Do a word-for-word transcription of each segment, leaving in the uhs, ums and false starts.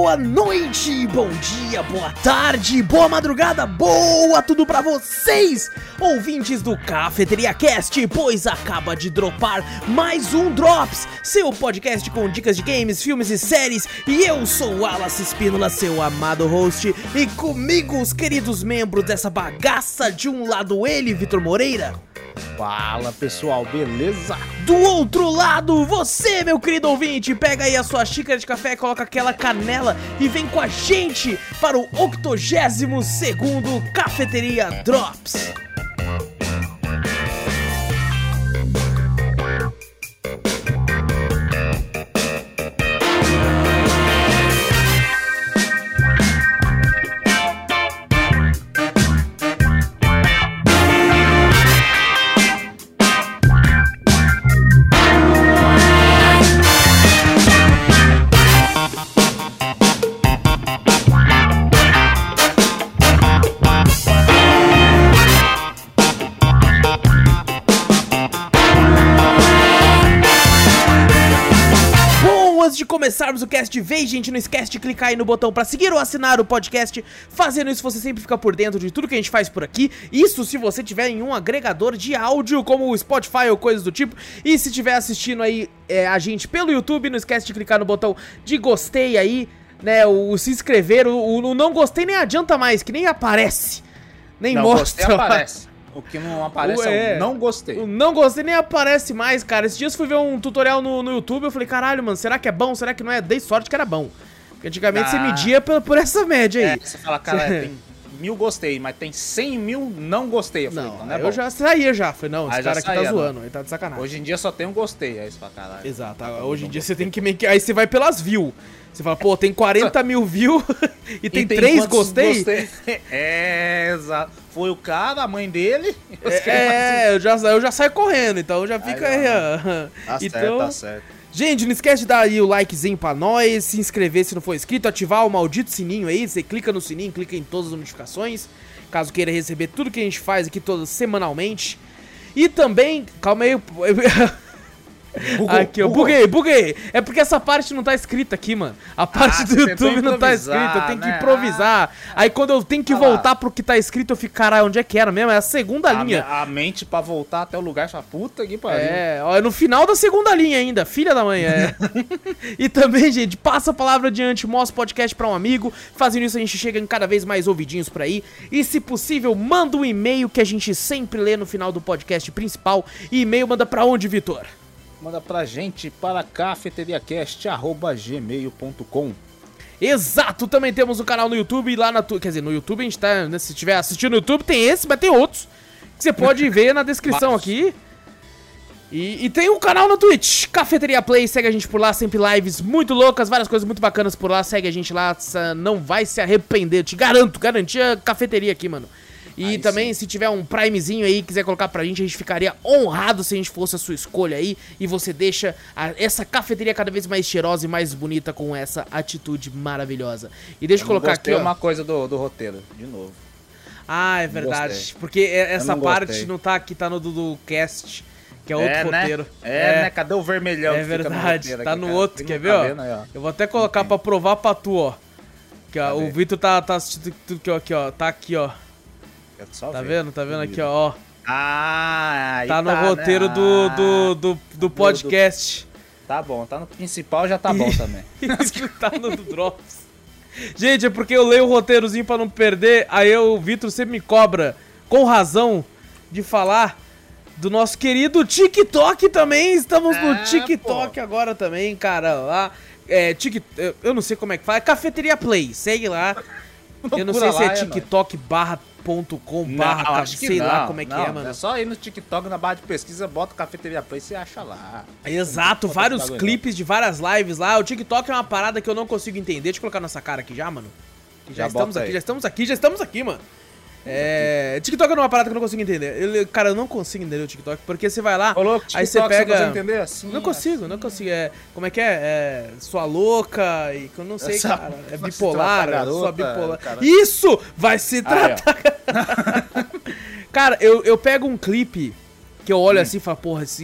Boa noite, bom dia, boa tarde, boa madrugada, boa tudo pra vocês, ouvintes do Cafeteria Cast, pois acaba de dropar mais um Drops, seu podcast com dicas de games, filmes e séries, e eu sou o Wallace Espínola, seu amado host, e comigo os queridos membros dessa bagaça, de um lado ele, Vitor Moreira. Fala pessoal, beleza? Do outro lado, você, meu querido ouvinte, pega aí a sua xícara de café, coloca aquela canela e vem com a gente para o octogésimo segundo Cafeteria Drops. Começarmos o cast de vez, gente, não esquece de clicar aí no botão pra seguir ou assinar o podcast. Fazendo isso você sempre fica por dentro de tudo que a gente faz por aqui. Isso se você tiver em um agregador de áudio como o Spotify ou coisas do tipo. E se estiver assistindo aí é, a gente pelo YouTube, não esquece de clicar no botão de gostei aí, né, o, o se inscrever, o, o, o não gostei nem adianta mais, que nem aparece, nem não, mostra. Não, aparece. O que não aparece é, é o não gostei. O não gostei nem aparece mais, cara. Esses dias eu fui ver um tutorial no, no YouTube, eu falei, caralho, mano, será que é bom? Será que não é? Dei sorte que era bom. Porque antigamente ah. você media por, por essa média aí. É, você fala, cara, você... tem mil gostei, mas tem cem mil não gostei. Eu falei, não, não, não é eu bom. já saía já. Falei, não, esse aí cara aqui saía, tá zoando, não. ele tá de sacanagem. Hoje em dia só tem um gostei, aí você fala, caralho. Exato, hoje em dia você tem que meio que... Aí você vai pelas views. Você fala, pô, tem quarenta mil views e tem três gostei? gostei. É, exato. Foi o cara, a mãe dele. É, eu já, eu já saio correndo, então já fica aí, ó. Tá então, certo, tá certo. Gente, não esquece de dar aí o likezinho pra nós, se inscrever se não for inscrito, ativar o maldito sininho aí, você clica no sininho, clica em todas as notificações, caso queira receber tudo que a gente faz aqui todas semanalmente. E também, calma aí... Bugou, aqui, ó, buguei, buguei. É porque essa parte não tá escrita aqui, mano. A parte ah, do YouTube não tá escrita, eu tenho que né? improvisar. Ah, Aí quando eu tenho que ah, voltar lá. pro que tá escrito, eu fico, caralho, onde é que era mesmo? É a segunda a linha. A mente pra voltar até o lugar, sua puta que pariu. É, ó, é no final da segunda linha ainda, filha da mãe, é. E também, gente, passa a palavra adiante, mostra o podcast pra um amigo. Fazendo isso a gente chega em cada vez mais ouvidinhos por aí. E se possível, manda um e-mail que a gente sempre lê no final do podcast principal. E e-mail manda pra onde, Vitor? Manda pra gente para cafeteriacast arroba gmail ponto com. Exato, também temos um canal no YouTube e lá na... Tu... Quer dizer, no YouTube a gente tá... Né, se estiver assistindo no YouTube tem esse, mas tem outros que você pode ver na descrição aqui. E, e tem um canal no Twitch, Cafeteria Play, segue a gente por lá, sempre lives muito loucas, várias coisas muito bacanas por lá, segue a gente lá, não vai se arrepender, te garanto, garanti a cafeteria aqui, mano. E aí também, sim, se tiver um Primezinho aí, quiser colocar pra gente, a gente ficaria honrado se a gente fosse a sua escolha aí. E você deixa a, essa cafeteria cada vez mais cheirosa e mais bonita com essa atitude maravilhosa. E deixa eu, eu colocar aqui, ó. uma coisa do, do roteiro, de novo. Ah, é verdade. Porque essa parte gostei. não tá aqui, tá no do, do cast, que é outro é, roteiro. Né? É, é, né? Cadê o vermelhão? É verdade, no tá aqui, no cara? outro, quer ver, ó? Vendo, aí, ó? Eu vou até colocar Entendi. pra provar pra tu, ó. Que, ó, o Vitor tá, tá assistindo tudo que, ó, aqui, ó. Tá aqui, ó. Tá ver. vendo? Tá vendo aqui, ó. Ah, aí tá no tá, roteiro né? do, do, do, do podcast. Do... Tá bom, tá no principal, já tá bom também. Isso tá no do Drops. Gente, é porque eu leio o roteirozinho pra não perder, aí eu, o Vitor sempre me cobra, com razão, de falar do nosso querido TikTok também. Estamos é, no TikTok pô. agora também, cara. Lá, é, tic, eu não sei como é que fala, é Cafeteria Play, segue lá. Eu não sei lá, se é, é TikTok barra ponto com barra, acho que sei não, lá como é que não, é, mano. É só ir no TikTok, na barra de pesquisa, bota Cafeteria Play e você acha lá. Exato, vários clipes de várias lives lá. O TikTok é uma parada que eu não consigo entender. Deixa eu colocar nossa cara aqui já, mano. Já, já estamos aqui, aí. já estamos aqui, já estamos aqui, mano. É... TikTok é uma parada que eu não consigo entender. Eu, cara, eu não consigo entender o TikTok, porque você vai lá, Ô, aí você pega... Você entender assim, não consigo, assim. não consigo. É... Como é que é? É... Sua louca e... Eu não sei, Essa... cara. É bipolar, garota, sua bipolar. Cara. Isso! Vai se tratar... Aí, cara, eu, eu pego um clipe que eu olho hum. assim e falo, porra, esse...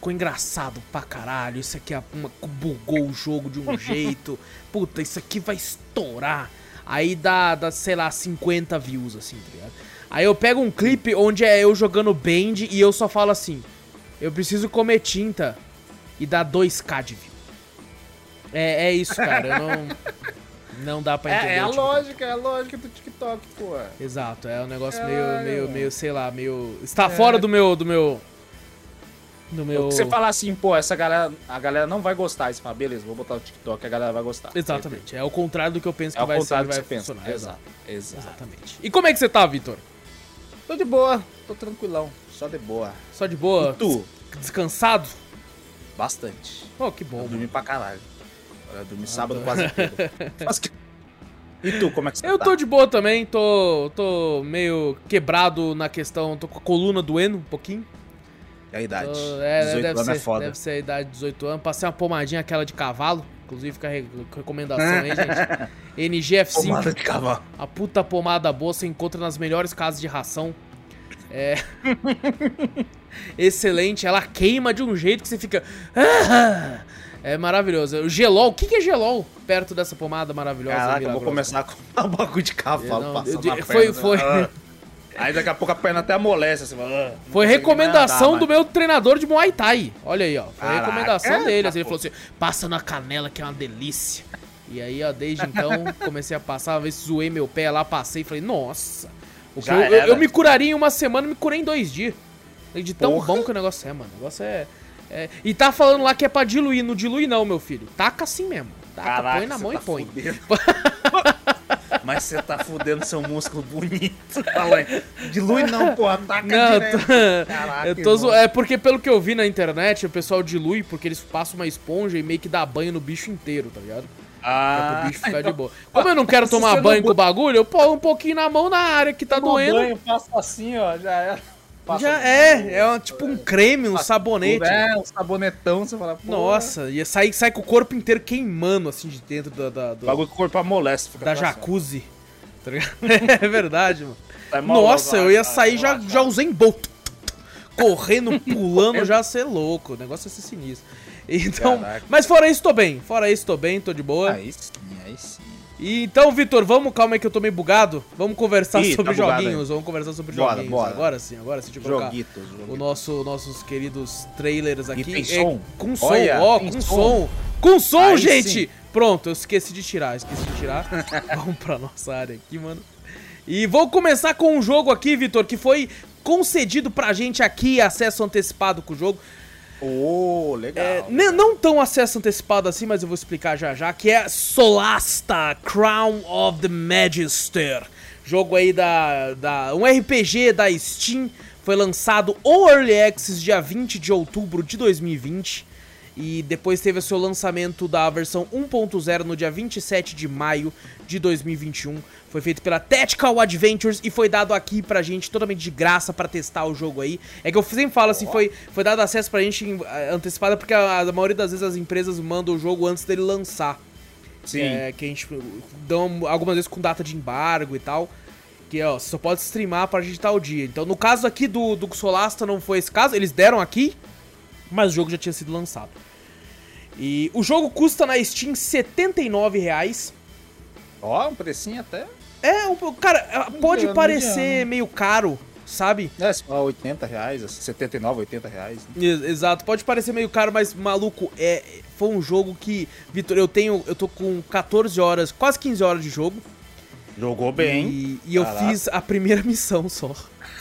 ficou engraçado pra caralho, isso aqui é uma, bugou o jogo de um jeito, puta, isso aqui vai estourar. Aí dá, dá, sei lá, cinquenta views, assim, tá ligado? Aí eu pego um clipe onde é eu jogando Band e eu só falo assim, eu preciso comer tinta e dá dois k de view. É, é isso, cara, eu não... Não dá pra entender. É, é a lógica, é a lógica do TikTok, pô. Exato, é um negócio é, meio, meio, meio, sei lá, meio... Está é. fora do meu, do meu... Do meu... Você falar assim, pô, essa galera, a galera não vai gostar. Aí você fala, beleza, vou botar o TikTok, a galera vai gostar. Exatamente, é o contrário do que eu penso que é vai ser, vai que você funcionar. Pensa. Exato, exato. Exatamente. E como é que você tá, Vitor? Tô de boa, tô tranquilão, só de boa. Só de boa? E tu? Descansado? Bastante. Oh, que bom. Eu dormi pra caralho. Eu dormi sábado quase inteiro. Mas que... E tu, como é que você Eu tá? tô de boa também, tô, tô meio quebrado na questão, tô com a coluna doendo um pouquinho. É a idade. Tô, é, dezoito deve anos ser, é foda. Deve ser a idade de dezoito anos. Passei uma pomadinha aquela de cavalo, inclusive fica a re recomendação aí, gente. N G F cinco. Pomada de cavalo. A puta pomada boa, você encontra nas melhores casas de ração. É... Excelente, ela queima de um jeito que você fica... Ah! É maravilhoso. O Gelol, o que, que é Gelol perto dessa pomada maravilhosa? Caraca, eu vou começar a comprar um bagulho de cavalo. Não, eu, na foi, perna, foi. Ah. Aí daqui a pouco a perna até amolece. Assim, ah, foi recomendação andar, do meu treinador de Muay Thai. Olha aí, ó. Foi Caraca, recomendação é, dele. tá, Assim, ele falou assim, passa na canela que é uma delícia. E aí, ó, desde então, comecei a passar. Uma vez zoei meu pé lá, passei e falei, nossa. O que eu, eu, eu me curaria em uma semana, me curei em dois dias. De tão Porra. bom que o negócio é, mano. O negócio é... É, e tá falando lá que é pra diluir, não dilui não, meu filho. Taca assim mesmo. Taca, Caraca, põe na mão tá e põe. Mas você tá fudendo seu músculo bonito. Fala aí. Dilui não, pô, taca não, direto. Tô... Caraca, eu tô zo... É porque pelo que eu vi na internet, o pessoal dilui porque eles passam uma esponja e meio que dá banho no bicho inteiro, tá ligado? Ah, pra o bicho ficar então... de boa. Como eu não quero tomar banho não... com o bagulho, eu pôr um pouquinho na mão na área que tá Toma doendo. banho, passa assim, ó, já era. Passa já é, é um, tipo um creme, um sabonete. É, um sabonetão, você fala, pô. Nossa, e sai, sai com o corpo inteiro queimando, assim, de dentro da... da do... O bagulho que o corpo amolece. Fica da jacuzzi. Tá ligado? É verdade, mano. Tá Nossa, eu ia sair, já, já usei em bolt. Correndo, pulando, já ser louco. O negócio ia ser sinistro. Então, Caraca. Mas fora isso, tô bem. Fora isso, tô bem, tô de boa. Aí sim, aí sim. E então, Vitor, vamos, calma aí que eu tô meio bugado. Vamos conversar Ih, sobre tá joguinhos. Vamos conversar sobre bora, joguinhos. Bora. Agora sim, agora sim. Deixa eu colocar joguitos, joguitos. o nosso, nossos queridos trailers aqui. E tem é, som? com som, Olha, ó, com som. som. Com som, aí gente! Sim. Pronto, eu esqueci de tirar, esqueci de tirar. Vamos pra nossa área aqui, mano. E vou começar com um jogo aqui, Vitor, que foi concedido pra gente aqui, acesso antecipado com o jogo. Oh, legal. É, não tão acesso antecipado assim, mas eu vou explicar já já, que é Solasta, Crown of the Magister. Jogo aí da, da... um R P G da Steam, foi lançado o Early Access dia vinte de outubro de dois mil e vinte. E depois teve o seu lançamento da versão um ponto zero no dia vinte e sete de maio de dois mil e vinte e um. Foi feito pela Tactical Adventures e foi dado aqui pra gente totalmente de graça pra testar o jogo aí. É que eu sempre falo assim, foi, foi dado acesso pra gente antecipado porque a, a maioria das vezes as empresas mandam o jogo antes dele lançar. Sim. É, que a gente dão algumas vezes com data de embargo e tal. Que, ó, você só pode streamar pra gente tal dia. Então, no caso aqui do, do Solasta não foi esse caso, eles deram aqui, mas o jogo já tinha sido lançado. E o jogo custa na Steam setenta e nove reais. Ó, um precinho até... É, um, cara, pode não parecer não meio caro, sabe? É, só oitenta reais, setenta e nove, oitenta reais. Né? Exato, pode parecer meio caro, mas, maluco, é, foi um jogo que... Vitor, eu tenho, eu tô com quatorze horas, quase quinze horas de jogo. Jogou bem. E, e eu fiz a primeira missão só.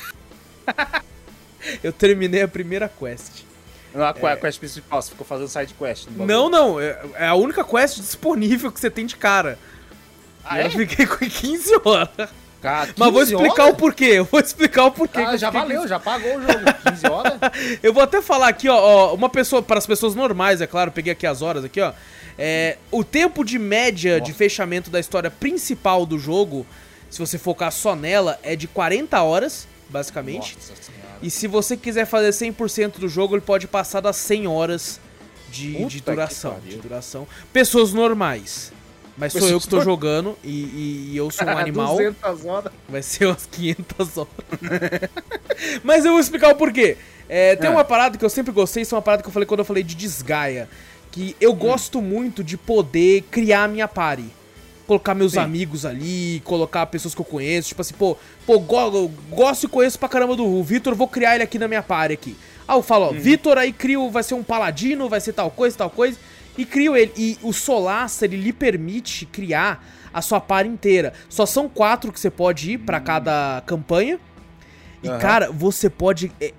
Eu terminei a primeira quest. Não, a é... quest principal, você ficou fazendo side quest. Não, não, é, é a única quest disponível que você tem de cara. Ah, é? Eu fiquei com quinze horas. Cara, quinze Mas vou explicar horas? o porquê, eu vou explicar o porquê. Ah, já valeu, quinze... já pagou o jogo, quinze horas. Eu vou até falar aqui, ó, ó, uma pessoa, para as pessoas normais, é claro, peguei aqui as horas aqui, ó. É, o tempo de média Nossa. de fechamento da história principal do jogo, se você focar só nela, é de quarenta horas, basicamente. E se você quiser fazer cem por cento do jogo, ele pode passar das cem horas de, de duração, de duração. Pessoas normais. Mas sou eu que tô jogando e, e, e eu sou um animal. duzentas horas. Vai ser umas quinhentas horas. Mas eu vou explicar o porquê. É, tem É. uma parada que eu sempre gostei, isso é uma parada que eu falei quando eu falei de Desgaia. Que eu gosto muito de poder criar a minha party. Colocar meus Sim. amigos ali, colocar pessoas que eu conheço. Tipo assim, pô, pô go gosto e conheço pra caramba do Vitor, vou criar ele aqui na minha party aqui. Ah, eu falo, ó, Uhum. Vitor, aí crio, vai ser um paladino, vai ser tal coisa, tal coisa. E crio ele. E o Solace, ele lhe permite criar a sua party inteira. Só são quatro que você pode ir pra cada campanha. E, Aham. cara, você pode... É,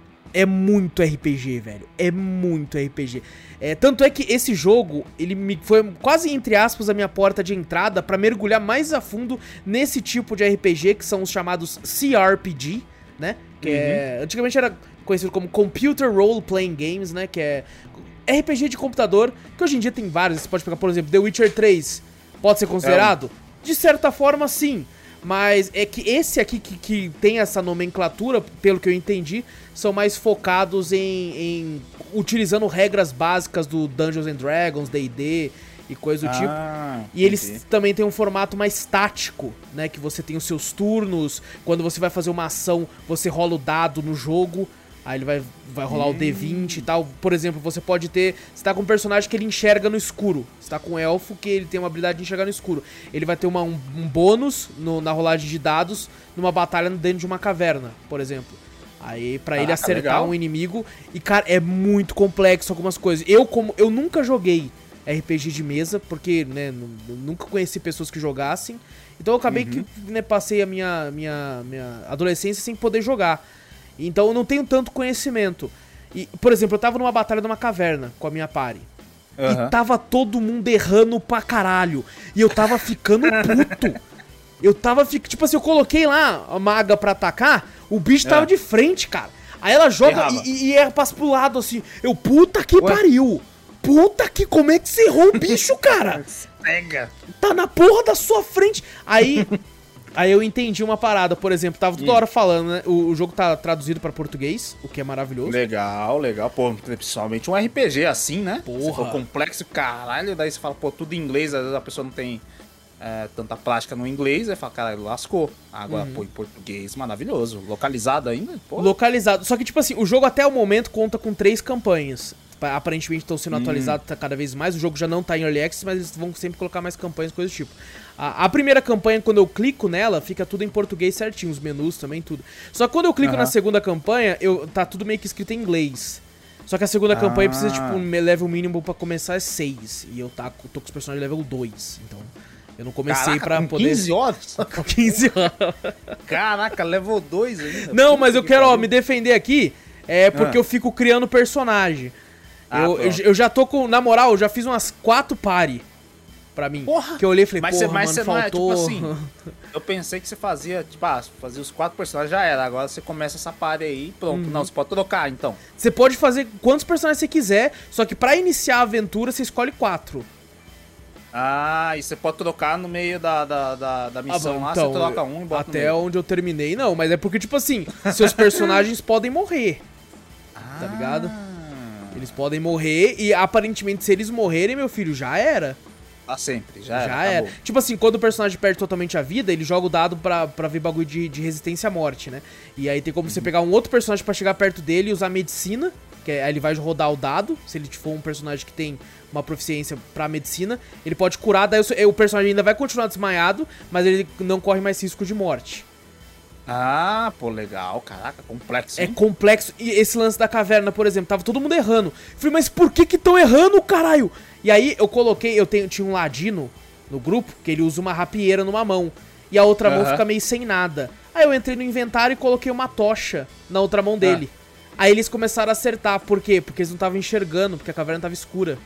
é muito R P G, velho. É muito R P G. É, tanto é que esse jogo, ele me foi quase, entre aspas, a minha porta de entrada pra mergulhar mais a fundo nesse tipo de R P G, que são os chamados C R P G, né? Que é... Antigamente era conhecido como Computer Role Playing Games, né? Que é R P G de computador, que hoje em dia tem vários. Você pode pegar, por exemplo, The Witcher três. Pode ser considerado? De certa forma, sim. Mas é que esse aqui que, que tem essa nomenclatura, pelo que eu entendi, são mais focados em, em utilizando regras básicas do Dungeons and Dragons, D e D e coisa do tipo. Ah, E eles entendi. também têm um formato mais tático, né? Que você tem os seus turnos, quando você vai fazer uma ação, você rola o dado no jogo, aí ele vai, vai rolar o D vinte e tal. Por exemplo, você pode ter... Você tá com um personagem que ele enxerga no escuro. Você tá com um elfo que ele tem uma habilidade de enxergar no escuro. Ele vai ter uma, um, um bônus no, na rolagem de dados numa batalha dentro de uma caverna, por exemplo. Aí, pra ele Caraca, acertar legal. um inimigo... E, cara, é muito complexo algumas coisas. Eu, como eu nunca joguei R P G de mesa, porque, né, nu- nunca conheci pessoas que jogassem. Então eu acabei que, né, passei a minha, minha, minha adolescência sem poder jogar. Então eu não tenho tanto conhecimento. E, por exemplo, eu tava numa batalha numa caverna com a minha party. Aham. E tava todo mundo errando pra caralho. E eu tava ficando puto. Eu tava ficando... Tipo assim, eu coloquei lá a maga pra atacar, o bicho tava É. de frente, cara. Aí ela joga Errava. e, e, e erra, passa pro lado assim. Eu, puta que Ué? pariu. Puta que... Como é que você errou o bicho, cara? Pega. Tá na porra da sua frente. Aí... Aí eu entendi uma parada, por exemplo, tava toda Hum. hora falando, né? O, o jogo tá traduzido pra português, o que é maravilhoso. Legal, legal. Pô, principalmente um R P G assim, né? Porra. Se for complexo, caralho, daí você fala, pô, tudo em inglês, às vezes a pessoa não tem é, tanta prática no inglês, aí fala, caralho, lascou. Agora, pô, em português, maravilhoso. Localizado ainda, pô. Localizado. Só que, tipo assim, o jogo até o momento conta com três campanhas. Pa- Aparentemente estão Hum. sendo atualizados tá cada vez mais. O jogo já não tá em Early Access, mas eles vão sempre colocar mais campanhas, coisas do tipo. A, a primeira campanha, quando eu clico nela, fica tudo em português certinho, os menus também, tudo. Só que quando eu clico Aham. na segunda campanha, eu, tá tudo meio que escrito em inglês. Só que a segunda campanha precisa, Ah. tipo, um level mínimo pra começar é seis. E eu tá, tô com os personagens level dois. Então, eu não comecei Caraca, pra com poder... quinze horas? Com quinze anos. Caraca, level dois ainda. Não, Puta mas eu que quero, ó, pariu. me defender aqui, é porque Ah. eu fico criando personagem. Ah, eu, eu, pronto. eu já tô com, na moral, eu já fiz umas quatro party pra mim. Porra! Que eu olhei e falei, Mas porra, você, mas mano, você não é, tipo faltou... assim, eu pensei que você fazia, tipo, ah, fazia os quatro personagens, já era. Agora você começa essa party aí e pronto. Uhum. Não, você pode trocar, então. Você pode fazer quantos personagens você quiser, só que pra iniciar a aventura, você escolhe quatro. Ah, e você pode trocar no meio da, da, da, da missão bom, lá, então, você troca um e bota no Até meio. onde eu terminei, não. Mas é porque, tipo assim, seus personagens podem morrer, Ah, tá ligado? Eles podem morrer e, aparentemente, se eles morrerem, meu filho, já era. Pra sempre, já, Já era. era. acabou. Tipo assim, quando o personagem perde totalmente a vida, ele joga o dado pra, pra ver bagulho de, de resistência à morte, né? E aí tem como você pegar um outro personagem pra chegar perto dele e usar medicina, que é, aí ele vai rodar o dado, se ele for um personagem que tem uma proficiência pra medicina, ele pode curar, daí o, o personagem ainda vai continuar desmaiado, mas ele não corre mais risco de morte. Ah, pô, legal. Caraca, complexo. É hein? complexo. E esse lance da caverna, por exemplo, tava todo mundo errando. Falei, mas por que que tão errando, caralho? E aí eu coloquei, eu tenho, tinha um ladino no grupo, que ele usa uma rapieira numa mão. E a outra mão Aham. fica meio sem nada. Aí eu entrei no inventário e coloquei uma tocha na outra mão dele. Aí eles começaram a acertar. Por quê? Porque eles não estavam enxergando, porque a caverna tava escura.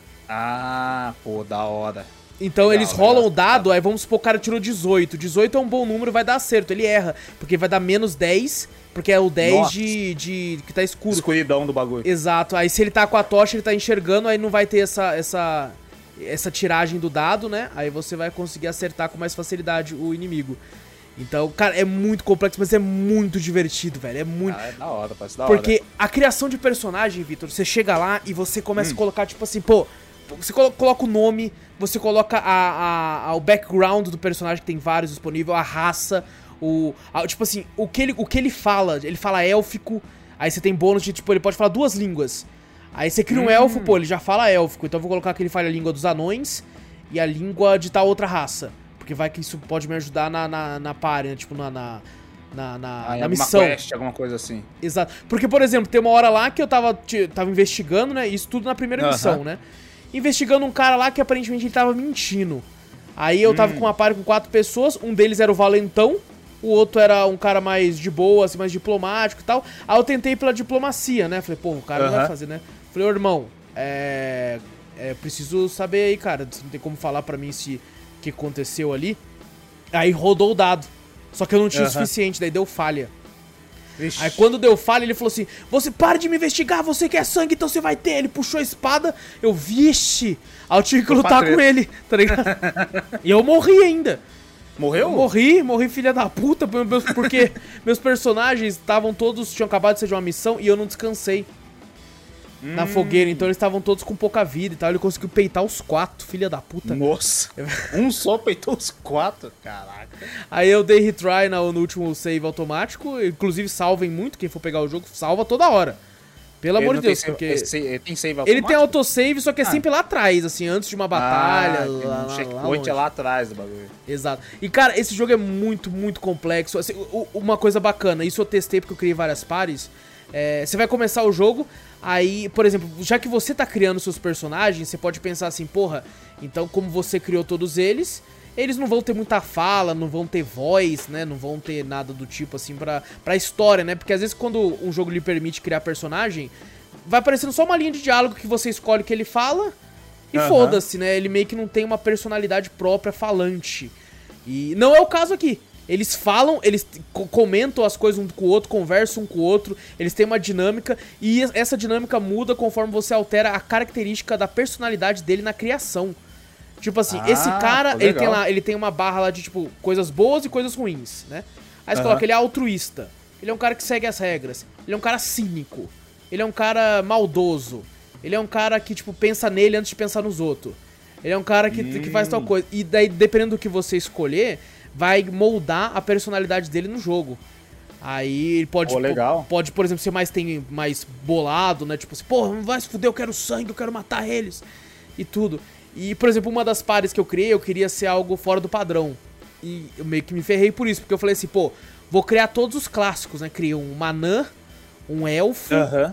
Ah, pô, da hora. Então Legal, eles rolam legal. o dado, aí vamos supor que o cara tirou dezoito. dezoito é um bom número, vai dar acerto. Ele erra, porque vai dar menos dez, porque é o dez Nossa. de, de que tá escuro. Escuridão do bagulho. Exato. Aí se ele tá com a tocha, ele tá enxergando, aí não vai ter essa, essa, essa tiragem do dado, né? Aí você vai conseguir acertar com mais facilidade o inimigo. Então, cara, é muito complexo, mas é muito divertido, velho. É muito... Ah, é da hora, parece da hora. Porque a criação de personagem, Vitor, você chega lá e você começa Hum. a colocar, tipo assim, pô... Você colo- coloca o nome, você coloca a, a- a- o background do personagem, que tem vários disponível, a raça, o... a- tipo assim, o que, ele, o que ele fala, ele fala élfico, Aí você tem bônus de, tipo, ele pode falar duas línguas. Aí você cria um Hum. elfo, pô, ele já fala élfico. Então eu vou colocar que ele fale a língua dos anões e a língua de tal outra raça. Porque vai que isso pode me ajudar na, na, na party, né? Tipo, na, na, na, na, Ah, na missão. Quest, alguma coisa assim. Exato. Porque, por exemplo, tem uma hora lá que eu tava, te- tava investigando, né? Isso tudo na primeira Aham. missão, né? Investigando um cara lá que aparentemente ele tava mentindo. Aí eu tava Hum. com uma party com quatro pessoas, um deles era o Valentão, o outro era um cara mais de boa, assim, mais diplomático e tal. Aí eu tentei pela diplomacia, né? Falei, pô, o cara não vai Aham. fazer, né? Falei, ô irmão, é... é... preciso saber aí, cara, você não tem como falar pra mim se... o que aconteceu ali. Aí rodou o dado. Só que eu não tinha o Aham. suficiente, daí deu falha. Vixe. Aí quando deu falha, ele falou assim, você para de me investigar, você quer sangue, então você vai ter. Ele puxou a espada, eu, vixe. Aí eu tive que Foi pra lutar com treta. ele, tá ligado? E eu morri ainda. Morreu? Eu morri, morri filha da puta, porque meus personagens estavam todos, tinham acabado de ser de uma missão e eu não descansei na Hum. fogueira, então eles estavam todos com pouca vida e tal, ele conseguiu peitar os quatro, filha da puta. Nossa. Um só peitou os quatro. Caraca. Aí eu dei retry no, no último save automático, inclusive salvem muito, quem for pegar o jogo, salva toda hora. Pelo Ele amor não de Deus, tem save- porque... esse- Ele tem save Ele automático? tem autosave, só que é Ah. sempre lá atrás, assim, antes de uma batalha, Ah, lá, tem lá, um lá checkpoint longe. é lá atrás do bagulho. Exato. E, cara, esse jogo é muito, muito complexo. Assim, u- uma coisa bacana, isso eu testei porque eu criei várias pares. É, você vai começar o jogo, aí, por exemplo, já que você tá criando seus personagens, você pode pensar assim, porra, então como você criou todos eles, eles não vão ter muita fala, não vão ter voz, né, não vão ter nada do tipo assim pra, pra história, né, porque às vezes quando um jogo lhe permite criar personagem, vai aparecendo só uma linha de diálogo que você escolhe que ele fala e Aham. foda-se, né, ele meio que não tem uma personalidade própria falante. E não é o caso aqui. Eles falam, eles co- comentam as coisas um com o outro, conversam um com o outro, eles têm uma dinâmica e es- essa dinâmica muda conforme você altera a característica da personalidade dele na criação. Tipo assim, Ah, esse cara, pô, ele tem, legal. lá, ele tem uma barra lá de tipo coisas boas e coisas ruins, né? Aí você Aham. coloca, ele é altruísta, ele é um cara que segue as regras, ele é um cara cínico, ele é um cara maldoso, ele é um cara que tipo pensa nele antes de pensar nos outros. Ele é um cara que, que faz tal coisa. E daí, dependendo do que você escolher, vai moldar a personalidade dele no jogo. Aí ele pode, Pô, legal. po- pode, por exemplo, ser mais, tem, mais bolado, né? Tipo assim, porra, não vai se fuder, eu quero sangue, eu quero matar eles. E tudo. E, por exemplo, uma das pares que eu criei, eu queria ser algo fora do padrão. E eu meio que me ferrei por isso, porque eu falei assim, pô, vou criar todos os clássicos, né? Criei um anã, um elfo, Aham.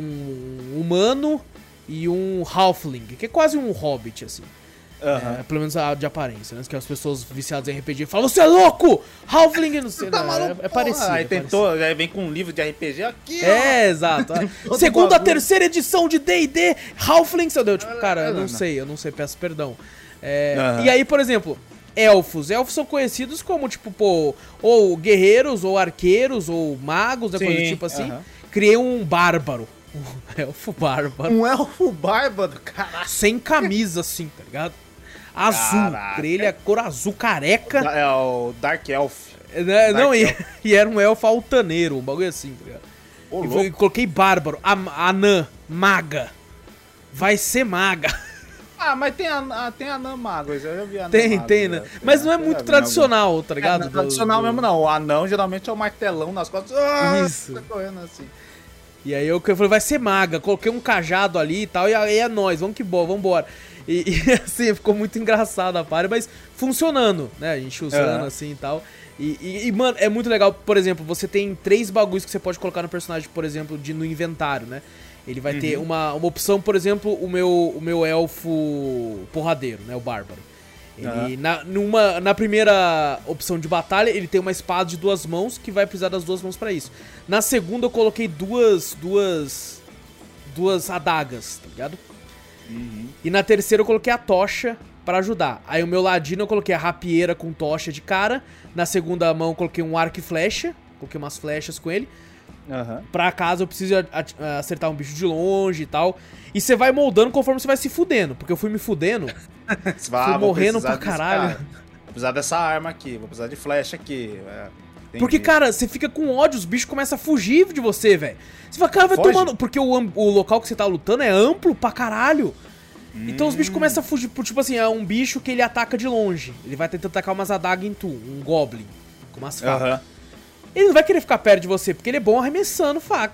um humano e um halfling, que é quase um hobbit, assim. Aham. É, pelo menos a de aparência, né? Que as pessoas viciadas em R P G falam, você é louco! Halfling, não sei, Tá não, maluco? é, é parecido. Aí é tentou, aí vem com um livro de R P G aqui, ó. É, exato. Todo Segunda, bagulho. terceira edição de D e D, Halfling, seu Deus. Tipo, cara, eu não não. sei, eu não sei, peço perdão. É, Aham. E aí, por exemplo, elfos. Elfos são conhecidos como, tipo, pô, ou guerreiros, ou arqueiros, ou magos, né, coisa do Sim, tipo assim. aham. Criei um bárbaro. Um elfo bárbaro. Um elfo bárbaro, caralho. Sem camisa, assim, tá ligado? Azul. Caraca. Criei ele a cor azul careca. É o Dark Elf. Né, Dark Não, e, Elf. e era um elfo altaneiro, um bagulho assim, tá ligado? Ô, E louco. foi- coloquei bárbaro, am- anã, maga. Vai ser maga. Ah, mas tem a, a, tem anã mago, eu já vi anã Tem, mago, tem, já. né? Mas não é Eu já muito vi tradicional, tá algum- ligado? É, não é tradicional Do- do- mesmo não, o anão geralmente é o martelão nas costas. Ah, Isso. Tá correndo assim. E aí eu, eu falei, vai ser maga. Coloquei um cajado ali e tal, e aí é nóis, vamos que boa, vambora. E, e assim, ficou muito engraçado a party, mas funcionando, né? A gente usando Aham. assim e tal. E, e, e, mano, é muito legal, por exemplo, você tem três bagulhos que você pode colocar no personagem, por exemplo, de, no inventário, né? Ele vai ter uma, uma opção, por exemplo, o meu, o meu elfo porradeiro, né? O bárbaro. Ele, Aham. na, numa, na primeira opção de batalha, ele tem uma espada de duas mãos que vai precisar das duas mãos pra isso. Na segunda, eu coloquei duas, duas, duas adagas, tá ligado? E na terceira, eu coloquei a tocha pra ajudar. Aí o meu ladino, eu coloquei a rapieira com tocha de cara. Na segunda mão, eu coloquei um arco e flecha. Coloquei umas flechas com ele. Aham. Pra caso eu precise a- a- acertar um bicho de longe e tal. E você vai moldando conforme você vai se fudendo. Porque eu fui me fudendo. Você vai, Fui ah, vou morrendo precisar pra desse caralho. cara. Vou precisar dessa arma aqui, vou precisar de flecha aqui. é, entendi. Porque, cara, você fica com ódio, os bichos começam a fugir de você, velho. Você fala, cara, vai Foge? tomando. Porque o, am- o local que você tá lutando é amplo pra caralho. Então os bichos começam a fugir. por- Tipo assim, é um bicho que ele ataca de longe. Ele vai tentar atacar umas adagas em tu, um goblin. Com umas facas. Aham. Ele não vai querer ficar perto de você, porque ele é bom arremessando faca.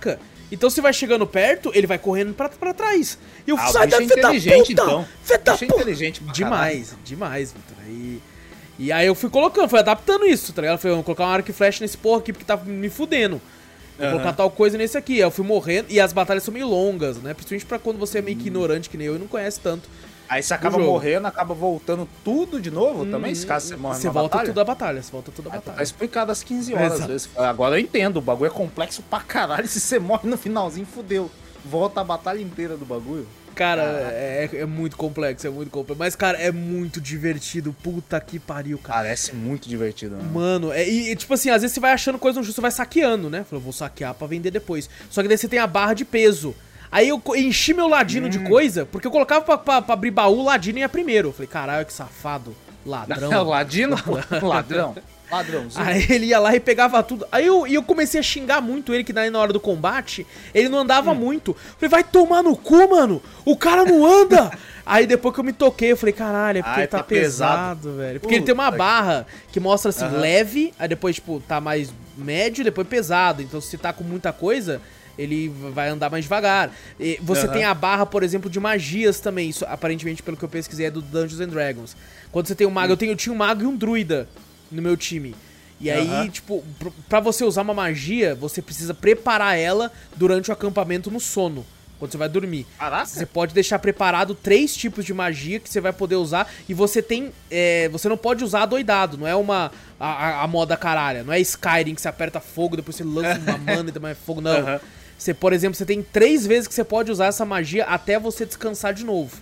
Então você vai chegando perto, ele vai correndo pra, pra trás. E eu Ah, o sai da bicho é fé da inteligente, puta! então. Fé da Bicho é puta! inteligente pra Demais, demais, Vitor. E, e aí eu fui colocando, fui adaptando isso, tá ligado? Eu falei, vou colocar um arco e flecha nesse porra aqui porque tá me fudendo. Vou Uhum. colocar tal coisa nesse aqui. Aí eu fui morrendo. E as batalhas são meio longas, né? Principalmente pra quando você é meio que ignorante que nem eu e não conhece tanto. Aí você acaba jogo. morrendo, acaba voltando tudo de novo também, se caso você morre Você numa volta batalha? tudo a batalha, você volta tudo a Aí batalha. tá explicado às quinze horas. Exato. Às vezes. Agora eu entendo, o bagulho é complexo pra caralho. Se você morre no finalzinho, fudeu. Volta a batalha inteira do bagulho. Cara, é, é muito complexo, é muito complexo. Mas, cara, é muito divertido. Puta que pariu, cara. Parece muito divertido, né? Mano, é, e, e, tipo assim, às vezes você vai achando coisa no jogo, você vai saqueando, né? Falei, vou saquear pra vender depois. Só que daí você tem a barra de peso. Aí eu co- enchi meu ladino hum. de coisa, porque eu colocava pra, pra, pra abrir baú, o ladino ia primeiro. Eu falei, caralho, que safado. Ladrão. Ladino? Ladrão. Ladrãozinho. Aí ele ia lá e pegava tudo. Aí eu, e eu comecei a xingar muito ele, que daí na hora do combate, ele não andava hum. muito. Falei, vai tomar no cu, mano. O cara não anda. Aí depois que eu me toquei, eu falei, caralho, é porque Ai, ele tá, tá pesado, pesado, velho. Porque Puta ele tem uma barra que mostra assim, uhum. leve, aí depois, tipo, tá mais médio, depois pesado. Então se tá com muita coisa, ele vai andar mais devagar. E você uhum. tem a barra, por exemplo, de magias também. Isso, aparentemente, pelo que eu pesquisei, é do Dungeons and Dragons. Quando você tem um mago, uhum. eu, tenho, eu tinha um mago e um druida no meu time. E aí, uhum. tipo, pra você usar uma magia, você precisa preparar ela durante o acampamento no sono. Quando você vai dormir. Caraca. Você pode deixar preparado três tipos de magia que você vai poder usar. E você tem... É, você não pode usar doidado. Não é uma... A, a moda caralha. Não é Skyrim que você aperta fogo, depois você lança uma mana e também é fogo. Não. Uhum. Você, por exemplo, você tem três vezes que você pode usar essa magia até você descansar de novo.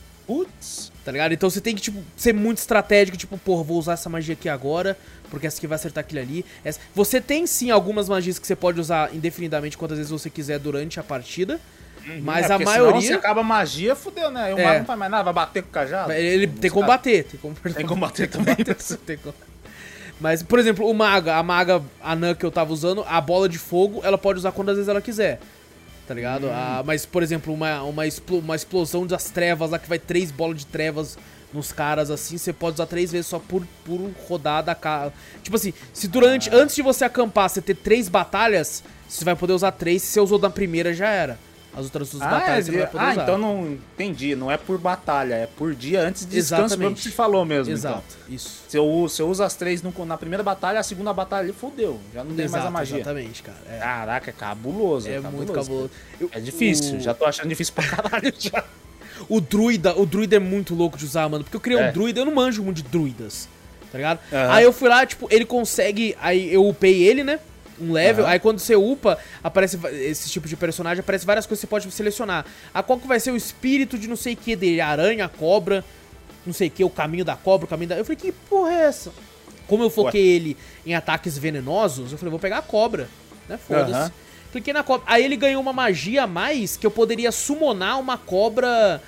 Putz. Tá ligado? Então você tem que, tipo, ser muito estratégico. Tipo, porra, vou usar essa magia aqui agora, porque essa aqui vai acertar aquele ali. Essa... Você tem, sim, algumas magias que você pode usar indefinidamente quantas vezes você quiser durante a partida. Uhum, mas é a maioria... Se acaba a magia, fudeu, né? Aí o é. mago não faz mais nada, vai bater com o cajado. Ele, ele tem que combater. Tem que combater, tem que combater também. Tem que... Mas, por exemplo, o maga, a maga anã que eu tava usando, a bola de fogo, ela pode usar quantas vezes ela quiser. Tá ligado? Hum. A, mas, por exemplo, uma, uma, explo, uma explosão das trevas lá, que vai três bolas de trevas nos caras, assim, você pode usar três vezes só por, por rodada. Tipo assim, se durante, ah. antes de você acampar, você ter três batalhas, você vai poder usar três. Se você usou na primeira, já era. As outras duas ah, batalhas é, você vai poder ah, usar. Ah, então não entendi. Não é por batalha, é por dia antes de descanso, como você falou mesmo. Exato, então. isso. Se eu, se eu uso as três no, na primeira batalha, a segunda batalha, fodeu. Já não tem Exato, mais a magia. Exatamente, cara. É. Caraca, é cabuloso. É, é muito cabuloso. cabuloso. Eu, é difícil, o... já tô achando difícil pra caralho já. O druida, o druida é muito louco de usar, mano. Porque eu criei é. um druida, eu não manjo muito de druidas, tá ligado? Uhum. Aí eu fui lá, tipo, ele consegue, aí eu upei ele, né? Um level, uhum. aí quando você upa, aparece esse tipo de personagem, aparece várias coisas que você pode selecionar. A qual que vai ser o espírito de não sei o que dele, aranha, cobra, não sei o que, o caminho da cobra, o caminho da... Eu falei, que porra é essa? Como eu foquei Ué. ele em ataques venenosos, eu falei, vou pegar a cobra, né, foda-se. Uhum. Cliquei na cobra, aí ele ganhou uma magia a mais, que eu poderia summonar uma cobra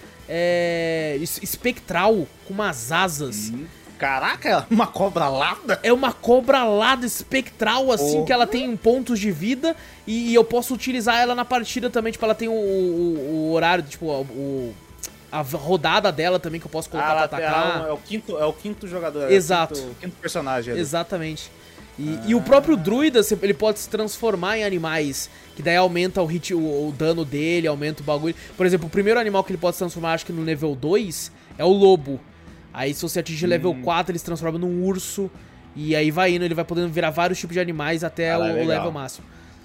é, espectral, com umas asas. Uhum. Caraca, uma cobra alada? É uma cobra alada espectral, assim, oh. que ela tem pontos de vida e, e eu posso utilizar ela na partida também. Tipo, ela tem o, o, o horário, tipo, o, o, a rodada dela também que eu posso colocar ah, pra atacar. É, é, o quinto, é o quinto jogador. Exato. É o quinto, quinto personagem. Ali. Exatamente. E, ah. e o próprio druida, ele pode se transformar em animais, que daí aumenta o, hit, o, o dano dele, aumenta o bagulho. Por exemplo, o primeiro animal que ele pode se transformar, acho que no nível dois, é o lobo. Aí se você atingir level hum. quatro, ele se transforma num urso. E aí vai indo, ele vai podendo virar vários tipos de animais até ah, o, o level máximo.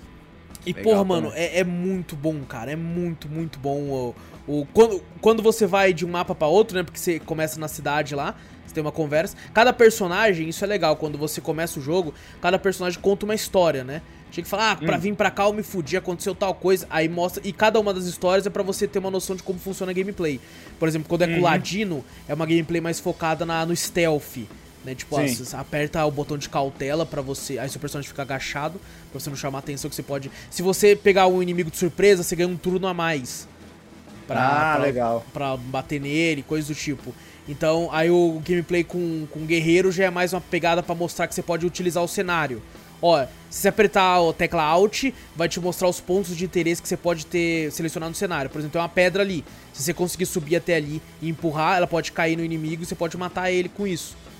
E legal, porra, mano, é, é muito bom, cara. É muito, muito bom. O, o, quando, quando você vai de um mapa pra outro, né? Porque você começa na cidade lá, você tem uma conversa. Cada personagem, isso é legal, quando você começa o jogo, cada personagem conta uma história, né? Tinha que falar, ah, pra hum. vir pra cá eu me fudi, aconteceu tal coisa. Aí mostra, e cada uma das histórias é pra você ter uma noção de como funciona a gameplay. Por exemplo, quando é com o uhum. Ladino, é uma gameplay mais focada na, no stealth, né? Tipo, ó, você aperta o botão de cautela pra você, aí seu personagem fica agachado, pra você não chamar atenção que você pode... Se você pegar um inimigo de surpresa, você ganha um turno a mais. Pra, ah, pra, legal. Pra bater nele, coisa do tipo. Então, aí o gameplay com, com o guerreiro já é mais uma pegada pra mostrar que você pode utilizar o cenário. Ó, se você apertar a tecla Alt, vai te mostrar os pontos de interesse que você pode ter selecionado no cenário. Por exemplo, tem uma pedra ali. Se você conseguir subir até ali e empurrar, ela pode cair no inimigo e você pode matar ele com isso.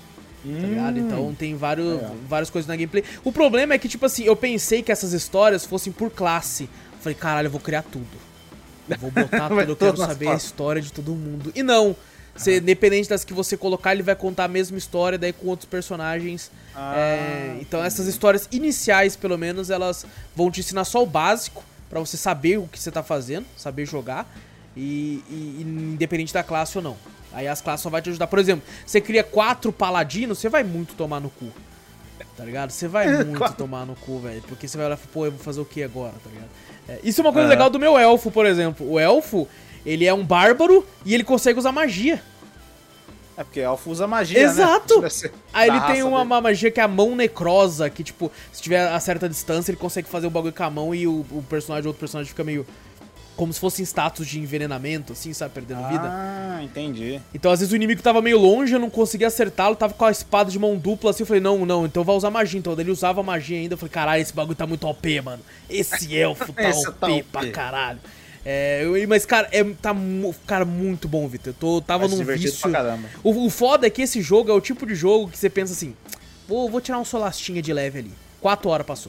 Hum, tá ligado? Então tem vários, é. várias coisas na gameplay. O problema é que, tipo assim, eu pensei que essas histórias fossem por classe. Falei, caralho, eu vou criar tudo. Eu vou botar tudo, eu quero saber a história de todo mundo. E não, você, independente das que você colocar, ele vai contar a mesma história, daí com outros personagens. Ah, é, então essas histórias iniciais, pelo menos, elas vão te ensinar só o básico, pra você saber o que você tá fazendo, saber jogar. E, e, independente da classe ou não. Aí as classes só vai te ajudar. Por exemplo, você cria quatro paladinos, você vai muito tomar no cu. Tá ligado? Você vai muito tomar no cu, velho. Porque você vai olhar e falar, pô, eu vou fazer o que agora, tá ligado? É, isso é uma coisa uhum. legal do meu elfo, por exemplo. O elfo, ele é um bárbaro e ele consegue usar magia. É porque elfo usa magia, Exato! né? Aí ele tem uma, uma magia que é a mão necrosa, que tipo, se tiver a certa distância, ele consegue fazer o bagulho com a mão e o, o personagem, o outro personagem fica meio... como se fosse em status de envenenamento, assim, sabe? Perdendo ah, vida. Ah, entendi. Então, às vezes, o inimigo tava meio longe, eu não conseguia acertá-lo, tava com a espada de mão dupla, assim, eu falei, não, não, então vai usar magia. Então, ele usava magia ainda, eu falei, caralho, esse bagulho tá muito O P, mano. Esse elfo tá O P tá O P pra caralho. É, eu, mas, cara, é, tá cara, muito bom, Vitor. Eu tô, tava num vício. Pra caramba. O, o foda é que esse jogo é o tipo de jogo que você pensa assim, vou, vou tirar um solastinha de leve ali. Quatro horas passou.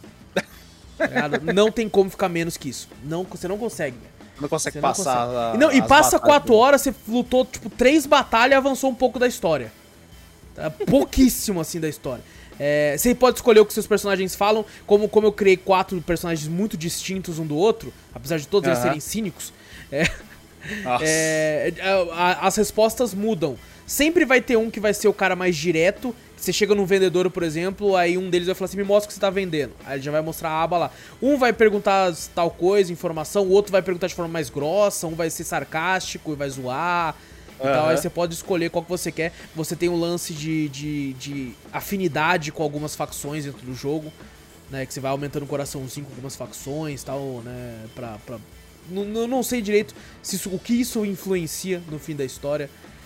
Tá ligado? Não tem como ficar menos que isso. Não, você não consegue, velho. Não consegue não passar. Consegue. A, não, e passa quatro horas, você lutou, tipo, três batalhas e avançou um pouco da história. Tá? Pouquíssimo, assim, da história. É, você pode escolher o que seus personagens falam. Como, como eu criei quatro personagens muito distintos um do outro, apesar de todos uhum. eles serem cínicos, é, é, a, as respostas mudam. Sempre vai ter um que vai ser o cara mais direto. Você chega num vendedor, por exemplo, aí um deles vai falar assim, me mostra o que você tá vendendo. Aí ele já vai mostrar a aba lá. Um vai perguntar tal coisa, informação, o outro vai perguntar de forma mais grossa, um vai ser sarcástico e vai zoar e uhum. tal. Aí você pode escolher qual que você quer. Você tem um lance de, de, de afinidade com algumas facções dentro do jogo, né? Que você vai aumentando o coraçãozinho com algumas facções e tal, né? Pra, pra... Não, não sei direito se isso, o que isso influencia no fim da história.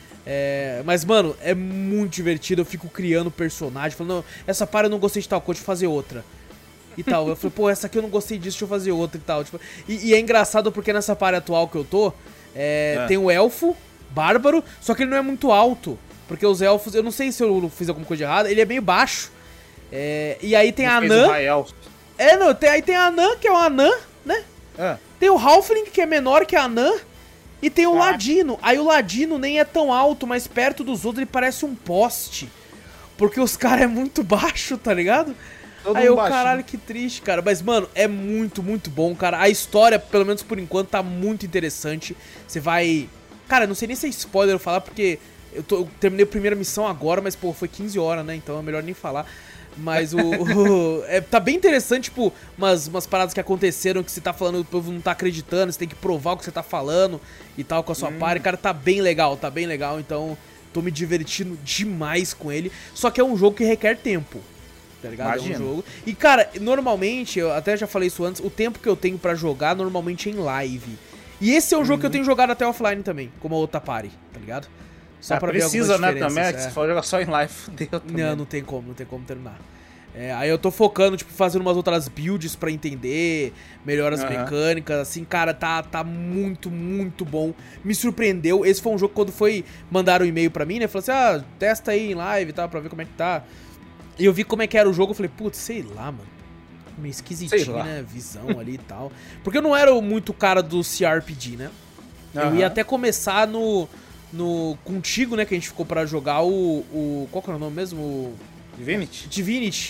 É, mas, mano, é muito divertido. Eu fico criando personagem, falando, não, essa para eu não gostei de tal coisa, deixa eu fazer outra. E tal. Eu falei, pô, essa aqui eu não gostei disso, deixa eu fazer outra e tal. Tipo, e, e é engraçado porque nessa para atual que eu tô, é, é. tem o elfo, bárbaro, só que ele não é muito alto. Porque os elfos, eu não sei se eu fiz alguma coisa errada, ele é meio baixo. É, e aí tem não a anã. É, não, tem, aí tem a anã, que é uma anã, né? É. Tem o halfling, que é menor que a anã. E tem o ah. ladino. Aí o ladino nem é tão alto, mas perto dos outros ele parece um poste. Porque os caras é muito baixo, tá ligado? Todo Aí eu, caralho, que triste, cara. Mas, mano, é muito, muito bom, cara. A história, pelo menos por enquanto, tá muito interessante. Você vai... Cara, não sei nem se é spoiler eu falar, porque eu, tô, eu terminei a primeira missão agora, mas, pô, foi quinze horas, né? Então é melhor nem falar. Mas o... o é, tá bem interessante, tipo, umas, umas paradas que aconteceram que você tá falando, o povo não tá acreditando, você tem que provar o que você tá falando e tal com a sua hum. party. Cara, tá bem legal, tá bem legal, então tô me divertindo demais com ele. Só que é um jogo que requer tempo, tá ligado? Imagina. É um jogo... E, cara, normalmente, eu até já falei isso antes, o tempo que eu tenho pra jogar normalmente é em live. E esse é um hum. jogo que eu tenho jogado até offline também, como a outra party, tá ligado? Só é, pra precisa, ver né, também, é que se for jogar só em live, fudeu também. Não, não tem como, não tem como terminar. É, aí eu tô focando, tipo, fazendo umas outras builds pra entender melhor as uhum. mecânicas, assim, cara, tá, tá muito, muito bom. Me surpreendeu, esse foi um jogo que quando foi, mandaram um e-mail pra mim, né, falou assim, ah, testa aí em live e tal, pra ver como é que tá. E eu vi como é que era o jogo, eu falei, putz, sei lá, mano, meio esquisitinho, né, visão ali e tal. Porque eu não era muito cara do C R P G, né, uhum. eu ia até começar no... No, contigo, né, que a gente ficou pra jogar o, o... Qual que era o nome mesmo? O, Divinity? Divinity.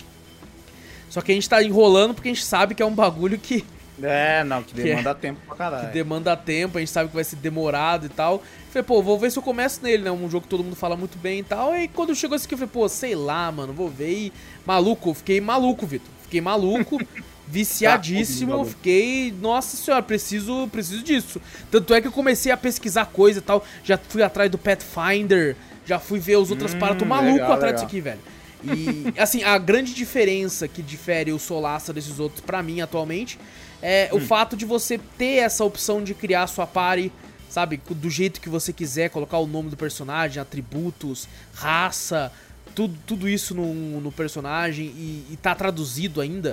Só que a gente tá enrolando porque a gente sabe que é um bagulho que... É, não, que demanda que é, tempo pra caralho. Que demanda tempo, a gente sabe que vai ser demorado e tal. Falei, pô, vou ver se eu começo nele, né, um jogo que todo mundo fala muito bem e tal. E quando chegou esse aqui, eu falei, pô, sei lá, mano, vou ver e... Maluco, fiquei maluco, Vitor. Fiquei maluco... Viciadíssimo, tá, fiquei, nossa senhora, preciso, preciso disso. Tanto é que eu comecei a pesquisar coisa e tal, já fui atrás do Pathfinder, já fui ver os outras hum, paradas, tô maluco legal, atrás legal. disso aqui, velho. E, assim, a grande diferença que difere o Solasta desses outros pra mim atualmente é hum. o fato de você ter essa opção de criar a sua party, sabe, do jeito que você quiser, colocar o nome do personagem, atributos, raça, tudo, tudo isso no, no personagem e, e tá traduzido ainda.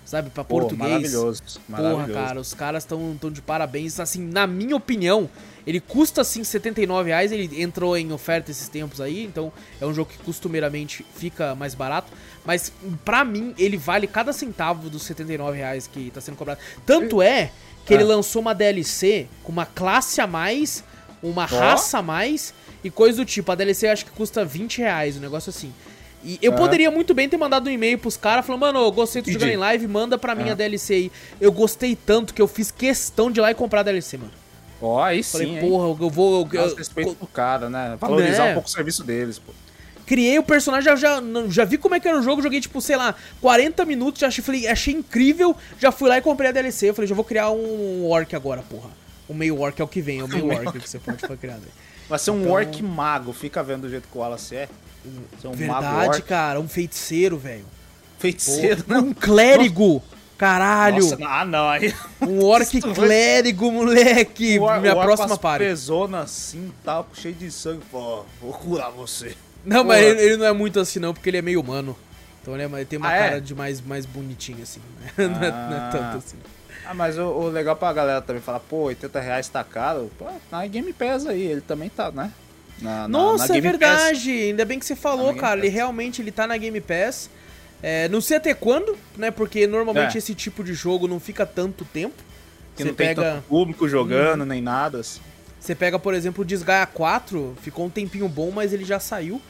sabe, pra Pô, português. maravilhoso, maravilhoso. Porra, cara, os caras tão, tão de parabéns. Assim, na minha opinião, ele custa, assim, setenta e nove reais. Ele entrou em oferta esses tempos aí, então é um jogo que costumeiramente fica mais barato. Mas, pra mim, ele vale cada centavo dos setenta e nove reais que tá sendo cobrado. Tanto é que ele lançou uma D L C com uma classe a mais, uma Ó. raça a mais e coisa do tipo. A D L C eu acho que custa vinte reais, um negócio assim. E eu Ah. poderia muito bem ter mandado um e-mail pros caras falando, mano, eu gostei de Entendi. jogar em live, manda pra mim Ah. a D L C aí. Eu gostei tanto que eu fiz questão de ir lá e comprar a D L C, mano. Ó, aí Falei, sim, hein? porra, eu vou... Eu, Nossa, eu- respeito eu- pro cara, né? Valorizar Né? um pouco o serviço deles, pô. criei o personagem, já, já, não- já vi como é que era o jogo, joguei tipo, sei lá, quarenta minutos, já achei, falei, achei incrível, já fui lá e comprei a D L C. Eu falei, já vou criar um orc agora, porra. O meio orc é o que vem, é o meio orc que você pode criar. Né? Vai ser um Então- orc mago, fica vendo do jeito que o Wallace é. Ser um mago Verdade, orc. cara, um feiticeiro, velho. Feiticeiro, Porra, não. um clérigo, caralho. Nossa, ah, não, aí. Um orc Isso vai- clérigo, moleque. O or- Minha o orc próxima com as party. pesona assim, tal, cheio de sangue. Pô, vou curar você. Não, mas Porra. ele, ele não é muito assim não, porque ele é meio humano. Então ele, é, mais- ele tem uma Ah, é? cara de mais, mais bonitinho assim. Né? Não, é, não é Ah. tanto assim. Ah, mas o, o legal pra galera também falar, pô, oitenta reais tá caro. Pô, na Game Pass aí, ele também tá, né? Na, na- Nossa, na é Game Pass. verdade. Ainda bem que você Tá falou, na Game cara. Ele Pass. realmente ele tá na Game Pass. É, não sei até quando, né? Porque normalmente É. esse tipo de jogo não fica tanto tempo. Que Você não tem pega, tanto público jogando, nem nada. Assim. você pega, por exemplo, o Disgaea quatro, ficou um tempinho bom, mas ele já saiu.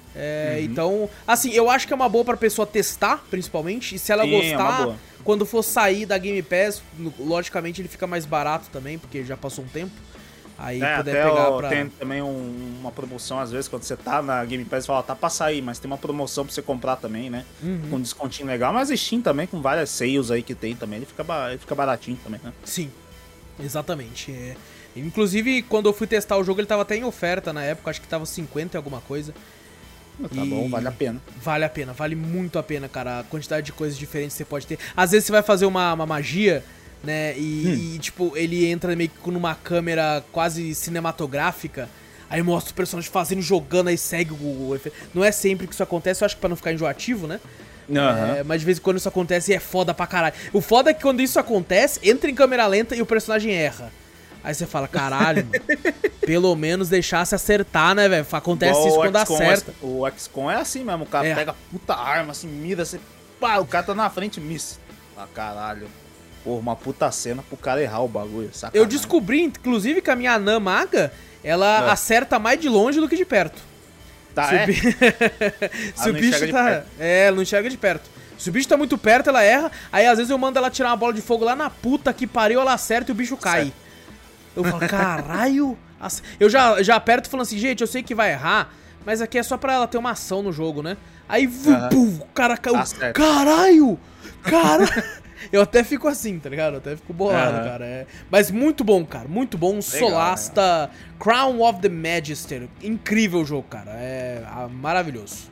É, Uhum. Então, assim, eu acho que é uma boa pra pessoa testar, principalmente. E se ela Sim, é uma gostar, boa. quando for sair da Game Pass, no- logicamente ele fica mais barato também, porque já passou um tempo. Aí É, puder até pegar ó, pra... tem também um- uma promoção, às vezes, quando você tá na Game Pass, fala, tá pra sair, mas tem uma promoção pra você comprar também, né? Uhum. Com um descontinho legal. Mas a Steam também, com várias sales aí que tem também, ele fica, ba- ele fica baratinho também, né? Sim, exatamente. É. Inclusive, quando eu fui testar o jogo, ele tava até em oferta na época, acho que tava cinquenta e alguma coisa. Tá E- bom, vale a pena. Vale a pena, vale muito a pena, cara. A quantidade de coisas diferentes que você pode ter. Às vezes você vai fazer uma, uma magia, né? E, Hum. e, tipo, ele entra meio que numa câmera quase cinematográfica. Aí mostra o personagem fazendo, jogando, aí segue o, o efeito. Não é sempre que isso acontece, eu acho que pra não ficar enjoativo, né? Aham. É, mas de vez em quando isso acontece e é foda pra caralho. O foda é que quando isso acontece, entra em câmera lenta e o personagem erra. Aí você fala, caralho, mano, pelo menos deixasse acertar, né, velho? Acontece Igual isso o quando X COM, acerta. O X COM é assim mesmo, o cara É. pega a puta arma, assim, mira, você, pá, o cara tá na frente, miss. Ah, caralho. Porra, uma puta cena pro cara errar o bagulho, sacanagem. Eu descobri, inclusive, que a minha anã maga, ela É. acerta mais de longe do que de perto. Tá, Se o, é? bi- Ah, Se o não bicho enxerga de tá. perto. É, ela não enxerga de perto. Se o bicho tá muito perto, ela erra. Aí às vezes eu mando ela tirar uma bola de fogo lá na puta que pariu, ela acerta e o bicho cai. Certo. Eu falo, caralho. ace- Eu já, já aperto falando assim, gente, eu sei que vai errar, mas aqui é só pra ela ter uma ação no jogo, né? Aí, vu, Aham. pum, o cara caiu. Acerta. Caralho! Cara. Eu até fico assim, tá ligado? Eu até fico bolado, Aham. cara. É... Mas muito bom, cara. Muito bom. Um Solasta Crown of the Magister. Incrível o jogo, cara. É ah, maravilhoso.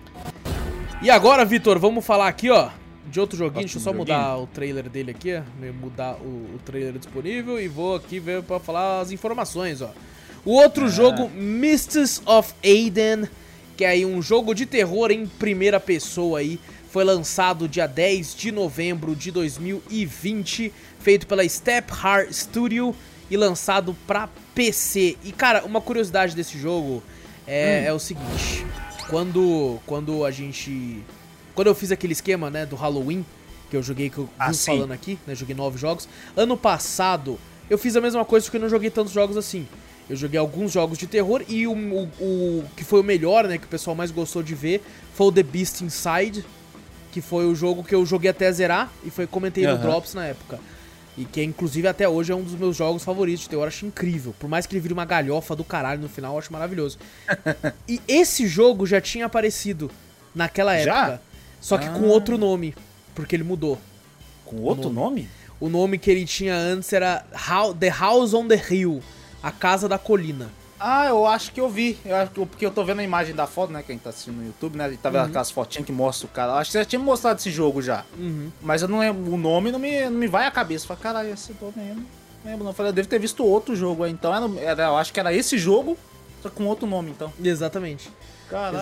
E agora, Vitor, vamos falar aqui, ó, de outro joguinho. Deixa eu só Próximo mudar o trailer dele aqui, ó. Mudar o, o trailer disponível e vou aqui ver pra falar as informações, ó. O outro É. jogo, Mists of Aden, que é aí um jogo de terror em primeira pessoa aí. Foi lançado dia dez de novembro de dois mil e vinte, feito pela Step Heart Studio e lançado pra P C. E cara, uma curiosidade desse jogo é, Hum. é o seguinte, quando, quando a gente... Quando eu fiz aquele esquema, né, do Halloween, que eu joguei, que eu Ah, vim sim. falando aqui, né, joguei nove jogos. Ano passado, eu fiz a mesma coisa, porque eu não joguei tantos jogos assim. Eu joguei alguns jogos de terror e o, o, o que foi o melhor, né, que o pessoal mais gostou de ver, foi o The Beast Inside, que foi o jogo que eu joguei até zerar e foi comentei no Aham. Drops na época. E que inclusive até hoje é um dos meus jogos favoritos de terror, eu acho incrível. Por mais que ele vire uma galhofa do caralho no final, eu acho maravilhoso. E esse jogo já tinha aparecido naquela Já? época, só que com Ah. outro nome, porque ele mudou. Com outro nome? O nome que ele tinha antes era How- The House on the Hill, a Casa da Colina. Ah, eu acho que eu vi. Eu acho que, porque eu tô vendo a imagem da foto, né? Quem tá assistindo no YouTube, né? Ele tá vendo Uhum. aquelas fotinhas que mostra o cara. Eu acho que você já tinha me mostrado esse jogo já. Uhum. Mas eu não lembro. O nome não me, não me vai à cabeça. Eu falei, caralho, esse nome aí eu não lembro. Não. Eu falei, eu devo ter visto outro jogo aí. Então era, era- eu acho que era esse jogo, só com outro nome, então. Exatamente. Caralho.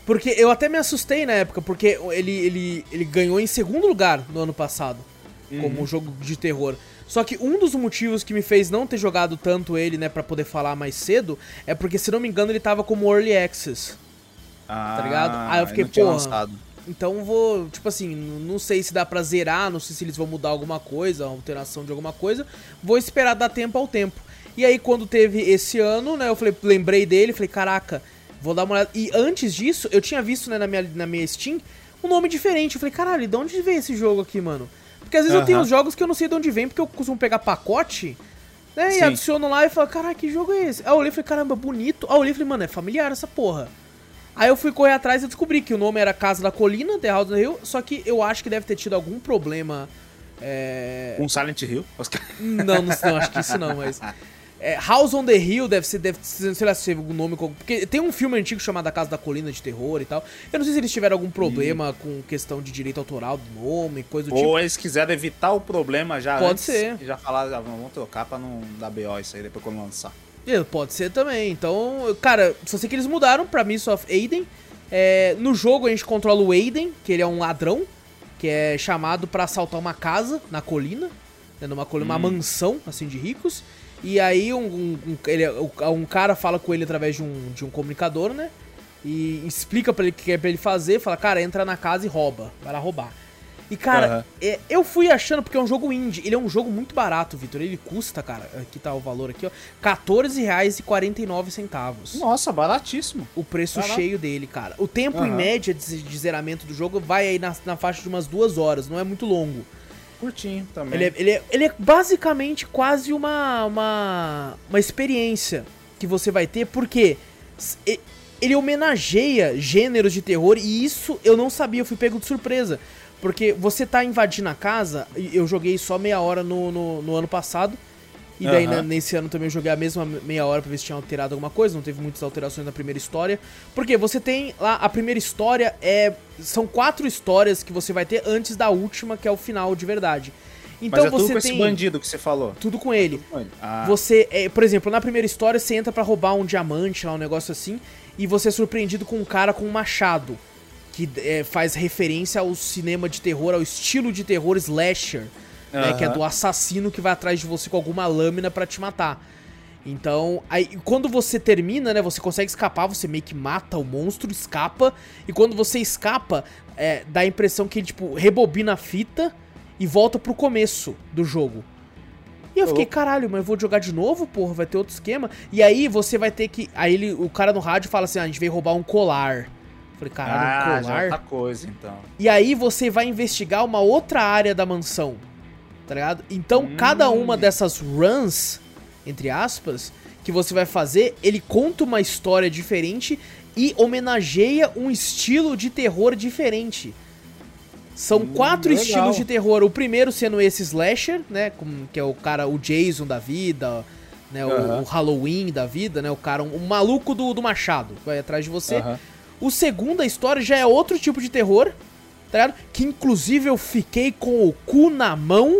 Porque eu até me assustei na época, porque ele, ele, ele ganhou em segundo lugar no ano passado, uhum. como um jogo de terror. Só que um dos motivos que me fez não ter jogado tanto ele, né, pra poder falar mais cedo, é porque, se não me engano, ele tava como Early Access. Ah, tá ligado? Aí eu fiquei, porra, então vou, tipo assim, não sei se dá pra zerar, não sei se eles vão mudar alguma coisa, alteração de alguma coisa, vou esperar dar tempo ao tempo. E aí quando teve esse ano, né, eu falei, lembrei dele, falei, caraca, vou dar uma olhada. E antes disso, eu tinha visto, né, na minha, na minha Steam, um nome diferente. Eu falei, caralho, de onde vem esse jogo aqui, mano? Porque às vezes uhum. eu tenho os jogos que eu não sei de onde vem, porque eu costumo pegar pacote, né, Sim. e adiciono lá e falo, caralho, que jogo é esse? Aí eu olhei e falei, caramba, bonito. Aí eu olhei e falei, mano, é familiar essa porra. Aí eu fui correr atrás e descobri que o nome era Casa da Colina, The House on the Hill, só que eu acho que deve ter tido algum problema... É... Um Silent Hill? Não, não, não, acho que isso não, mas... É, House on the Hill deve ser, deve ser, sei lá se o nome... Porque tem um filme antigo chamado A Casa da Colina de Terror e tal. Eu não sei se eles tiveram algum problema hum. com questão de direito autoral do nome, coisa do Ou tipo. Ou eles quiseram evitar o problema já Pode antes. ser. E já falaram, já, vamos trocar pra não dar B O isso aí depois quando lançar. É, pode ser também. Então, cara, só sei que eles mudaram pra Mists of Aden. É, no jogo a gente controla o Aiden, que ele é um ladrão, que é chamado pra assaltar uma casa na colina, né, numa colina, hum. uma mansão, assim, de ricos. E aí um, um, um, ele, um cara fala com ele através de um, de um comunicador, né? E explica pra ele o que é pra ele fazer, fala, cara, entra na casa e rouba, vai lá roubar. E, cara, uhum. é, eu fui achando, porque é um jogo indie, ele é um jogo muito barato, Vitor, ele custa, cara, aqui tá o valor aqui, ó, quatorze reais e quarenta e nove centavos. Nossa, baratíssimo. O preço Barato. cheio dele, cara. O tempo uhum. em média de, de zeramento do jogo vai aí na, na faixa de umas duas horas, não é muito longo. Curtinho também. Ele é, ele é, ele é basicamente quase uma, uma, uma experiência que você vai ter, porque ele homenageia gêneros de terror, e isso eu não sabia, eu fui pego de surpresa. Porque você tá invadindo a casa, eu joguei só meia hora no, no, no ano passado, e daí uhum. nesse ano também eu joguei a mesma meia hora pra ver se tinha alterado alguma coisa, não teve muitas alterações na primeira história. Porque você tem lá, a primeira história é... São quatro histórias que você vai ter antes da última, que é o final de verdade. Então Mas é você tudo com tem esse bandido que você falou. Tudo com ele. Tudo com ele. Ah. Você, é, por exemplo, na primeira história você entra pra roubar um diamante lá, um negócio assim, e você é surpreendido com um cara com um machado, que é, faz referência ao cinema de terror, ao estilo de terror slasher, uhum. né, que é do assassino que vai atrás de você com alguma lâmina pra te matar. Então, aí, quando você termina, né, você consegue escapar, você meio que mata o monstro, escapa, e quando você escapa, é, dá a impressão que ele, tipo, rebobina a fita e volta pro começo do jogo. E eu fiquei, caralho, mas eu vou jogar de novo, porra, vai ter outro esquema. E aí você vai ter que... Aí ele, o cara no rádio fala assim, ah, a gente veio roubar um colar. Falei, caralho, ah, um colar? Já outra coisa, então. E aí você vai investigar uma outra área da mansão, tá ligado? Então, hum. cada uma dessas runs, entre aspas, que você vai fazer, ele conta uma história diferente e homenageia um estilo de terror diferente. São hum, quatro legal. estilos de terror. O primeiro sendo esse slasher, né, que é o cara, o Jason da vida, né, uhum. o, o Halloween da vida, né, o cara, um, um maluco do, do machado, vai atrás de você. Uhum. O segundo, a história, já é outro tipo de terror, tá ligado? Que inclusive eu fiquei com o cu na mão.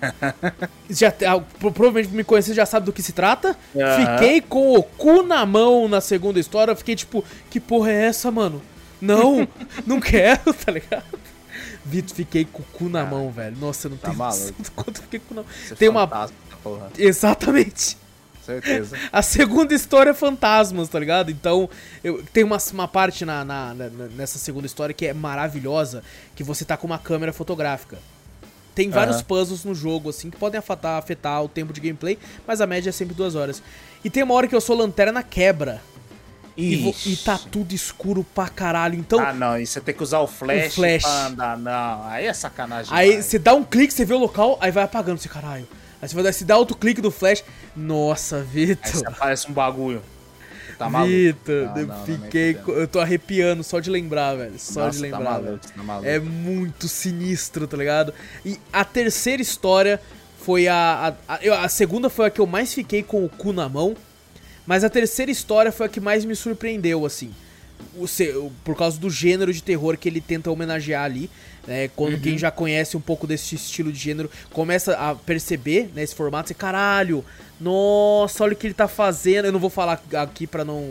Já, provavelmente me conhecer já sabe do que se trata. Uhum. Fiquei com o cu na mão na segunda história. Eu fiquei tipo, que porra é essa, mano? Não, não quero, tá ligado? Vitor, fiquei com o cu na ah, mão, velho. Nossa, eu não tá tenho noção do quanto eu fiquei com o cu na mão. Você tem uma porra. Exatamente. Certeza. A segunda história é fantasmas, tá ligado? Então, eu, tem uma, uma parte na, na, na, nessa segunda história que é maravilhosa, que você tá com uma câmera fotográfica. Tem vários uhum. puzzles no jogo, assim, que podem afetar, afetar o tempo de gameplay, mas a média é sempre duas horas. E tem uma hora que eu sou lanterna quebra. E, vou, e tá tudo escuro pra caralho, então... Ah, não, e você tem que usar o flash, o flash. pra andar, não, aí é sacanagem. Aí você dá um clique, você vê o local, aí vai apagando, você, caralho. Aí você vai dar, se dá outro clique do flash, nossa, Vitor. Aí você aparece um bagulho. Tá maluco? Vitor, eu não, fiquei, não eu tô arrepiando só de lembrar, velho, só nossa, de lembrar, tá maluco, tá maluco. É muito sinistro, tá ligado? E a terceira história foi a, a, a, a segunda foi a que eu mais fiquei com o cu na mão. Mas a terceira história foi a que mais me surpreendeu, assim. O, por causa do gênero de terror que ele tenta homenagear ali. Né? Quando uhum. quem já conhece um pouco desse estilo de gênero começa a perceber, né, esse formato, você, caralho, nossa, olha o que ele tá fazendo. Eu não vou falar aqui pra não,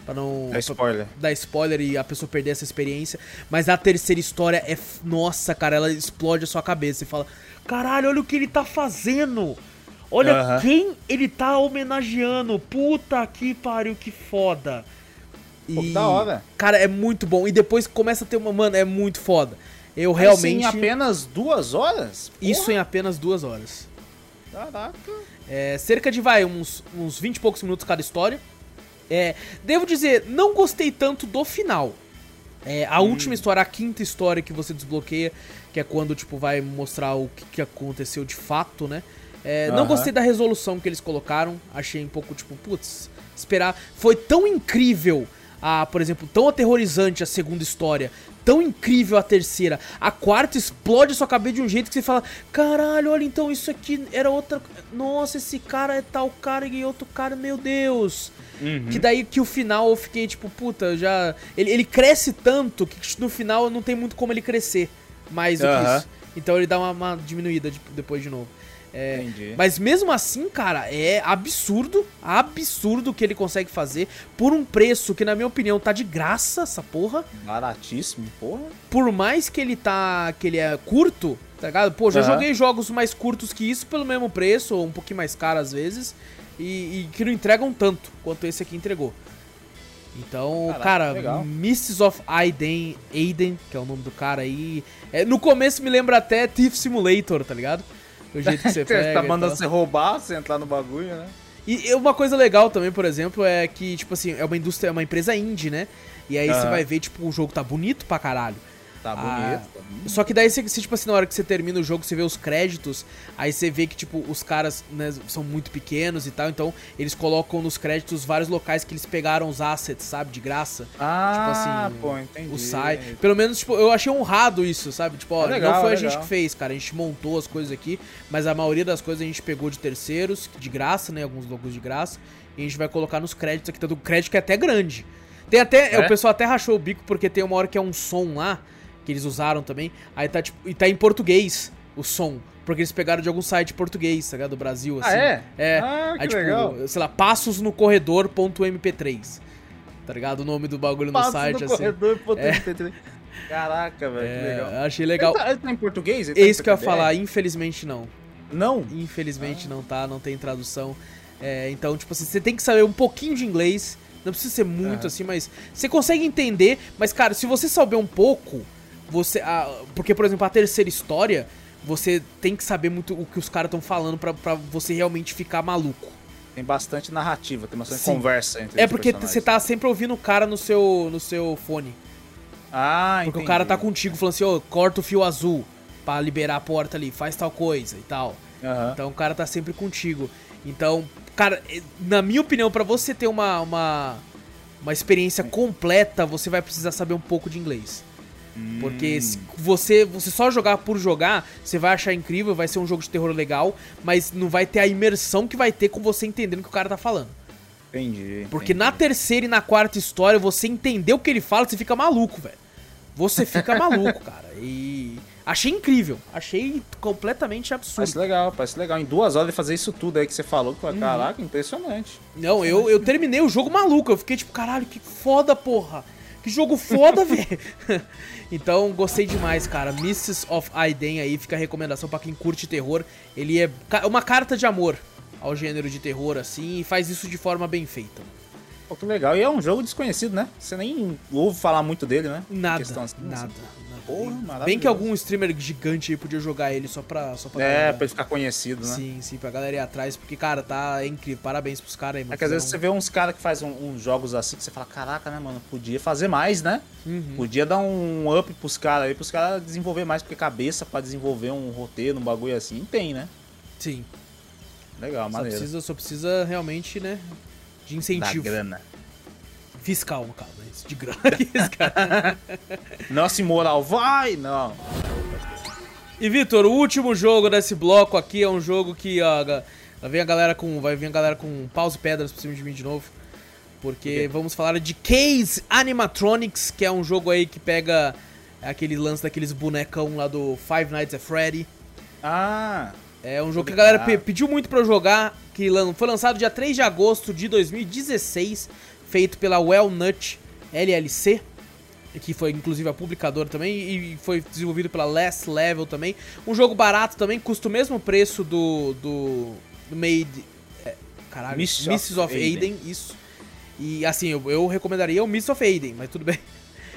Pra não... É spoiler. Pra dar spoiler e a pessoa perder essa experiência. Mas a terceira história é... Nossa, cara, ela explode a sua cabeça. Você fala, caralho, olha o que ele tá fazendo. Olha uh-huh. quem ele tá homenageando. Puta que pariu, que foda. E, Pô, que da hora. Cara, é muito bom. E depois começa a ter uma... Mano, é muito foda. Eu Mas realmente... em apenas duas horas? Porra. Isso em apenas duas horas. Caraca. É, cerca de, vai, uns, uns vinte e poucos minutos cada história. É, devo dizer, não gostei tanto do final. É, a hum. última história, a quinta história que você desbloqueia, que é quando, tipo, vai mostrar o que, que aconteceu de fato, né? É, uh-huh. Não gostei da resolução que eles colocaram. Achei um pouco, tipo, putz, esperar. Foi tão incrível, a, por exemplo, tão aterrorizante a segunda história, tão incrível a terceira. A quarta explode sua cabeça de um jeito que você fala, caralho, olha, então isso aqui era outra... Nossa, esse cara é tal cara e outro cara, meu Deus... Uhum. Que daí que o final eu fiquei tipo, puta, já... Ele, ele cresce tanto que no final não tem muito como ele crescer mais do uhum. que isso. Então ele dá uma, uma diminuída de, depois de novo. É, Entendi. Mas mesmo assim, cara, é absurdo, absurdo o que ele consegue fazer por um preço que, na minha opinião, tá de graça, essa porra. Baratíssimo, porra. Por mais que ele tá, que ele é curto, tá ligado? Pô, já uhum. joguei jogos mais curtos que isso pelo mesmo preço, ou um pouquinho mais caro às vezes. E, e que não entregam tanto quanto esse aqui entregou. Então, Caraca, cara, legal. Mists of Aiden, Aiden, que é o nome do cara aí. É, no começo me lembra até Thief Simulator, tá ligado? O jeito que você pega. Tá mandando você roubar, você entrar no bagulho, né? E uma coisa legal também, por exemplo, é que, tipo assim, é uma indústria, é uma empresa indie, né? E aí uhum. você vai ver, tipo, o jogo tá bonito pra caralho. Tá bonito, ah, tá bonito. Só que daí, você, tipo assim, na hora que você termina o jogo, você vê os créditos, aí você vê que, tipo, os caras, né, são muito pequenos e tal, então eles colocam nos créditos vários locais que eles pegaram os assets, sabe, de graça. Ah, tipo assim, pô, entendi. O site. Pelo menos, tipo, eu achei honrado isso, sabe? Tipo, ó, é legal, não foi a legal. gente que fez, cara, a gente montou as coisas aqui, mas a maioria das coisas a gente pegou de terceiros, de graça, né, alguns logos de graça, e a gente vai colocar nos créditos aqui, tanto o crédito que é até grande. Tem até, é? o pessoal até rachou o bico, porque tem uma hora que é um som lá, que eles usaram também, aí tá tipo, e tá em português o som, porque eles pegaram de algum site português, tá ligado? Do Brasil, assim. Ah, é? É, ah, que aí, tipo, legal. sei lá, passos no corredor ponto M P três, tá ligado? O nome do bagulho passos no site, no assim. corredor ponto M P três. É. Caraca, velho, é, que legal. Achei legal. Ele tá, ele tá em português? Ele É tá isso que eu ia falar, infelizmente não. Não? Infelizmente ah. não tá, não tem tradução. É, então, tipo assim, você tem que saber um pouquinho de inglês, não precisa ser muito ah. assim, mas você consegue entender, mas cara, se você souber um pouco... Você, ah, porque, por exemplo, a terceira história, você tem que saber muito o que os caras estão falando pra, pra você realmente ficar maluco. Tem bastante narrativa, tem bastante Sim. conversa entre É os porque você tá sempre ouvindo o cara no seu, no seu fone. Ah, Porque entendi. o cara tá contigo falando assim, ô, oh, corta o fio azul pra liberar a porta ali, faz tal coisa e tal. Uhum. Então o cara tá sempre contigo. Então, cara, na minha opinião, pra você ter uma, uma, uma experiência completa, você vai precisar saber um pouco de inglês. Porque se você, você só jogar por jogar, você vai achar incrível, vai ser um jogo de terror legal, mas não vai ter a imersão que vai ter com você entendendo o que o cara tá falando. Entendi. Porque entendi. na terceira e na quarta história, você entender o que ele fala, você fica maluco, velho. Você fica maluco, cara. E achei incrível, achei completamente absurdo. Parece legal, parece legal. Em duas horas de fazer isso tudo aí que você falou, que uhum. Caraca, impressionante. Não, eu, eu terminei o jogo maluco, eu fiquei tipo, caralho, que foda, porra. Que jogo foda, velho. Então, gostei demais, cara. Mists of Aiden aí, fica a recomendação pra quem curte terror. Ele é uma carta de amor ao gênero de terror, assim, e faz isso de forma bem feita. Pô, que legal. E é um jogo desconhecido, né? Você nem ouve falar muito dele, né? Nada, assim, nada. Assim. nada. Porra, maravilhoso. Bem que algum streamer gigante aí podia jogar ele só pra... Só pra é, galera. pra ele ficar conhecido, né? Sim, sim, pra galera ir atrás, porque, cara, tá incrível. Parabéns pros caras aí, mano. É que às vezes você vê uns caras que fazem uns um jogos assim, que você fala, caraca, né, mano, podia fazer mais, né? Uhum. Podia dar um up pros caras aí, pros caras desenvolver mais, porque cabeça pra desenvolver um roteiro, um bagulho assim, tem, né? Sim. Legal, só maneiro. Precisa, só precisa realmente, né, de incentivo. Da grana. Fiscal, no caso, né? De grana. Nossa, imoral, vai! Não. E, Vitor, o último jogo desse bloco aqui é um jogo que, ó, vai vir a galera com, vai vir a galera com paus e pedras por cima de mim de novo. Porque okay. vamos falar de Case Animatronics, que é um jogo aí que pega aquele lance daqueles bonecão lá do Five Nights at Freddy. Ah! É um jogo que a galera pe pediu muito pra eu jogar, que foi lançado dia três de agosto de dois mil e dezesseis. feito pela Wellnut L L C, que foi inclusive a publicadora também, e foi desenvolvido pela Last Level também. Um jogo barato também, custa o mesmo preço do, do, do Made... É, caralho, Mists Mists of of Aiden, isso. E assim, eu, eu recomendaria o Mists of Aiden, mas tudo bem.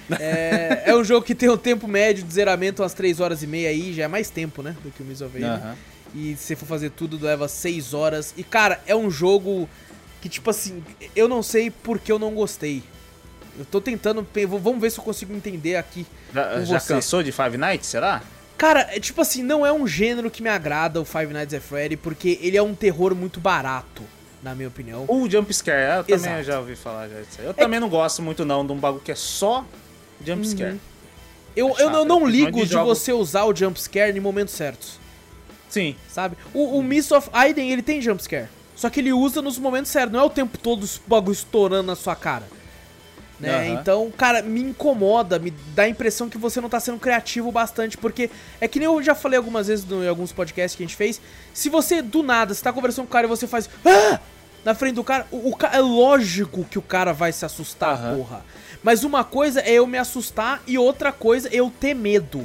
É, é um jogo que tem um tempo médio de zeramento umas três horas e meia aí, já é mais tempo, né, do que o Mists of Aiden. Uhum. E se for fazer tudo, leva seis horas. E cara, é um jogo que tipo assim, eu não sei porque eu não gostei. Eu tô tentando, vamos ver se eu consigo entender aqui. Já, já cansou de Five Nights, será? Cara, é tipo assim, não é um gênero que me agrada o Five Nights at Freddy, porque ele é um terror muito barato, na minha opinião. O jump scare, eu também Exato. já ouvi falar já disso aí. Eu É também que... não gosto muito não de um bagulho que é só jump scare. Uhum. Eu, é eu chato, não, não eu ligo de de jogo... você usar o jump scare em momentos certos. Sim. Sabe? O, o Mists of Aiden, ele tem jump scare. Só que ele usa nos momentos certos, não é o tempo todo o bagulho estourando na sua cara. Né? Uhum. Então, cara, me incomoda, me dá a impressão que você não tá sendo criativo bastante, porque é que nem eu já falei algumas vezes no, em alguns podcasts que a gente fez, se você, do nada, você tá conversando com o cara e você faz ah! Na frente do cara, o, o, é lógico que o cara vai se assustar, uhum. porra. Mas uma coisa é eu me assustar e outra coisa é eu ter medo.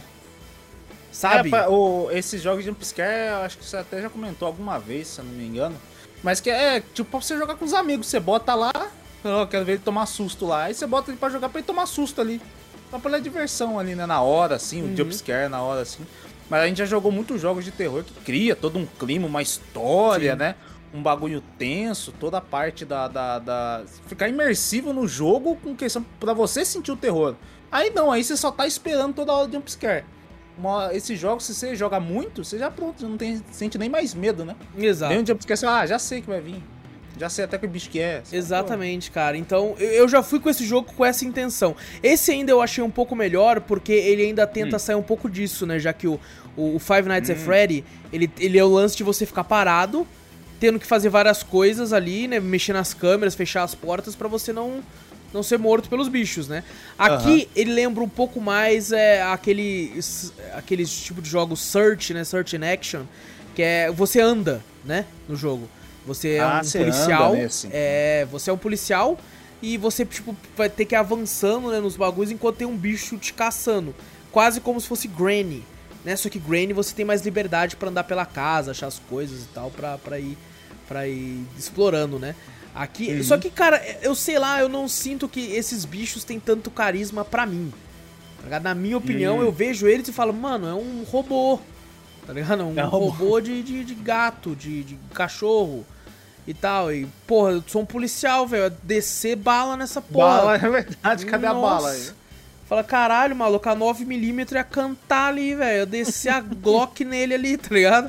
Sabe? É, o, esses jogos de jumpscare, eu acho que você até já comentou alguma vez, se eu não me engano. Mas que é tipo pra você jogar com os amigos, você bota lá... Eu quero ver ele tomar susto lá. Aí você bota ele pra jogar pra ele tomar susto ali. Só pela diversão ali, né? Na hora, assim, o uhum. jumpscare na hora, assim. Mas a gente já jogou muitos jogos de terror que cria todo um clima, uma história, Sim. né? Um bagulho tenso, toda a parte da, da, da... Ficar imersivo no jogo com questão pra você sentir o terror. Aí não, aí você só tá esperando toda hora o jumpscare. Uma, esses jogos, se você joga muito, você já pronto, você não tem, sente nem mais medo, né? Exato. Vem um jumpscare, você, ah, já sei que vai vir. Já sei até que bicho que é. Exatamente, cara. Então, eu já fui com esse jogo com essa intenção. Esse ainda eu achei um pouco melhor, porque ele ainda tenta hum. sair um pouco disso, né? Já que o, o Five Nights hum. at Freddy, ele, ele é o lance de você ficar parado, tendo que fazer várias coisas ali, né? Mexer nas câmeras, fechar as portas pra você não, não ser morto pelos bichos, né? Aqui, uh-huh. ele lembra um pouco mais é, aquele, aqueles tipo de jogos Search, né? Search in Action, que é... Você anda, né? No jogo. Você é ah, um você policial, anda nesse. é, você é um policial e você tipo vai ter que ir avançando, né, nos bagulhos enquanto tem um bicho te caçando, quase como se fosse Granny, né? Só que Granny você tem mais liberdade pra andar pela casa, achar as coisas e tal, pra, pra ir para ir explorando, né? Aqui, uhum. Só que cara, eu sei lá, eu não sinto que esses bichos têm tanto carisma pra mim. Tá ligado? Na minha opinião, uhum. eu vejo eles e falo, mano, é um robô. Tá ligado? Um, é um robô, robô de, de, de gato, de, de cachorro. E tal, e porra, eu sou um policial, velho, descer bala nessa porra. Bala, é verdade, cadê Nossa. a bala aí? Fala, caralho, maluco, a nove milímetros ia cantar ali, velho, eu desci a Glock nele ali, tá ligado?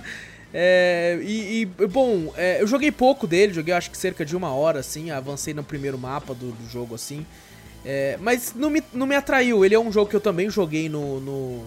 É, e, e, bom, é, eu joguei pouco dele, joguei acho que cerca de uma hora, assim, avancei no primeiro mapa do, do jogo, assim, é, mas não me, não me atraiu, ele é um jogo que eu também joguei no, no,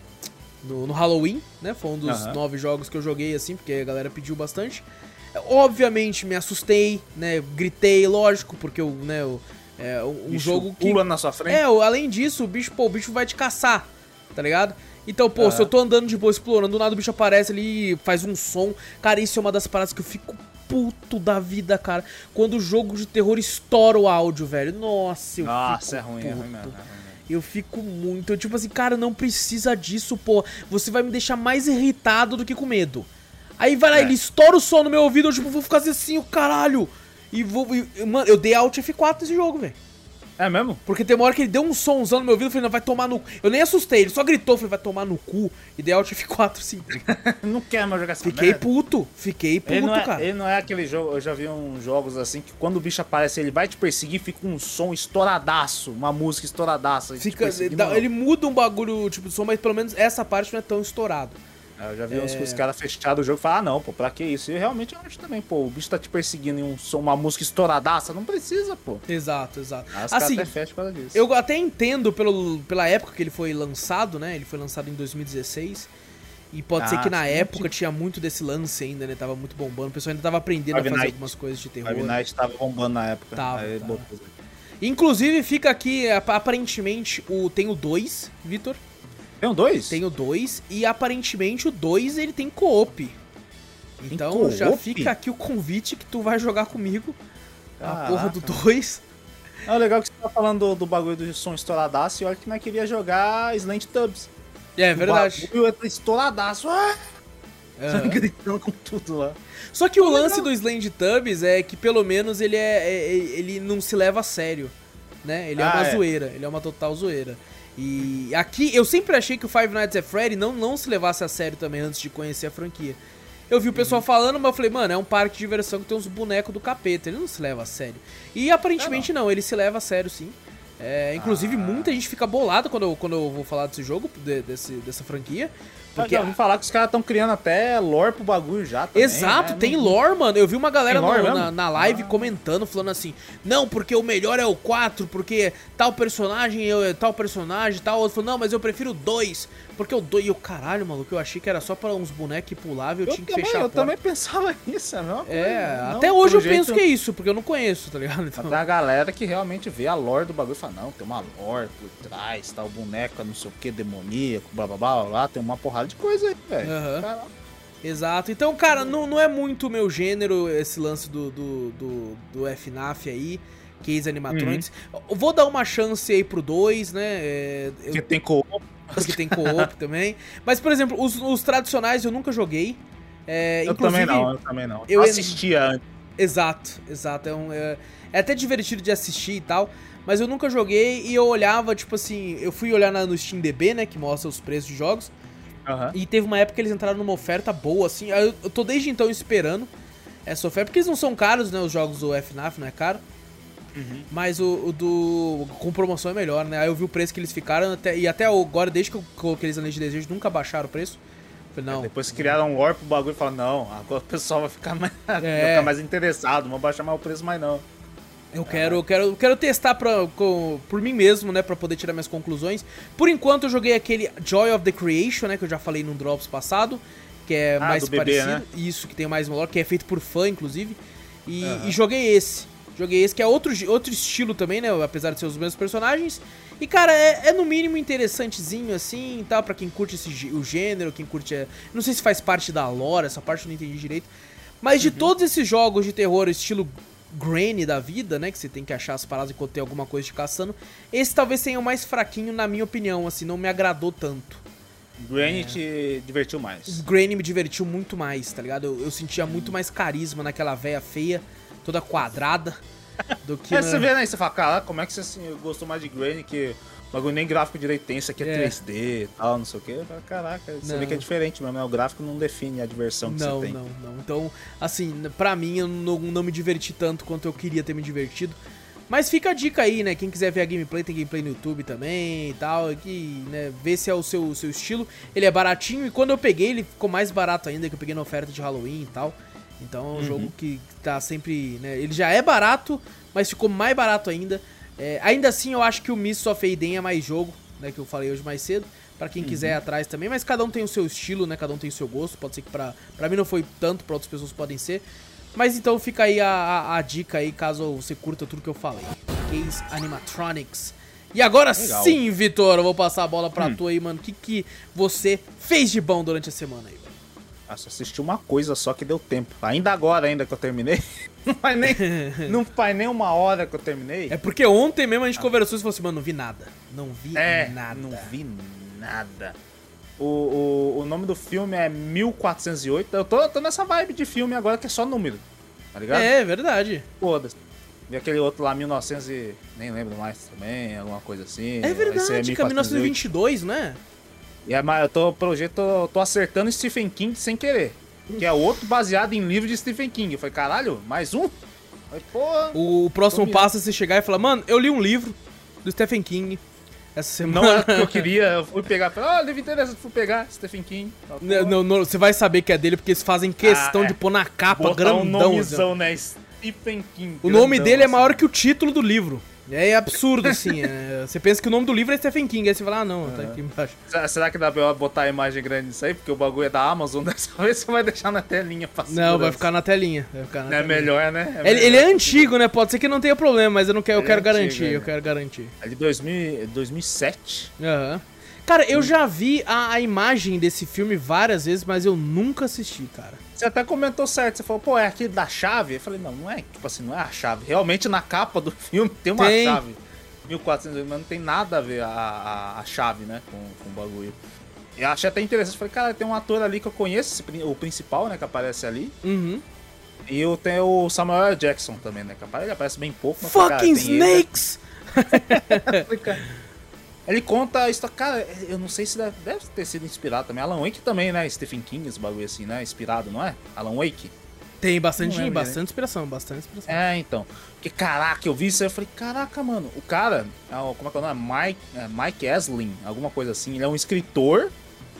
no, no Halloween, né, foi um dos uhum. nove jogos que eu joguei, assim, porque a galera pediu bastante. Obviamente me assustei, né, gritei, lógico, porque o, né, o, é um bicho jogo que... pula na sua frente. É, além disso, o bicho, pô, o bicho vai te caçar, tá ligado? Então, pô, uhum. se eu tô andando de boa, explorando, do nada o bicho aparece ali e faz um som. Cara, isso é uma das paradas que eu fico puto da vida, cara. Quando o jogo de terror estoura o áudio, velho. Nossa, eu Nossa, fico é ruim, puto. é ruim mesmo, é ruim mesmo. Eu fico muito, eu, tipo assim, cara, não precisa disso, pô. Você vai me deixar mais irritado do que com medo. Aí vai lá, é. ele estoura o som no meu ouvido, eu tipo, vou ficar assim, o caralho. E vou. E, mano, eu dei Alt F quatro nesse jogo, velho. É mesmo? Porque tem uma hora que ele deu um somzão no meu ouvido, eu falei, não, vai tomar no cu. Eu nem assustei, ele só gritou, eu falei, vai tomar no cu. E dei Alt F quatro, sim. Não quero mais jogar essa Fiquei merda. puto, fiquei puto, ele não é, cara. Ele não é aquele jogo, eu já vi uns jogos assim, que quando o bicho aparece, ele vai te perseguir, fica um som estouradaço, uma música estouradaça. Fica, dá, ele muda um bagulho, tipo, de som, mas pelo menos essa parte não é tão estourado. Eu já vi é... uns que os caras fecharam o jogo e falaram, ah não, pô, pra que isso? E realmente eu acho também, pô, o bicho tá te perseguindo em um som, uma música estouradaça, não precisa, pô. Exato, exato. Os assim, até fecham por causa disso. Eu até entendo pelo, pela época que ele foi lançado, né? Ele foi lançado em dois mil e dezesseis. E pode ah, ser que na época tinha muito desse lance ainda, né? Tava muito bombando. O pessoal ainda tava aprendendo Five a fazer Night. algumas coisas de terror. Five Nights tava bombando na época. Tava, Aí tava. Inclusive, fica aqui, aparentemente, o, tem o dois, Vitor. Tem o dois? Tem o dois, e aparentemente o dois ele tem co-op. Então co já fica aqui o convite que tu vai jogar comigo. Caraca. A porra do dois. É legal que você tá falando do, do bagulho do som estouradaço e olha que nós queria jogar Slant Tubs. É verdade. O bagulho é estouradaço. Ah! Uhum. Gritando com tudo lá. Só que o lance do Slant Tubs é que pelo menos ele é, é- ele não se leva a sério, né? Ele é Ah, uma é. zoeira, ele é uma total zoeira. E aqui eu sempre achei que o Five Nights at Freddy não, não se levasse a sério também antes de conhecer a franquia. Eu vi o pessoal falando, mas eu falei, mano, é um parque de diversão que tem uns bonecos do capeta, ele não se leva a sério. E aparentemente não, ele se leva a sério sim. É, inclusive Ah. muita gente fica bolada quando eu, quando eu vou falar desse jogo, de- desse, dessa franquia. Porque Porque eu ouvi falar que os caras estão criando até lore pro bagulho já também, Exato, né? tem Não- lore, mano. Eu vi uma galera Tem lore no- mesmo? na, na live Ah. comentando, falando assim: não, porque o melhor é o quatro, porque tal personagem, eu, tal personagem, tal. Outro falou, não, mas eu prefiro o dois, porque o dois. E eu, caralho, maluco, eu achei que era só pra uns bonecos que pulavam e eu, Eu tinha que também, fechar a eu porta. também pensava isso, é a mesma coisa. É, Não, até hoje eu pelo penso jeito- que é isso, porque eu não conheço, tá ligado? Então, Tem a galera que realmente vê a lore do bagulho e fala, não, tem uma lore por trás, tá o boneco, não sei o que, demoníaco, blá blá blá blá, tem uma porrada de coisa aí, velho. Aham. Caralho. Exato. Então, cara, não, não é muito o meu gênero esse lance do, do, do, do F NAF aí, Case Animatronics. Eu vou dar uma chance aí pro dois, né? É, eu- Porque tem co-op. porque tem co-op também. Mas, por exemplo, os, os tradicionais eu nunca joguei. É, Eu inclusive, também não, eu também não. eu Eu en- assistia antes. Exato, exato. É, um- é- é até divertido de assistir e tal. Mas eu nunca joguei e eu olhava, tipo assim, eu fui olhar na- no SteamDB, né? Que mostra os preços de jogos. Aham. E teve uma época que eles entraram numa oferta boa, assim. aí Eu, eu tô desde então esperando essa oferta, porque eles não são caros, né? Os jogos do F NAF não é caro. Uhum. Mas o, o do. Com promoção é melhor, né? Aí eu vi o preço que eles ficaram até, e até agora, desde que eu coloquei eles na lista de desejos, nunca baixaram o preço. Falei, não. Depois que criaram um lore pro bagulho, falaram, não, agora o pessoal vai ficar mais, vai É. ficar mais interessado, não vai baixar mais o preço, mas não. Eu quero, eu quero, eu quero testar pra, com- por mim mesmo, né? Pra poder tirar minhas conclusões. Por enquanto eu joguei aquele Joy of the Creation, né? Que eu já falei no Drops passado. Que é Ah, mais do bebê, parecido. né? Isso, que tem mais uma lore, que é feito por fã, inclusive. E, Aham. e joguei esse. Joguei esse, que é outro, outro estilo também, né? Apesar de ser os mesmos personagens. E, cara, é, é no mínimo interessantezinho, assim, tá? Pra quem curte esse, gê- o gênero, quem curte... é- Não sei se faz parte da lore, essa parte eu não entendi direito. Mas de todos esses jogos de terror, estilo Granny da vida, né? Que você tem que achar as paradas enquanto tem alguma coisa te caçando. Esse talvez tenha o mais fraquinho, na minha opinião, assim, não me agradou tanto. Granny te divertiu mais. Granny me divertiu muito mais, tá ligado? Eu, eu sentia muito mais carisma naquela véia feia, toda quadrada, do que É, na... você vê, né? Você fala, cara, como é que você assim, gostou mais de Granny que o bagulho nem gráfico direito tem, isso aqui é, É. três D e tal, não sei o que. Caraca, você Não. vê que é diferente mesmo, né? O gráfico não define a diversão que Não, você tem. não, não. Então, assim, pra mim, eu não, não me diverti tanto quanto eu queria ter me divertido. Mas fica a dica aí, né? Quem quiser ver a gameplay, tem gameplay no YouTube também e tal. Aqui, né? Vê se é o seu, seu estilo. Ele é baratinho e quando eu peguei, ele ficou mais barato ainda, que eu peguei na oferta de Halloween e tal. Então é um Uhum. jogo que tá sempre, né? Ele já é barato, mas ficou mais barato ainda. É, ainda assim, eu acho que o Mists of Aiden é mais jogo, né? Que eu falei hoje mais cedo. Pra quem quiser ir atrás também. Mas cada um tem o seu estilo, né? Cada um tem o seu gosto. Pode ser que pra, pra mim não foi tanto, pra outras pessoas podem ser. Mas então fica aí a, a, a dica aí, caso você curta tudo que eu falei. Case Animatronics. E agora Legal. sim, Vitor, eu vou passar a bola pra Hum. tu aí, mano. O que, que você fez de bom durante a semana aí, velho? Ah, só assisti uma coisa só que deu tempo. Ainda agora, ainda que eu terminei. Não faz nem, não faz nem uma hora que eu terminei. É porque ontem mesmo a gente conversou e falou assim, mano, não vi nada. Não vi É, nada. não vi nada. O, o, o nome do filme é mil quatrocentos e oito. Eu tô, tô nessa vibe de filme agora que é só número. Tá ligado? É, verdade. Foda-se. E aquele outro lá, mil e novecentos e... Nem lembro mais também, alguma coisa assim. É Esse verdade, que é mil novecentos e mil quatrocentos e oito. vinte e dois, né? E é, mas eu tô, pelo jeito, tô, tô acertando Stephen King sem querer. Que é outro baseado em livro de Stephen King. Eu falei, caralho, mais um? Falei, porra. O, o próximo Tô passo é você chegar e falar, mano, eu li um livro do Stephen King essa semana. Não era o que eu queria, eu fui pegar. Falei, ó, oh, livro interessante, fui pegar Stephen King. Falei, Não, porra. não, não, você vai saber que é dele porque eles fazem questão Ah, é. de pôr na capa Botar um grandão. nomezão, né? Stephen King. O nome grandão, dele é assim. maior que o título do livro. É absurdo, assim. é. Você pensa que o nome do livro é Stephen King, aí você fala, ah, não, tá aqui embaixo. Será- Será que dá pra eu botar a imagem grande nisso aí? Porque o bagulho é da Amazon, dessa vez você vai deixar na telinha pra Não, segurança. vai ficar na telinha. Vai ficar na É telinha. melhor, né? É Ele, melhor. ele é antigo, né? Pode ser que não tenha problema, mas eu não quero, eu Ele quero é antigo, garantir, é. eu quero garantir. É de dois mil, dois mil e sete. Aham. Cara, eu já vi a, a imagem desse filme várias vezes, mas eu nunca assisti, cara. Você até comentou certo, você falou, pô, é aquele da chave? Eu falei, não, não é, tipo assim, não é a chave. Realmente na capa do filme tem uma Tem. chave. mil e quatrocentos, mas não tem nada a ver a, a, a chave, né, com, com o bagulho. Eu achei até interessante, falei, cara, tem um ator ali que eu conheço, esse, o principal, né, que aparece ali. Uhum. E eu tenho o Samuel L. Jackson também, né, que aparece, ele aparece bem pouco. Mas, Fucking cara, tem snakes! Ele. Ele conta a história, cara, eu não sei se deve, deve ter sido inspirado também. Alan Wake também, né, Stephen King, esse bagulho assim, né, inspirado, não é? Alan Wake? Tem bastante, Não lembro, bastante né? inspiração, bastante inspiração. É, então. Porque, caraca, eu vi isso aí, eu falei, caraca, mano, o cara, é o- como é que é o nome? Mike, é, Mike Aslin, alguma coisa assim. Ele é um escritor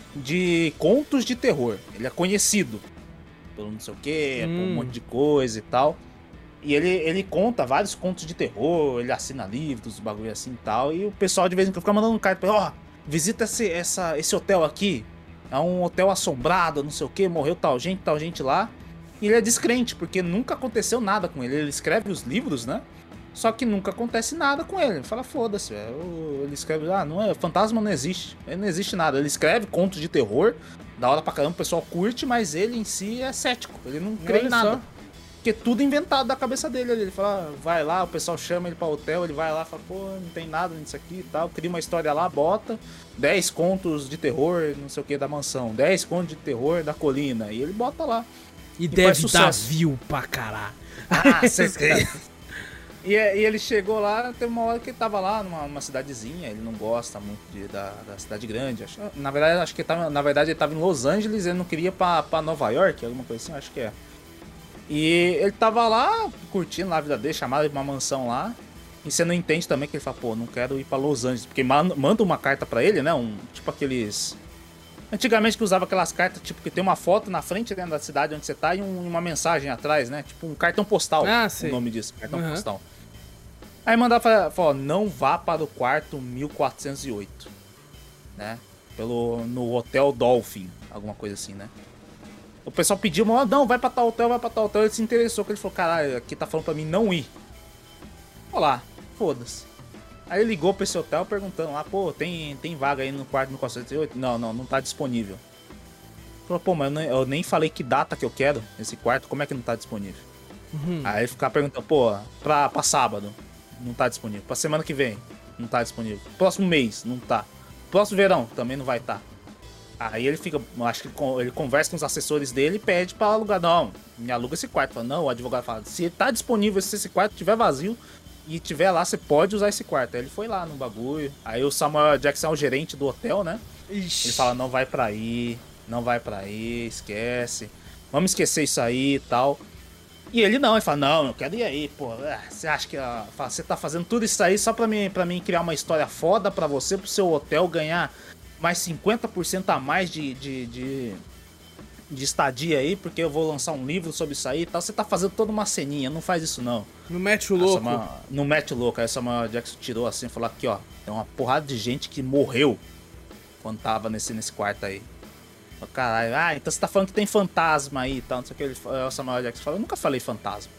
de contos de terror. Ele é conhecido pelo não sei o quê, por um Hum. monte de coisa e tal. E ele, ele conta vários contos de terror, ele assina livros, bagulho assim e tal. E o pessoal de vez em quando fica mandando um carta pra ele, ó, visita esse, essa, esse hotel aqui. É um hotel assombrado, não sei o quê, morreu tal gente, tal gente lá. E ele é descrente, porque nunca aconteceu nada com ele. Ele escreve os livros, né? Só que nunca acontece nada com ele. Ele fala, foda-se, velho. Ele escreve, ah, não é, fantasma não existe. Ele não existe nada. Ele escreve contos de terror, da hora pra caramba, o pessoal curte, mas ele em si é cético. Ele não crê em Olha nada. só. Porque tudo inventado da cabeça dele. Ele fala, ah, vai lá, o pessoal chama ele pra hotel, ele vai lá, fala, pô, não tem nada nisso aqui e tal. Cria uma história lá, bota dez contos de terror, não sei o que, da mansão. dez contos de terror da colina. E ele bota lá. E, E deve faz dar sucesso. view pra caralho. Ah, certeza. E, e ele chegou lá, teve uma hora que ele tava lá numa, numa cidadezinha, ele não gosta muito de, da, da cidade grande. Acho, na verdade, acho que ele tava, na verdade ele tava em Los Angeles, ele não queria ir pra, pra Nova York, alguma coisa assim, acho que é. E ele tava lá, curtindo lá a vida dele, chamaram ele pra uma mansão lá. E você não entende também que ele fala, pô, não quero ir pra Los Angeles. Porque man- manda uma carta pra ele, né? Um, tipo aqueles... Antigamente que usava aquelas cartas, tipo, que tem uma foto na frente, né, da cidade onde você tá e um- uma mensagem atrás, né? Tipo um cartão postal, Ah, sei. o nome disso, cartão Uhum. postal. Aí mandava, falar, falou, não vá para o quarto mil quatrocentos e oito, né? Pelo, no Hotel Dolphin, alguma coisa assim, né? O pessoal pediu, mas não, vai pra tal hotel, vai pra tal hotel. Ele se interessou, que ele falou, caralho, aqui tá falando pra mim não ir. Olá, foda-se. Aí ele ligou pra esse hotel perguntando lá, pô, tem, tem vaga aí no quarto mil quatrocentos e oito? Não, não, não tá disponível. Falou, pô, mas eu nem, eu nem falei que data que eu quero esse quarto, como é que não tá disponível? Uhum. Aí ele ficava perguntando, pô, pra, pra sábado, não tá disponível. Pra semana que vem, não tá disponível. Próximo mês, não tá. Próximo verão, também não vai estar. Tá. Aí ele fica, acho que ele con- ele conversa com os assessores dele e pede pra alugar. Não, me aluga esse quarto. Fala, não, o advogado fala, se tá disponível, se esse quarto tiver vazio e tiver lá, você pode usar esse quarto. Aí ele foi lá no bagulho. Aí o Samuel Jackson é o gerente do hotel, né? Ixi. Ele fala, não vai pra aí, não vai pra aí, esquece. Vamos esquecer isso aí e tal. E ele não, ele fala, não, eu quero ir aí, pô. Ah, você acha que ah, fala, você tá fazendo tudo isso aí só pra mim, pra mim criar uma história foda pra você, pro seu hotel ganhar mais cinquenta por cento a mais de, de, de, de estadia aí, porque eu vou lançar um livro sobre isso aí e tal. Você tá fazendo toda uma ceninha, não faz isso não. Não mete o Essa louco. uma- não mete o louco. Aí o Samuel Jackson tirou assim e falou aqui, ó, tem uma porrada de gente que morreu quando tava nesse, nesse quarto aí. Falei, caralho, ah, então você tá falando que tem fantasma aí e tal, não sei o que. Ele, fa- o Samuel Jackson falou, eu nunca falei fantasma.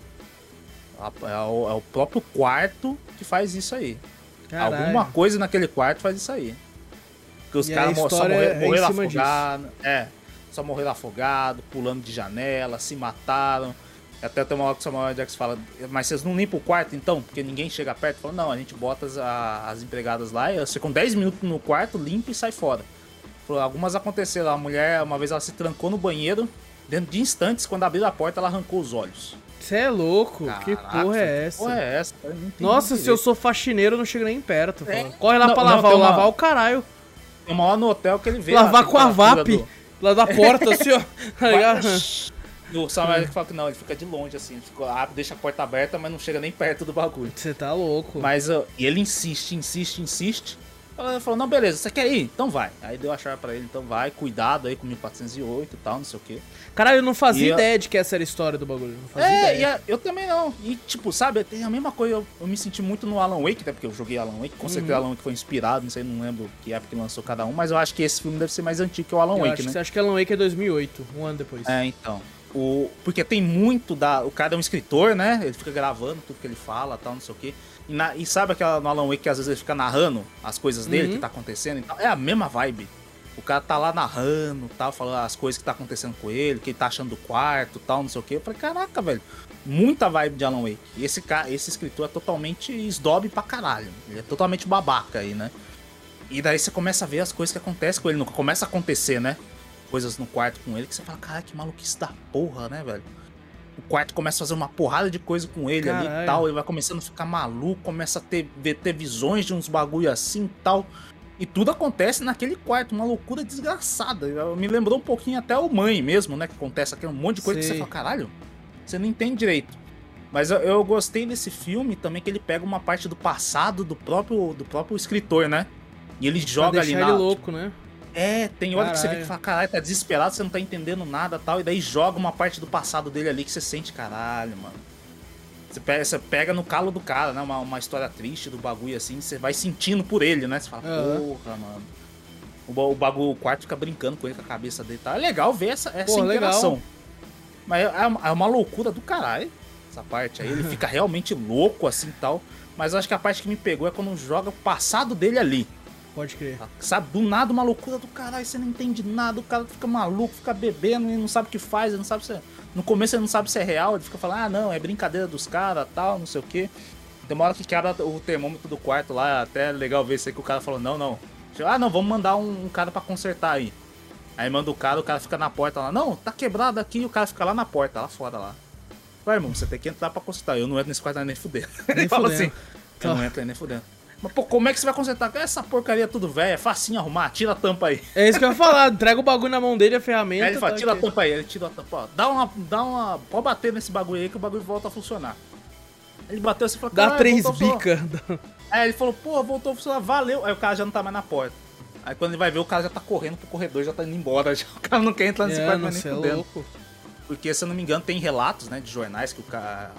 É o, é o próprio quarto que faz isso aí. Caralho. Alguma coisa naquele quarto faz isso aí. Porque os E caras a mo- só história morreram, é em morreram cima afogados. É, só morreram afogados, pulando de janela, se mataram. Até tem uma hora que o Samuel Jackson fala, mas vocês não limpam o quarto então? Porque ninguém chega perto. Fala, não, a gente bota as, a- as empregadas lá, e você com dez minutos no quarto, limpa e sai fora. Falou, algumas aconteceram, a mulher, uma vez ela se trancou no banheiro, dentro de instantes, quando abriu a porta, ela arrancou os olhos. Você é louco? que Caraca, porra é que essa? porra é essa? Eu não entendi Nossa, se eu direito. sou faxineiro, eu não chego nem perto. É. Fala. Corre lá Não, pra não, lavar. tem Eu uma- lavar o caralho. Tem uma hora no hotel que ele vê Lavar com a temperatura V A P. do- Lá da porta, assim, ó. Tá ligado? O Samuel Jackson fala que não, ele fica de longe, assim, ele fica, abre, deixa a porta aberta, mas não chega nem perto do bagulho. Você tá louco. Mas uh, e ele insiste, insiste, insiste. Ela falou, não, beleza, você quer ir? Então vai. Aí deu a chave pra ele, então vai, cuidado aí com mil quatrocentos e oito e tal, não sei o quê. Caralho, eu não fazia E a- ideia de que essa era a história do bagulho. Não fazia É, ideia. e a- eu também não. E tipo, sabe, tem a mesma coisa, eu, eu me senti muito no Alan Wake, até porque eu joguei Alan Wake, com certeza Uhum. Alan Wake foi inspirado, não sei, não lembro que época que lançou cada um, mas eu acho que esse filme deve ser mais antigo que o Alan Eu Wake, acho, né? Você acha que Alan Wake é dois mil e oito, um ano depois. É, então. O, porque tem muito da... O cara é um escritor, né? Ele fica gravando tudo que ele fala, tal, não sei o quê. E, na, e sabe aquela no Alan Wake que às vezes ele fica narrando as coisas dele, uhum. que tá acontecendo e tal? É a mesma vibe. O cara tá lá narrando, tal, falando as coisas que tá acontecendo com ele, o que ele tá achando do quarto, tal, não sei o quê. Eu falei, caraca, velho. Muita vibe de Alan Wake. E esse, cara, esse escritor é totalmente snob pra caralho. Ele é totalmente babaca aí, né? E daí você começa a ver as coisas que acontecem com ele. Começa a acontecer, né? Coisas no quarto com ele que você fala, caralho, que maluquice da porra, né, velho? O quarto começa a fazer uma porrada de coisa com ele Caralho. ali e tal. Ele vai começando a ficar maluco, começa a ter, ter visões de uns bagulho assim e tal. E tudo acontece naquele quarto, uma loucura desgraçada. Me lembrou um pouquinho até o Mãe mesmo, né? Que acontece aquele monte de coisa Sei. que você fala, caralho, você não entende direito. Mas eu, eu gostei desse filme também, que ele pega uma parte do passado do próprio, do próprio escritor, né? E ele joga pra ali na... ele louco, né? É, tem hora caralho. que você vê que fala, caralho, tá desesperado, você não tá entendendo nada e tal, e daí joga uma parte do passado dele ali que você sente, caralho, mano. Você pega, você pega no calo do cara, né, uma, uma história triste do bagulho assim, você vai sentindo por ele, né, você fala, uhum. porra, mano. O, o bagulho, o quarto fica brincando com ele, com a cabeça dele, tá? É legal ver essa, essa porra, interação. Legal. Mas é, é uma loucura do caralho, essa parte aí, ele fica realmente louco assim e tal, mas eu acho que a parte que me pegou é quando joga o passado dele ali. Pode crer. Sabe, do nada uma loucura do caralho, você não entende nada, o cara fica maluco, fica bebendo e não sabe o que faz, ele não sabe se é... No começo ele não sabe se é real, ele fica falando, ah não, é brincadeira dos caras, tal, não sei o que. Tem uma hora que quebra o termômetro do quarto lá, até é legal ver isso aí que o cara falou, não, não. Ah não, vamos mandar um, um cara pra consertar aí. Aí manda o cara, o cara fica na porta lá, não, tá quebrado aqui, e o cara fica lá na porta, lá fora lá. Vai, irmão, você tem que entrar pra consertar, eu não entro nesse quarto nem fudendo. Ele fala assim, eu não entro nem fudendo. Mas, pô, como é que você vai consertar? Essa porcaria é tudo velha, é facinho arrumar, tira a tampa aí. É isso que eu ia falar, entrega o bagulho na mão dele, a ferramenta. Aí ele fala, tá tira aqui. a tampa aí, ele tira a tampa, ó, dá uma, dá uma, pode bater nesse bagulho aí que o bagulho volta a funcionar. Ele bateu assim e falou, dá três bicas. Aí ele falou, pô, voltou a funcionar, valeu. Aí o cara já não tá mais na porta. Aí quando ele vai ver, o cara já tá correndo pro corredor, já tá indo embora, já. O cara não quer entrar nesse é, quarto mais nem fudendo. É louco. Porque, se eu não me engano, tem relatos, né, de jornais que o cara,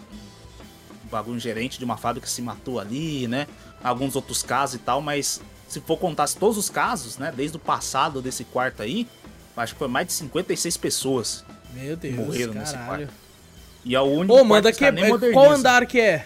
um bagulho, um gerente de uma fábrica se matou ali, né? Alguns outros casos e tal, mas se for contar todos os casos, né, desde o passado desse quarto aí, acho que foi mais de cinquenta e seis pessoas Meu Deus, que morreram caralho. nesse quarto. E é o único Ô, manda que, é, qual andar que é?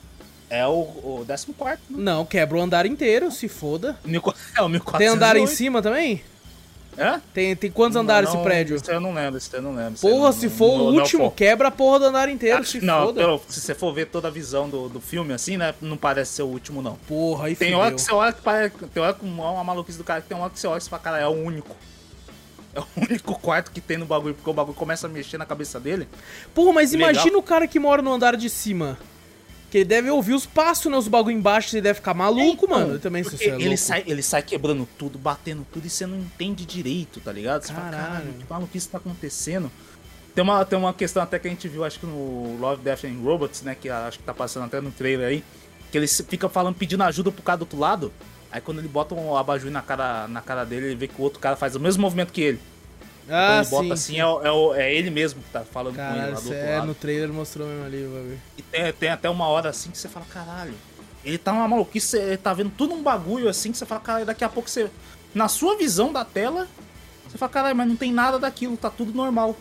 É o, o décimo quarto. Né? Não, quebra o andar inteiro, se foda. É o mil quatrocentos e oito. Tem andar em cima também? É? Tem, tem quantos não, andares não, esse prédio? Isso eu não lembro, isso eu não lembro. Porra, não, se for não, o não, último, não, quebra a porra do andar inteiro, acho, se não, foda. Pelo, se você for ver toda a visão do, do filme assim, né, não parece ser o último, não. Porra, aí tem fudeu. hora que você olha que parece, tem hora que uma maluquice do cara, que tem hora que você olha e você fala, cara, é o único. É o único quarto que tem no bagulho, porque o bagulho começa a mexer na cabeça dele. Porra, mas Legal. imagina o cara que mora no andar de cima. Que ele deve ouvir os passos, né, os bagulho embaixo, ele deve ficar maluco, então, mano. Eu também sou ele, ele sai, ele sai quebrando tudo, batendo tudo e você não entende direito, tá ligado? Você Caralho. fala, caralho, que maluquice tá acontecendo? Tem uma, tem uma questão até que a gente viu, acho que no Love, Death and Robots, né, que acho que tá passando até no trailer aí, que ele fica falando, pedindo ajuda pro cara do outro lado, aí quando ele bota um abajur na cara, na cara dele, ele vê que o outro cara faz o mesmo movimento que ele. Ah, quando ele bota sim, assim, sim. É, é, o, é ele mesmo que tá falando caralho, com ele lá do outro é, lado. no trailer mostrou mesmo ali o bagulho. E tem, tem até uma hora assim que você fala, caralho, ele tá uma maluquice, ele tá vendo tudo um bagulho assim que você fala, caralho, daqui a pouco você, na sua visão da tela, você fala, caralho, mas não tem nada daquilo, tá tudo normal.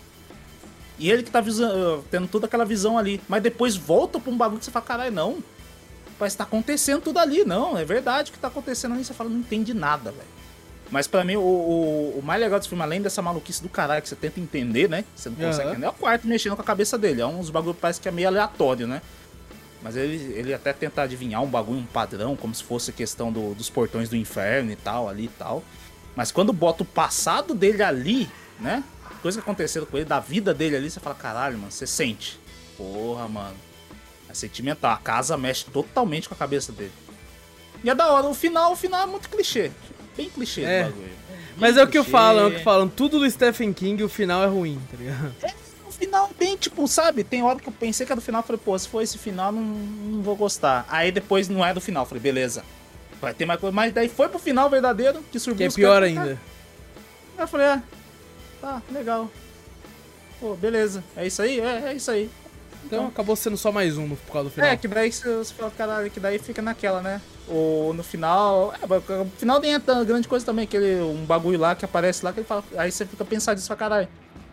E ele que tá visando, tendo toda aquela visão ali, mas depois volta pra um bagulho que você fala, caralho, não, parece que tá acontecendo tudo ali, não, é verdade que tá acontecendo ali, você fala, não entende nada, velho. Mas pra mim, o, o, o mais legal desse filme, além dessa maluquice do caralho que você tenta entender, né? Você não consegue Uhum. entender, é o quarto mexendo com a cabeça dele. É uns bagulho que parece que é meio aleatório, né? Mas ele, ele até tenta adivinhar um bagulho, um padrão, como se fosse questão do, dos portões do inferno e tal, ali e tal. Mas quando bota o passado dele ali, né? Coisa que aconteceu com ele, da vida dele ali, você fala, caralho, mano, você sente. Porra, mano. É sentimental. A casa mexe totalmente com a cabeça dele. E é da hora. O final, o final é muito clichê. Bem clichê é. do bagulho. Bem Mas é o que eu clichê. falo, é o que falam. Tudo do Stephen King, o final é ruim, tá ligado? É, o final é bem, tipo, sabe? Tem hora que eu pensei que era do final, falei, pô, se for esse final, não, não vou gostar. Aí depois não é do final, falei, beleza. Vai ter mais coisa. Mas daí foi pro final verdadeiro, que surgiu. Que é pior ainda. Aí eu falei, ah, tá, legal. Pô, beleza. É isso aí? É, é isso aí. Então, então acabou sendo só mais um por causa do final. É, que daí você fala, caralho, que daí fica naquela, né? Ou no final. É, no final nem é tão grande coisa também, aquele um bagulho lá que aparece lá, que ele fala. Aí você fica pensando disso pra caralho.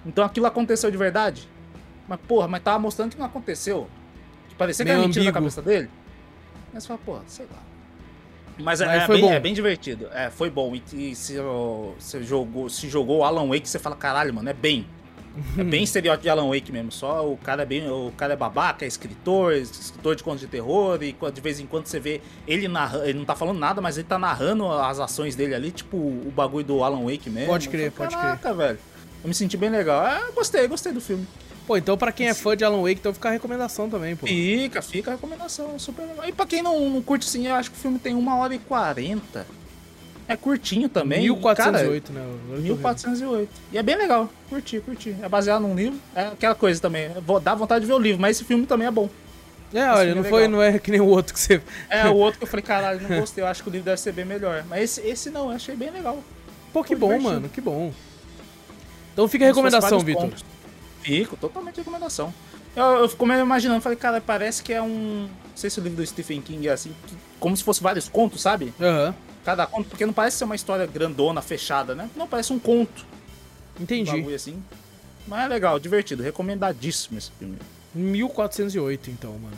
Então aquilo aconteceu de verdade? Mas, porra, mas tava mostrando que não aconteceu. Que parecia que Meio era mentira na ambíguo. cabeça dele. Mas você fala, porra, sei lá. Mas, Mas é, foi bem, bom. é bem divertido. É, foi bom. E, e se ó, você jogou, se jogou Alan Wake, você fala, caralho, mano, é bem. É bem estereótipo de Alan Wake mesmo. Só o cara é bem. O cara é babaca, é escritor, escritor de contos de terror. E de vez em quando você vê ele narrando. Ele não tá falando nada, mas ele tá narrando as ações dele ali, tipo o bagulho do Alan Wake mesmo. Pode crer, Eu falei, pode Caraca, velho. Eu me senti bem legal. É, gostei, gostei do filme. Pô, então pra quem é fã de Alan Wake, então fica a recomendação também, pô. Fica, fica a recomendação, super legal. E pra quem não, não curte assim, eu acho que o filme tem uma hora e quarenta. É curtinho também. mil quatrocentos e Cara, oito, né? Agora eu tô mil quatrocentos e oito. E é bem legal, curti, curti. É baseado num livro, é aquela coisa também. Vou dar vontade de ver o livro, mas esse filme também é bom. vendo. É, olha, filme não, é foi, legal. não é que nem o outro que você... É, o outro que eu falei, caralho, não gostei, eu acho que o livro deve ser bem melhor. Mas esse, esse não, eu achei bem legal. Pô, que Foi bom, divertido. mano, que bom. Então fica a recomendação, Como se fosse Vitor. vários contos. Fico, totalmente recomendação. Eu, eu fico meio imaginando, falei, cara, parece que é um... Não sei se o livro do Stephen King é assim, que- como se fosse vários contos, sabe? Aham, Cada conto, porque não parece ser uma história grandona, fechada, né? Não, parece um conto. Um entendi. bagulho assim. Mas é legal, divertido, recomendadíssimo esse filme. mil quatrocentos e oito, então, mano.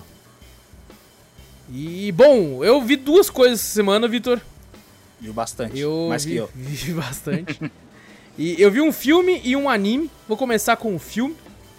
E, bom, eu vi duas coisas essa semana, Vitor. Viu bastante, Eu mais vi, que eu. vi bastante. E eu vi um filme e um anime. Vou começar com o filme,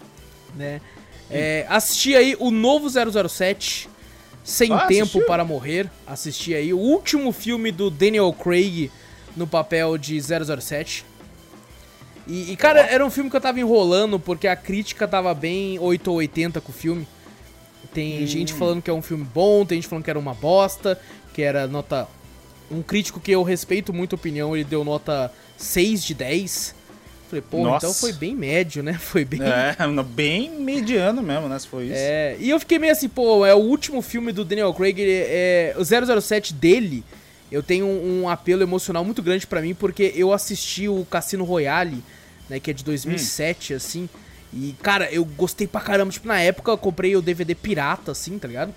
né? É, assisti aí o novo zero zero sete, Sem Ah, Tempo assistiu? para Morrer. Assisti aí o último filme do Daniel Craig no papel de zero zero sete. E, e, cara, era um filme que eu tava enrolando porque a crítica tava bem oito ou oitenta com o filme. Tem Hum. gente falando que é um filme bom, tem gente falando que era uma bosta, que era nota... Um crítico que eu respeito muito a opinião, ele deu nota seis de dez. Falei, pô, Nossa. então foi bem médio, né? Foi bem... É, bem mediano mesmo, né? Se foi isso. É, e eu fiquei meio assim, pô, é o último filme do Daniel Craig, ele é, o zero zero sete dele, eu tenho um, um apelo emocional muito grande pra mim, porque eu assisti o Cassino Royale, né, que é de dois mil e sete, assim, e, cara, eu gostei pra caramba, tipo, na época eu comprei o D V D pirata, assim, tá ligado?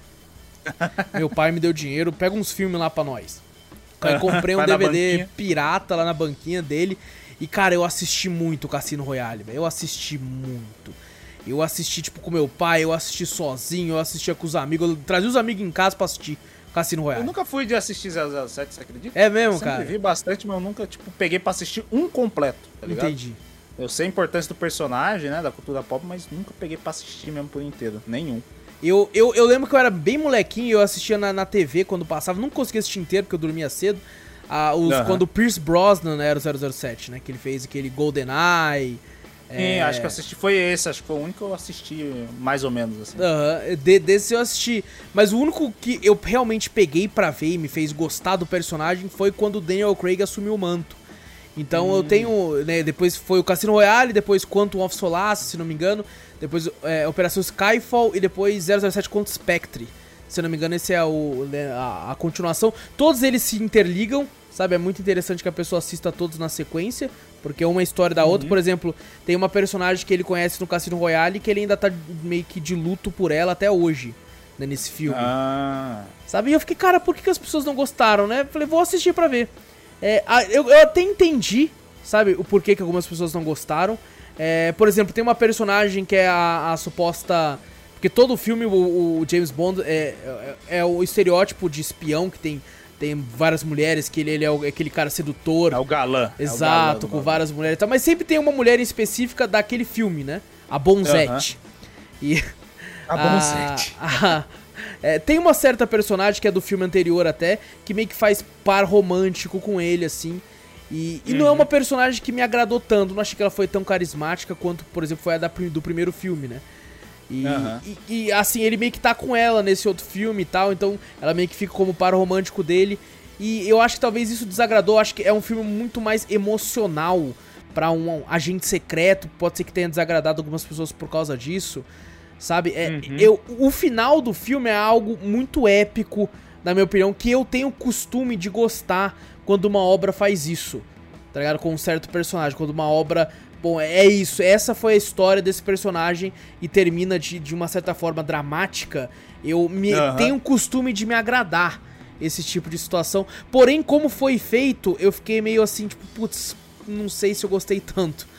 Meu pai me deu dinheiro, pega uns filmes lá pra nós. Aí eu comprei um Vai na D V D banquinha. pirata lá na banquinha dele. E, cara, eu assisti muito o Cassino Royale, velho. Eu assisti muito. Eu assisti, tipo, com meu pai, eu assisti sozinho, eu assistia com os amigos. Eu trazia os amigos em casa pra assistir Cassino Eu Royale. nunca fui de assistir zero zero sete, você acredita? É mesmo, Sempre cara? vi bastante, mas eu nunca, tipo, peguei pra assistir um completo, tá ligado? Entendi. Eu sei a importância do personagem, né, da cultura pop, mas nunca peguei pra assistir mesmo por inteiro, nenhum. Eu, eu, eu lembro que eu era bem molequinho, eu assistia na, na T V quando passava. Não conseguia assistir inteiro porque eu dormia cedo. Ah, os, Aham. Quando o Pierce Brosnan era o zero zero sete, né? Que ele fez aquele GoldenEye. Sim, acho que eu assisti, foi esse, acho que foi o único que eu assisti mais ou menos, assim. Aham, de, desse eu assisti. Mas o único que eu realmente peguei pra ver e me fez gostar do personagem foi quando o Daniel Craig assumiu o manto. Então Hum. eu tenho, né, depois foi o Cassino Royale, depois Quantum of Solace, se não me engano, depois é, Operação Skyfall e depois zero zero sete contra Spectre. Se eu não me engano, esse é o, né, a, a continuação. Todos eles se interligam, sabe? É muito interessante que a pessoa assista todos na sequência, porque é uma história da outra. Por exemplo, tem uma personagem que ele conhece no Cassino Royale que ele ainda tá meio que de luto por ela até hoje, né, nesse filme. Ah, Sabe? E eu fiquei, cara, por que, que as pessoas não gostaram, né? Falei, vou assistir pra ver. É, a- eu, eu até entendi, sabe, o porquê que algumas pessoas não gostaram. É, por exemplo, tem uma personagem que é a, a suposta... Porque todo filme, o, o James Bond é, é, é o estereótipo de espião, que tem, tem várias mulheres, que ele, ele é o- aquele cara sedutor. é o galã. é o galã Exato, do com bagulho. várias mulheres e tal. Mas sempre tem uma mulher em específica daquele filme, né? A Bonzette. E... A Bonzette. a- é, tem uma certa personagem que é do filme anterior até, que meio que faz par romântico com ele, assim. E, e não é uma personagem que me agradou tanto. Não achei que ela foi tão carismática quanto, por exemplo, foi a da, prim- do primeiro filme, né? E, Aham. e, e, assim, ele meio que tá com ela nesse outro filme e tal, então ela meio que fica como par romântico dele. E eu acho que talvez isso desagradou. Acho que é um filme muito mais emocional pra um agente secreto. Pode ser que tenha desagradado algumas pessoas por causa disso. Sabe? É, Uhum. eu, o final do filme é algo muito épico, na minha opinião, que eu tenho costume de gostar quando uma obra faz isso, tá ligado? Com um certo personagem, quando uma obra... Bom, é isso, essa foi a história desse personagem e termina de, de uma certa forma dramática. Eu me, Aham. tenho costume de me agradar esse tipo de situação. Porém, como foi feito, eu fiquei meio assim, tipo, putz, não sei se eu gostei tanto.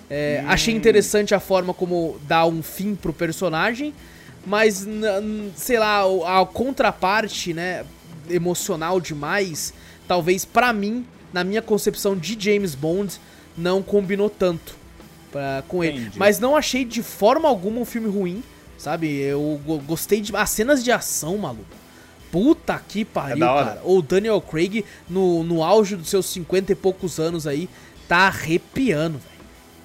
É, hum. Achei interessante a forma como dá um fim pro personagem, mas, sei lá, a contraparte, né, emocional demais, talvez pra mim, na minha concepção de James Bond, não combinou tanto pra, com ele. Entendi. Mas não achei de forma alguma um filme ruim, sabe? Eu gostei de... As cenas de ação, maluco. Puta que pariu, é cara. O Daniel Craig, no, no auge dos seus cinquenta e poucos anos aí, tá arrepiando, velho.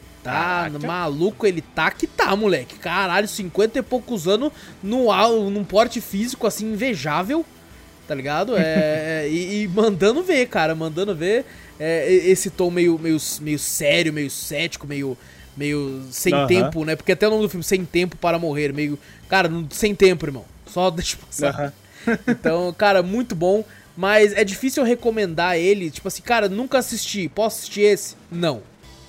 Tá Caraca. maluco, ele tá que tá, moleque. Caralho, cinquenta e poucos anos no, num porte físico assim invejável, tá ligado? É, e, e mandando ver, cara, mandando ver é, esse tom meio, meio, meio sério, meio cético, meio, meio sem uh-huh. tempo, né? Porque até o nome do filme, Sem Tempo para Morrer, meio... Cara, sem tempo, irmão. Só deixa passar. Uh-huh. Então, cara, muito bom. Mas é difícil eu recomendar ele, tipo assim, cara, nunca assisti. Posso assistir esse? Não.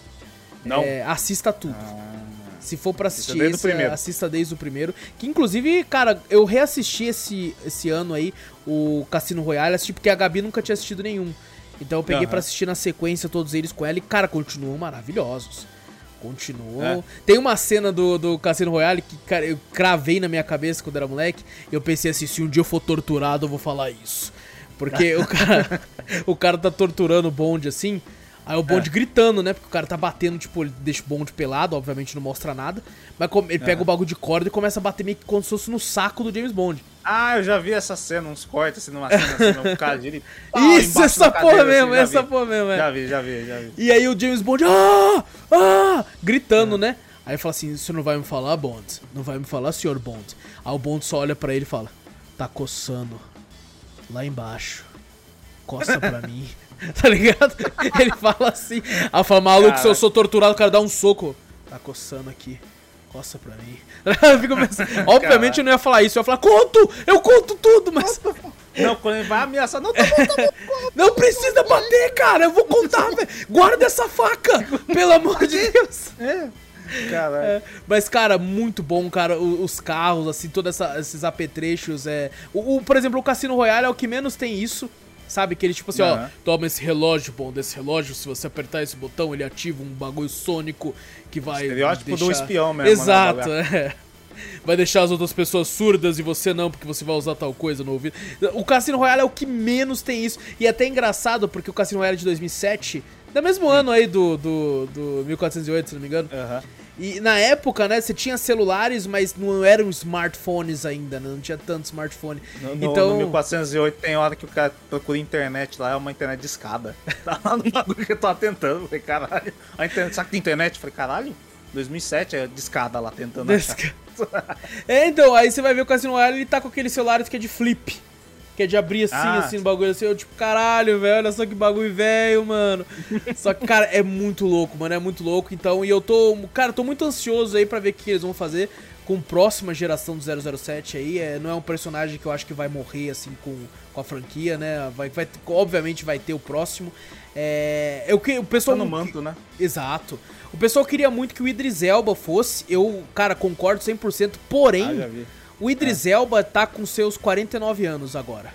Não. É, assista tudo. Ah, Se for pra assistir desde esse, assista desde o primeiro. Que inclusive, cara, eu reassisti esse, esse ano aí o Cassino Royale, assisti porque a Gabi nunca tinha assistido nenhum. Então eu peguei uhum. pra assistir na sequência todos eles com ela e, cara, continuam maravilhosos. Continuam. É. Tem uma cena do, do Cassino Royale que, cara, eu cravei na minha cabeça quando era moleque. E eu pensei assim, se um dia eu for torturado, eu vou falar isso. Porque o cara, o cara tá torturando o Bond assim... Aí o Bond é. gritando, né? Porque o cara tá batendo, tipo, ele deixa o Bond pelado, obviamente não mostra nada. Mas ele pega é. o bagulho de corda e começa a bater meio que como se fosse no saco do James Bond. Ah, eu já vi essa cena, uns cortes assim, numa cena assim, um cara de Isso, essa porra mesmo, assim, essa vi. porra mesmo, é. Já vi, já vi, já vi. E aí o James Bond, ah, ah, gritando, é. né? Aí fala assim, você não vai me falar, Bond? Não vai me falar, senhor Bond? Aí o Bond só olha pra ele e fala, tá coçando lá embaixo, coça pra mim. Tá ligado? Ele fala assim. Aí eu falo, maluco, cara, se eu sou torturado, o cara dá um soco. Tá coçando aqui. Coça pra mim. Eu fico pensando, obviamente eu não ia falar isso. Eu ia falar, conto! Eu conto tudo, mas. Não, quando ele vai ameaçar, não, tá bom, tá bom, não precisa bater, cara. Eu vou contar, velho. Guarda essa faca, pelo amor de Deus. É. Caralho. É, mas, cara, muito bom, cara. Os carros, assim, todos esses apetrechos. É... O, o, por exemplo, o Cassino Royale é o que menos tem isso. Sabe, que ele tipo assim, uhum. ó, toma esse relógio, bom, desse relógio, se você apertar esse botão, ele ativa um bagulho sônico que vai Estereótipo deixar... do espião mesmo. Exato, né, é. Vai deixar as outras pessoas surdas e você não, porque você vai usar tal coisa no ouvido. O Cassino Royale é o que menos tem isso. E é até engraçado, porque o Cassino Royale é de dois mil e sete, do mesmo ano aí do, do, do mil quatrocentos e oito, se não me engano. Aham. Uhum. E na época, né, você tinha celulares, mas não eram smartphones ainda, né? Não tinha tanto smartphone. No, no, então... no mil quatrocentos e oito tem hora que o cara procura internet lá, é uma internet de escada. Tá lá no bagulho que eu tô tentando. Falei, caralho. A internet, sabe que tem internet? Falei, caralho, dois mil e sete é de escada lá tentando achar. É, então, aí você vai ver o Cassino Royale, ele tá com aqueles celulares que é de flip. Que é de abrir assim, ah, assim, no bagulho assim, eu tipo, caralho, velho, olha só que bagulho velho, mano. Só que, cara, é muito louco, mano, é muito louco, então, e eu tô, cara, eu tô muito ansioso aí pra ver o que eles vão fazer com a próxima geração do zero zero sete aí, é, não é um personagem que eu acho que vai morrer, assim, com, com a franquia, né, vai, vai, obviamente vai ter o próximo, é, eu, o pessoal... Tá no manto, né? Exato. O pessoal queria muito que o Idris Elba fosse, eu, cara, concordo cem por cento, porém... Ah, já vi. O Idris é. Elba tá com seus quarenta e nove anos agora.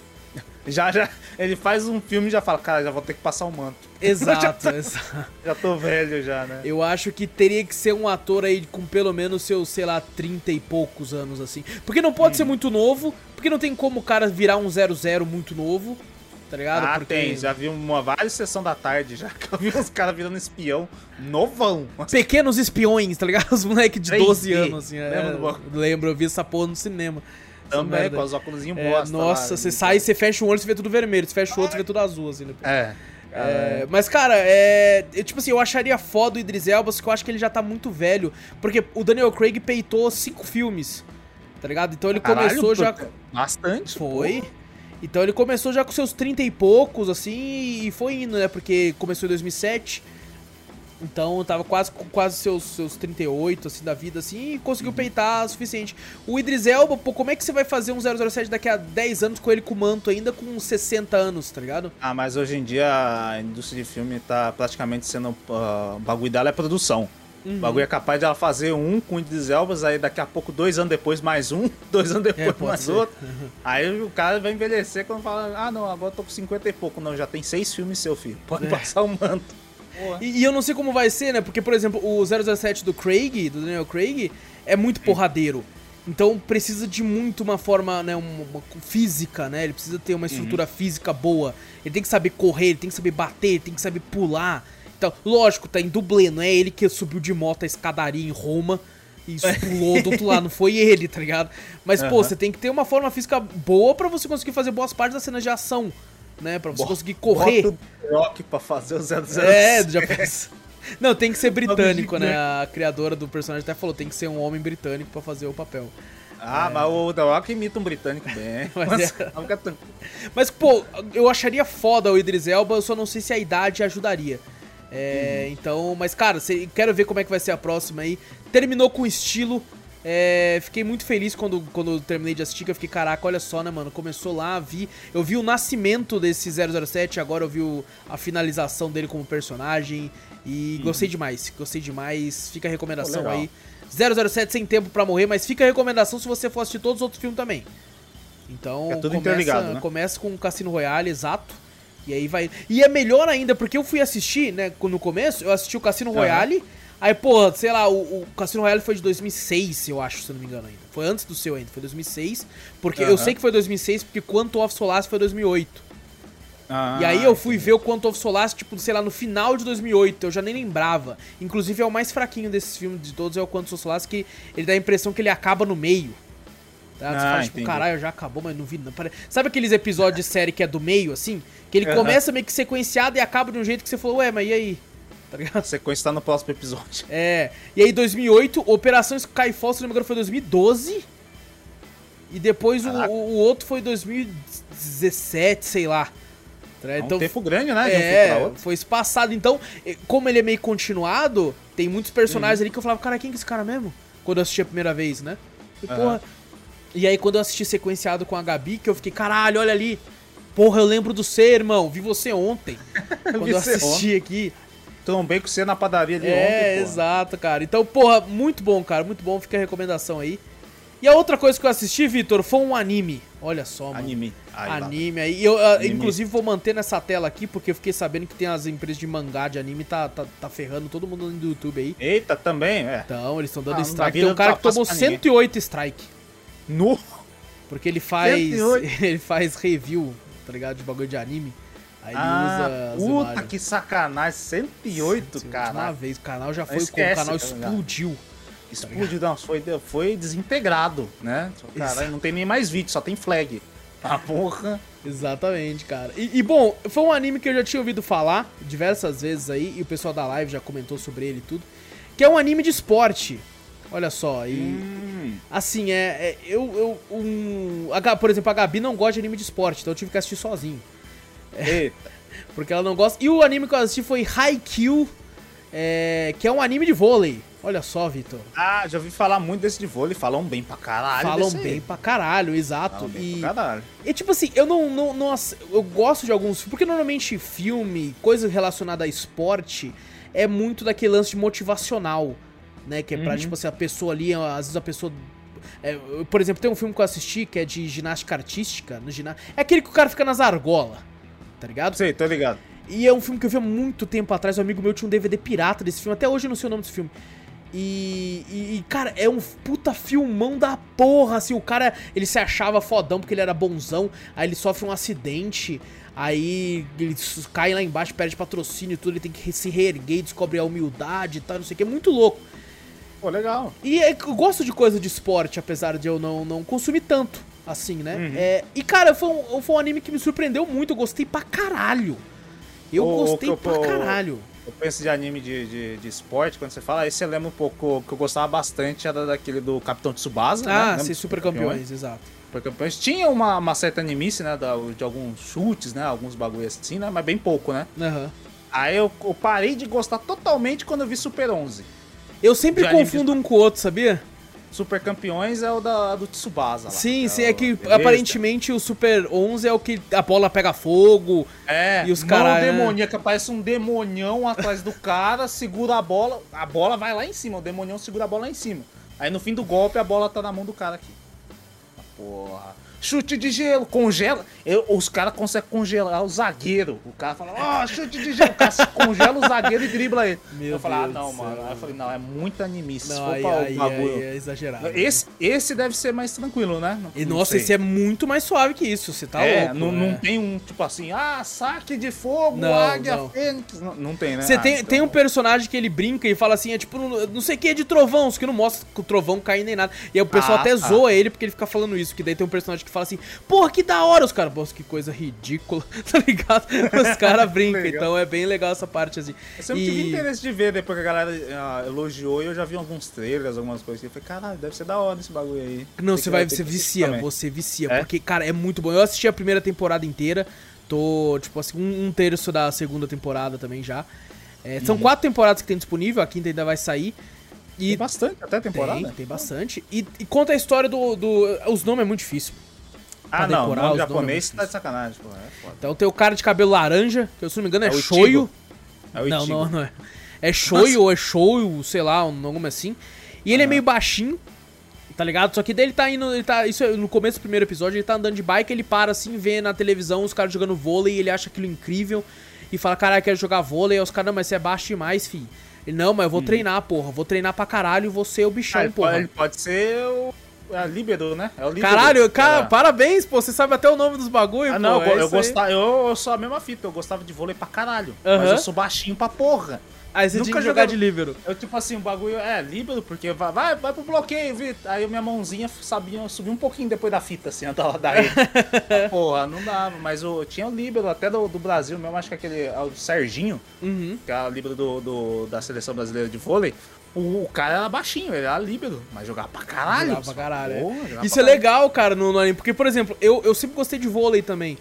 Já, já, ele faz um filme e já fala, cara, já vou ter que passar o manto. Exato, já, exato. Já tô velho já, né? Eu acho que teria que ser um ator aí com pelo menos seus, sei lá, trinta e poucos anos, assim. Porque não pode hum. ser muito novo, porque não tem como o cara virar um zero zero muito novo, tá ligado? Ah, porque... tem, já vi uma várias sessão da tarde já, que eu vi os caras virando espião novão. Pequenos espiões, tá ligado? Os moleques de doze anos, assim. Lembra é, do bagulho? Lembro, eu vi essa porra no cinema. Também, com os óculos em bosta. É, nossa, você sai, você fecha um olho, você vê tudo vermelho. Você fecha o outro, você vê tudo azul, assim. Depois. É. É, mas, cara, é, é. Tipo assim, eu acharia foda o Idris Elba, porque eu acho que ele já tá muito velho. Porque o Daniel Craig peitou cinco filmes, tá ligado? Então ele Caralho, começou já. Bastante. Foi. Pô. Então ele começou já com seus trinta e poucos, assim, e foi indo, né? Porque começou em dois mil e sete. Então tava quase com quase seus, seus trinta e oito, assim, da vida, assim, e conseguiu uhum. peitar o suficiente. O Idris Elba, pô, como é que você vai fazer um zero zero sete daqui a dez anos com ele com manto ainda com sessenta anos, tá ligado? Ah, mas hoje em dia a indústria de filme tá praticamente sendo... Uh, o bagulho dela é produção. Uhum. O bagulho é capaz de ela fazer um com o Idris Elba, aí daqui a pouco, dois anos depois, mais um, dois anos depois, é, mais ser. outro. Uhum. Aí o cara vai envelhecer quando fala, ah, não, agora eu tô com cinquenta e pouco. Não, já tem seis filmes, seu filho. Pode é. passar o manto. E, e eu não sei como vai ser, né? Porque, por exemplo, o zero zero sete do Craig, do Daniel Craig, é muito porradeiro. Então precisa de muito uma forma, né, uma, uma física, né? Ele precisa ter uma estrutura uhum. física boa. Ele tem que saber correr, ele tem que saber bater, ele tem que saber pular. Então, lógico, tá em dublê, não é ele que subiu de moto a escadaria em Roma e pulou do outro lado, não foi ele, tá ligado? Mas, uhum. pô, você tem que ter uma forma física boa pra você conseguir fazer boas partes das cenas de ação, né? Pra você Bo conseguir correr. Bota o Rock pra fazer o zero zero sete. É, já pensa. Não, tem que ser britânico, né? A criadora do personagem até falou, tem que ser um homem britânico pra fazer o papel. Ah, é... mas o The Rock imita um britânico bem. mas, mas, é... mas, pô, eu acharia foda o Idris Elba, eu só não sei se a idade ajudaria. É, uhum. Então, mas cara, cê, quero ver como é que vai ser a próxima aí. Terminou com estilo. É, fiquei muito feliz quando, quando eu terminei de assistir, que eu fiquei, caraca, olha só, né, mano, começou lá, vi, eu vi o nascimento desse zero zero sete, agora eu vi o, a finalização dele como personagem, e uhum. gostei demais, gostei demais, fica a recomendação Pô, aí, zero zero sete Sem Tempo Pra Morrer, mas fica a recomendação se você for assistir todos os outros filmes também. Então, é tudo começa, né? começa com o Cassino Royale, exato, e aí vai, e é melhor ainda, porque eu fui assistir, né, no começo, eu assisti o Cassino uhum. Royale. Aí, pô, sei lá, o, o Cassino Royale foi de dois mil e seis, eu acho, se eu não me engano ainda. Foi antes do seu ainda, foi dois mil e seis. Porque uhum. eu sei que foi dois mil e seis, porque Quantum of Solace foi dois mil e oito. Ah, e aí eu fui entendi. ver o Quantum of Solace, tipo, sei lá, no final de dois mil e oito, eu já nem lembrava. Inclusive é o mais fraquinho desses filmes de todos, é o Quantum of Solace, que ele dá a impressão que ele acaba no meio. Tá? Você ah, fala, tipo, caralho, já acabou, mas não vi não. Sabe aqueles episódios de série que é do meio, assim? Que ele uhum. começa meio que sequenciado e acaba de um jeito que você falou, ué, mas e aí? Tá ligado? A sequência tá no próximo episódio. É, e aí dois mil e oito, Operação Skyfall, se não me engano, foi dois mil e doze. E depois o, o outro foi dois mil e dezessete, sei lá. É um então, tempo grande, né? De um é, pra outro. Foi espaçado. Então, como ele é meio continuado, tem muitos personagens uhum. ali que eu falava, cara, quem que é esse cara mesmo? Quando eu assisti a primeira vez, né? E, uhum. porra, e aí quando eu assisti sequenciado com a Gabi, que eu fiquei, caralho, olha ali. Porra, eu lembro do você, irmão. Vi você ontem. Quando eu assisti ontem. aqui. Trombei com você na padaria de é, ontem, É, exato, cara. Então, porra, muito bom, cara. Muito bom. Fica a recomendação aí. E a outra coisa que eu assisti, Vitor, foi um anime. Olha só, mano. Anime. Ai, anime aí. Eu, anime. Inclusive, vou manter nessa tela aqui, porque eu fiquei sabendo que tem as empresas de mangá de anime, tá, tá, tá ferrando todo mundo no YouTube aí. Eita, também, é. Então, eles estão dando ah, strike. Tem um cara que tomou cento e oito strike. No? Porque ele faz. Ele faz review, tá ligado? De bagulho de anime. Aí ah, ele usa as puta que sacanagem, cento e oito, cara. Uma vez, o canal já foi, esquece, o canal explodiu. Explodiu, não, foi, foi desintegrado, né? Caralho, não tem nem mais vídeo, só tem flag. Ah, porra. Exatamente, cara. E, e, bom, foi um anime que eu já tinha ouvido falar diversas vezes aí, e o pessoal da live já comentou sobre ele e tudo, que é um anime de esporte. Olha só, e... Hum. Assim, é... é eu, eu um, a, por exemplo, a Gabi não gosta de anime de esporte, então eu tive que assistir sozinho. Eita. Porque ela não gosta. E o anime que eu assisti foi Haikyuu, é, que é um anime de vôlei. Olha só, Vitor. Ah, já ouvi falar muito desse de vôlei. Falam bem pra caralho. Falam bem pra caralho, exato. Falam bem e, pra caralho. E tipo assim, eu não, não, não. Eu gosto de alguns. Porque normalmente filme, coisa relacionada a esporte, é muito daquele lance de motivacional, né? Que é pra, uhum. tipo assim, a pessoa ali, às vezes a pessoa. É, por exemplo, tem um filme que eu assisti que é de ginástica artística. No ginás... É aquele que o cara fica nas argolas. Tá ligado? Sei, tô ligado. E é um filme que eu vi há muito tempo atrás. Um amigo meu tinha um D V D pirata desse filme. Até hoje eu não sei o nome desse filme. E, e, e, cara, é um puta filmão da porra, assim. O cara, ele se achava fodão porque ele era bonzão. Aí ele sofre um acidente. Aí ele cai lá embaixo, perde patrocínio e tudo. Ele tem que se reerguer, descobre a humildade e tal, não sei o que. É muito louco. Pô, legal. E é, eu gosto de coisa de esporte, apesar de eu não, não consumir tanto. Assim, né? Uhum. É, e, cara, foi um, foi um anime que me surpreendeu muito. Eu gostei pra caralho. Eu o, gostei o, pra o, caralho. Eu penso de anime de, de, de esporte, quando você fala, aí você lembra um pouco que eu gostava bastante, era daquele do Capitão Tsubasa, ah, né? sim, Super Campeões, exato. Super Campeões. Tinha uma, uma certa animice, né? De alguns chutes, né? Alguns bagulhos assim, né? Mas bem pouco, né? Uhum. Aí eu, eu parei de gostar totalmente quando eu vi Super onze. Eu sempre confundo um com o outro, sabia? Super Campeões é o da, do Tsubasa lá. Sim, é sim, o, é que beleza? Aparentemente o Super onze é o que a bola pega fogo. É, e os caras. É demoníaca, parece um demonião atrás do cara, segura a bola, a bola vai lá em cima, o demonião segura a bola lá em cima. Aí no fim do golpe a bola tá na mão do cara aqui. porra. Chute de gelo, congela. Eu, os caras conseguem congelar o zagueiro. O cara fala, ó, oh, chute de gelo. O cara congela o zagueiro e dribla ele. Meu eu falei, ah, Deus não, do mano. céu. Aí eu falei, não, é muito animice. Se Não, for aí, pra aí, o bagulho. aí é exagerado. Esse, esse deve ser mais tranquilo, né? Não, E não nossa, sei. esse é muito mais suave que isso, você tá é, louco. não, né? não tem um tipo assim, ah, saque de fogo, Não, águia, não. fênix. Não, não tem, né? Você ah, tem, então- tem um personagem que ele brinca e fala assim, é tipo, não, não sei o que é de trovão, que não mostra que o trovão cai nem nada. E aí o pessoal Ah, até tá. zoa ele porque ele fica falando isso, que daí tem um personagem que fala assim, porra, que da hora, os caras, nossa, que coisa ridícula, tá ligado? Os caras brincam, Legal. então é bem legal essa parte assim. Eu sempre E- tive interesse de ver depois que a galera ah, elogiou e eu já vi alguns trailers, algumas coisas assim. Eu falei, caralho, deve ser da hora esse bagulho aí. Não, Tem você que- vai, tem você que assistir vicia, também. você vicia, É? porque, cara, é muito bom. Eu assisti a primeira temporada inteira, tô, tipo assim, um, um terço da segunda temporada também já. É, Uhum. são quatro temporadas que tem disponível, a quinta ainda vai sair. E Tem bastante, até temporada. Tem, tem bastante. E, e conta a história do, do... Os nomes é muito difícil. Ah, pra não, decorar, nome os japonês nomes é tá de sacanagem, pô. É foda. Então tem o cara de cabelo laranja, que eu, se não me engano é, É o Shoyo. Ichigo. É o Não, Ichigo. não, não é. É Shoyo ou é Shoyo, sei lá, um nome assim. E ele é meio baixinho, tá ligado? Só que daí ele tá indo, ele tá, isso é no começo do primeiro episódio, ele tá andando de bike, ele para assim, vê na televisão os caras jogando vôlei, e ele acha aquilo incrível e fala, caralho, quero jogar vôlei. Aí os caras, não, mas você é baixo demais, fi. Ele, não, mas eu vou treinar, porra, vou treinar pra caralho e vou ser o bichão, Ah, ele, porra. pode, ele pode ser o é, líbero, né? É o líbero. Caralho, cara, É. parabéns, pô, você sabe até o nome dos bagulho, Ah, pô. não, é eu, eu, isso aí. gostava, eu, eu sou a mesma fita, eu gostava de vôlei pra caralho. Aham. Mas eu sou baixinho pra porra. Aí você Nunca tinha que jogar joguei- de líbero. Eu, tipo assim, o bagulho é líbero, porque vai, vai, vai pro bloqueio, Vitor. Aí minha mãozinha sabia, subia um pouquinho depois da fita, assim, da, da rede. Porra, não dava. Mas eu tinha o líbero até do, do Brasil mesmo, acho que aquele, é o Serginho, Uhum. que é o líbero do, do- da seleção brasileira de vôlei. O, o cara era baixinho, ele era líbero, mas jogava pra caralho. Jogava pra caralho, é. Porra, jogava Isso pra é legal, cara, no, no anime. Porque, por exemplo, eu, eu sempre gostei de vôlei também.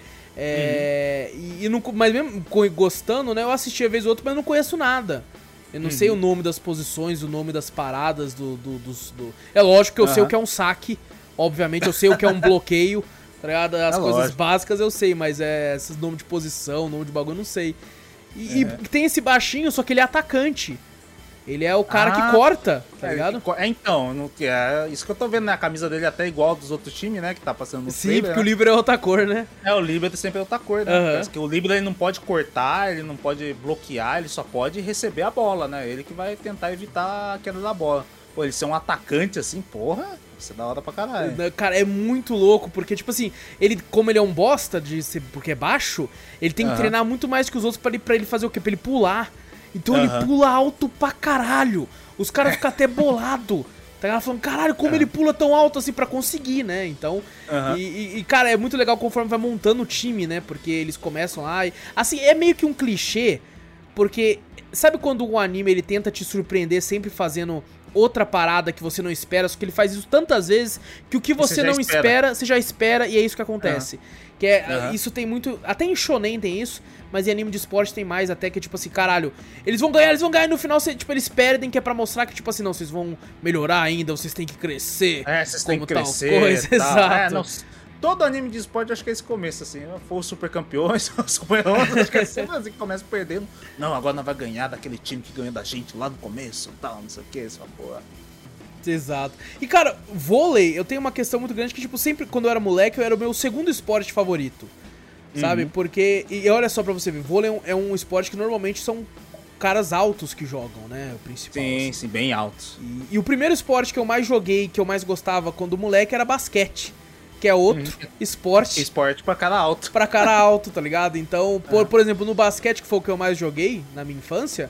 É, Uhum. e, e não, mas mesmo co- gostando, né? Eu assistia vez ou outra, mas eu não conheço nada. Eu não Uhum. sei o nome das posições, o nome das paradas do. do, dos- do- É lógico que eu sei Aham. o que é um saque. Obviamente, eu sei o que é um bloqueio. Tá ligado? As É coisas lógico. básicas eu sei, mas é esses nomes de posição, nome de bagulho, eu não sei. E, É. e tem esse baixinho, só que ele é atacante. Ele é o cara Ah, que corta, tá É, ligado? É, então, não, é isso que eu tô vendo, né? A camisa dele é até igual dos outros times, né? Que tá passando no Sim, trailer, porque o né? livro é outra cor, né? É, o líbero sempre é outra cor, né? Aham. Parece que o líbero ele não pode cortar, ele não pode bloquear, ele só pode receber a bola, né? Ele que vai tentar evitar a queda da bola. Pô, ele ser um atacante assim, porra, isso é da hora pra caralho. Né, cara, é muito louco, porque, tipo assim, ele, como ele é um bosta, de ser, porque é baixo, ele tem que Aham. treinar muito mais que os outros pra ele, pra ele fazer o quê? Pra ele pular. Então Aham. ele pula alto pra caralho. Os caras ficam até bolado. Tá ligado? Falando, caralho, como ele pula tão alto assim pra conseguir, né? Então, Aham. e, e- e, cara, é muito legal conforme vai montando o time, né? Porque eles começam lá e... Assim, é meio que um clichê, porque sabe quando um anime ele tenta te surpreender sempre fazendo outra parada que você não espera, só que ele faz isso tantas vezes que o que você, Você já não espera. espera. você já espera e é isso que acontece. Que é, Aham. isso tem muito, até em shonen tem isso, mas em anime de esporte tem mais, até que tipo assim, caralho, eles vão ganhar, eles vão ganhar e no final, você, tipo, eles perdem que é pra mostrar que tipo assim, não, vocês vão melhorar ainda, vocês têm que crescer. É, vocês têm como que tal crescer. coisa, tal. exato. É, não, todo anime de esporte, eu acho que é esse começo, assim. For os super campeões, os super heróis, acho que é sempre assim que começa perdendo. Não, agora nós vai ganhar daquele time que ganhou da gente lá no começo, tal, não sei o que, essa porra. Exato. E, cara, vôlei, eu tenho uma questão muito grande que, tipo, sempre quando eu era moleque, eu era o meu segundo esporte favorito. Sabe? Uhum. Porque, e olha só pra você ver, vôlei é um, é um esporte que normalmente são caras altos que jogam, né? O principal. Sim, assim. sim, bem altos. E, e o primeiro esporte que eu mais joguei, que eu mais gostava quando moleque, era basquete. Que é outro esporte Esporte pra cara alto. pra cara alto, tá ligado? Então, por, por exemplo, no basquete, que foi o que eu mais joguei na minha infância,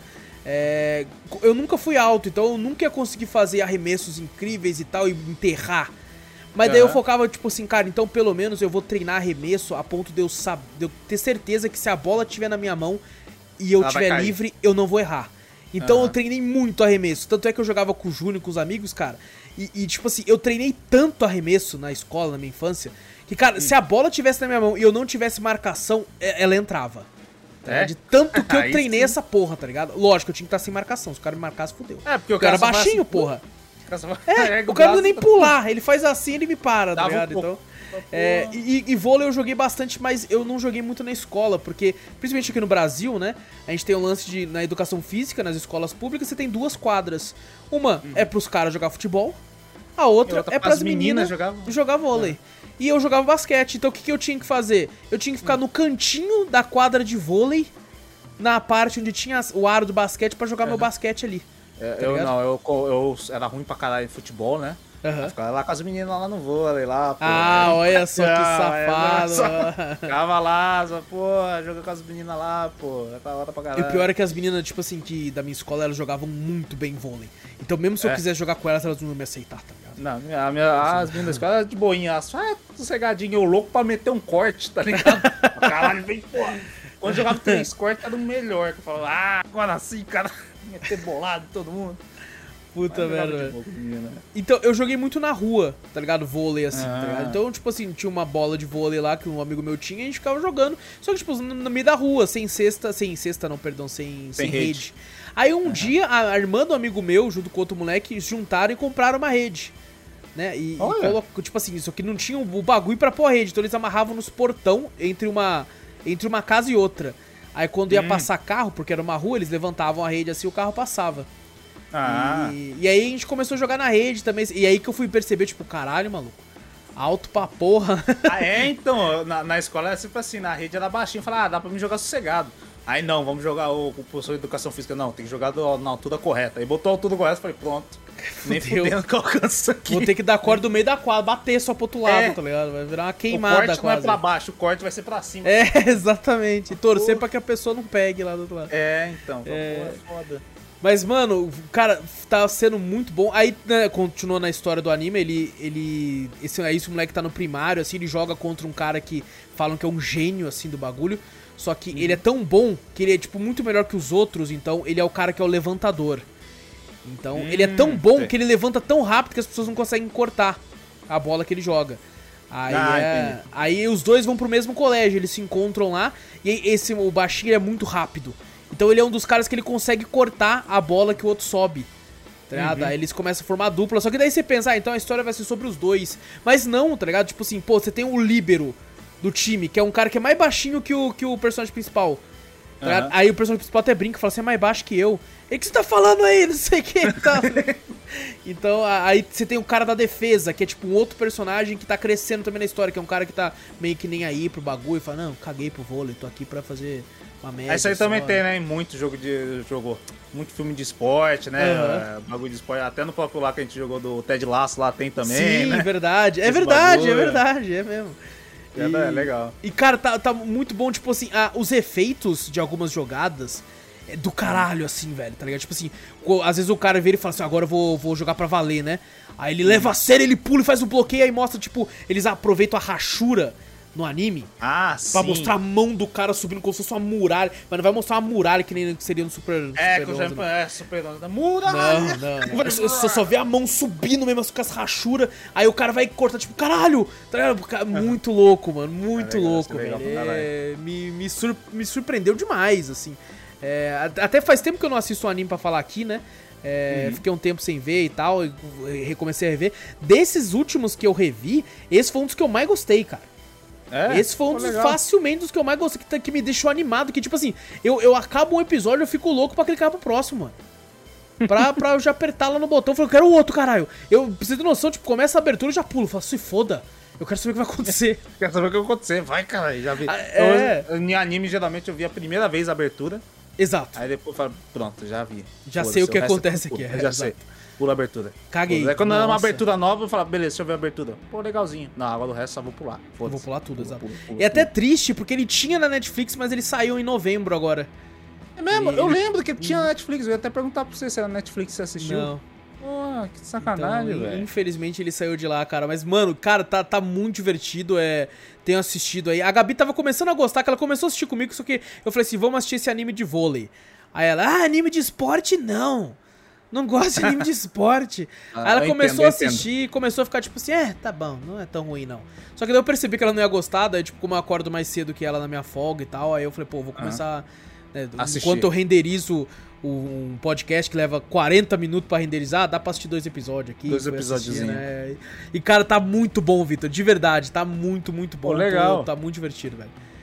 é, eu nunca fui alto, então eu nunca ia conseguir fazer arremessos incríveis e tal, e enterrar. Mas daí eu Aham. focava, tipo assim, cara, então pelo menos eu vou treinar arremesso a ponto de eu, sab- de eu ter certeza que se a bola estiver na minha mão e eu Ela vai estiver cair. livre, eu não vou errar. Então Aham. eu treinei muito arremesso. Tanto é que eu jogava com o Júnior, com os amigos, cara. E, e, tipo assim, eu treinei tanto arremesso na escola, na minha infância, que, cara, se a bola tivesse na minha mão e eu não tivesse marcação, é- ela entrava. Tá É? ligado? De tanto que eu Aí treinei sim. essa porra, tá ligado? Lógico, eu tinha que estar sem marcação. Se o cara me marcasse, fudeu. É, porque o Porque eu era cara só vai baixinho, assim, porra. O cara só vai- É, ergue o cara não braço, nem pular, ele faz assim e ele me para, tá Dava um ligado? pouco. Então, é, e, e vôlei eu joguei bastante, mas eu não joguei muito na escola, porque, principalmente aqui no Brasil, né, a gente tem um lance de, na educação física, nas escolas públicas, você tem duas quadras. Uma é pros caras jogar futebol, A outra outra é pras pras meninas jogar- jogar vôlei. É. E eu jogava basquete, então o que, que eu tinha que fazer? Eu tinha que ficar no cantinho da quadra de vôlei, na parte onde tinha o aro do basquete, pra jogar É. meu basquete ali. É, Tá eu ligado? não, eu, eu era ruim pra caralho em futebol, né? Aham. Eu ficava lá com as meninas lá no vôlei lá, pô. Ah, olha só que Ah, é, safado. Ficava lá, só, pô, jogando com as meninas lá, pô. É da hora pra E caralho. o pior é que as meninas, tipo assim, que da minha escola, elas jogavam muito bem vôlei. Então mesmo se eu É. quisesse jogar com elas, elas não iam me aceitar, tá ligado? Não, minha, a minha, as meninas da escola eram de boinha, elas ah, sossegadinho, eu louco pra meter um corte, tá ligado? Caralho, vem, porra. Quando eu jogava três cortes, era o melhor. Que eu falava, ah, agora sim, cara, meter bolado em todo mundo. Puta Mas eu jogava merda, de velho. boa com menina, né? Então, eu joguei muito na rua, tá ligado? Vôlei, assim, Ah. tá ligado? Então, tipo assim, tinha uma bola de vôlei lá que um amigo meu tinha e a gente ficava jogando. Só que, tipo, no no meio da rua, sem cesta, sem cesta não, perdão, sem, sem, Sem rede. rede. Aí um dia, a, a irmã do amigo meu, junto com outro moleque, se juntaram e compraram uma rede. Né? E, e Olha. colocou, tipo assim, isso aqui não tinha o, o bagulho pra pôr a rede. Então eles amarravam nos portão entre uma, entre uma casa e outra. Aí quando ia Hum. passar carro, porque era uma rua, eles levantavam a rede assim e o carro passava. Ah, E, e aí a gente começou a jogar na rede também. E aí que eu fui perceber, tipo, caralho, maluco. Alto pra porra. ah, é, então, na, na escola era sempre assim, na rede era baixinho, eu falava, ah, dá pra me jogar sossegado. Aí não, vamos jogar o, o professor de educação física, não, tem que jogar do, na altura correta. Aí botou a altura correta, falei, pronto, nem Fudeu. fudendo que eu alcanço isso aqui. Vou ter que dar corda no meio da quadra, bater só pro outro lado, É. tá ligado? Vai virar uma O queimada corte não é quase. pra baixo, o corte vai ser pra cima. É, exatamente. E torcer Pô. pra que a pessoa não pegue lá do outro lado. É, então, É. pô, é foda. Mas, mano, cara, tá sendo muito bom. Aí, né, continuou na história do anime, ele. ele esse, aí esse moleque tá no primário, assim, ele joga contra um cara que falam que é um gênio, assim, do bagulho. Só que ele é tão bom que ele é, tipo, muito melhor que os outros, então ele é o cara que é o levantador. Então, Hum, ele é tão bom sei. que ele levanta tão rápido que as pessoas não conseguem cortar a bola que ele joga. Aí, Ah, é- entendi. aí os dois vão pro mesmo colégio, eles se encontram lá, e aí esse, o baixinho ele é muito rápido. Então ele é um dos caras que ele consegue cortar a bola que o outro sobe. Tá ligado? Uhum. Aí eles começam a formar dupla. Só que daí você pensa, ah, então a história vai ser sobre os dois. Mas não, tá ligado? Tipo assim, pô, você tem o líbero do time, que é um cara que é mais baixinho que o, que o personagem principal. Tá ligado? Aham. Aí o personagem principal até brinca, fala, você é mais baixo que eu. E o que você tá falando aí? Não sei o que. Tá. Então, a- aí você tem o cara da defesa, que é tipo um outro personagem que tá crescendo também na história, que é um cara que tá meio que nem aí pro bagulho e fala, não, caguei pro vôlei, tô aqui pra fazer uma média. Isso aí só. também tem, né? Em muito jogo de. Jogo, muito filme de esporte, né? Aham. É, bagulho de esporte. Até no próprio lá que a gente jogou do Ted Lasso lá tem também, Sim, né? verdade. É Esse verdade, é bagulho. verdade, é mesmo. É, é legal. E, cara, tá, tá muito bom, tipo assim, ah, os efeitos de algumas jogadas é do caralho, assim, velho, tá ligado? Tipo assim, co- às vezes o cara vira e fala assim, agora eu vou, vou jogar pra valer, né? Aí ele leva a sério, ele pula e faz o bloqueio, aí mostra, tipo, eles aproveitam a rachura no anime Ah, sim. pra mostrar a mão do cara subindo como se fosse uma muralha, mas não vai mostrar uma muralha que nem seria no Super... É, Super que o onze, Jampa né? é super Não, muralha. não, não. Você só, só vê a mão subindo mesmo com as rachuras. Aí o cara vai cortar, tipo, caralho! Tá ligado? Cara, muito louco, mano. Muito É legal, louco, isso é legal velho. pra caralho. É, me, me, sur- me surpreendeu demais, assim. É, a- até faz tempo que eu não assisto um anime pra falar aqui, né? É, Uhum. Fiquei um tempo sem ver e tal, e recomecei a rever. Desses últimos que eu revi, esse foi um dos que eu mais gostei, cara. É, Esse foi um pô, dos legal. facilmente dos que eu mais gostei, que, tá- que me deixou animado. Que tipo assim, eu, eu acabo um episódio e eu fico louco pra clicar pro próximo, mano. Pra, pra eu já apertar lá no botão. Eu falo, eu quero o outro, caralho. Eu preciso ter noção, tipo, começa a abertura e já pulo. Eu falo, se foda. Eu quero saber o que vai acontecer. Quer saber o que vai acontecer? Vai, cara, já vi. Ah, é. Eu, em anime, geralmente, eu vi a primeira vez a abertura. Exato. Aí depois eu falo, pronto, já vi. Já Foda-se, sei o que resto eu acontece pulo. aqui, é, Já exato. sei. Pula a abertura. Caguei. Foda-se. Aí quando é uma Nossa. abertura nova, eu falo, beleza, deixa eu ver a abertura. Pô, legalzinho. Não, agora o resto só vou pular. Eu Foda-se. vou pular tudo, Pula, exato. pula, pula, É até pula. triste, porque ele tinha na Netflix, mas ele saiu em novembro agora. É mesmo, Ele- eu lembro que tinha na Netflix. Eu ia até perguntar pra você se era Netflix que você assistiu. Não. Pô, que sacanagem, Então, velho. infelizmente ele saiu de lá, cara. Mas, mano, cara, tá, tá muito divertido. É, tenho assistido aí. A Gabi tava começando a gostar, que ela começou a assistir comigo, só que eu falei assim: vamos assistir esse anime de vôlei. Aí ela, ah, anime de esporte? Não. Não gosto de anime de esporte. Ah, Aí ela eu começou entendo, a eu entendo. assistir, começou a ficar tipo assim: é, tá bom, não é tão ruim não. Só que daí eu percebi que ela não ia gostar, daí, tipo, como eu acordo mais cedo que ela na minha folga e tal, aí eu falei, pô, vou começar. Né, Assistir. enquanto eu renderizo o- um podcast que leva quarenta minutos pra renderizar, dá pra assistir dois episódios aqui. Dois foi assistir, episódiozinho. né? E, cara, tá muito bom, Vitor, de verdade, tá muito, muito bom. Pô, legal. Tô- tá muito divertido, velho.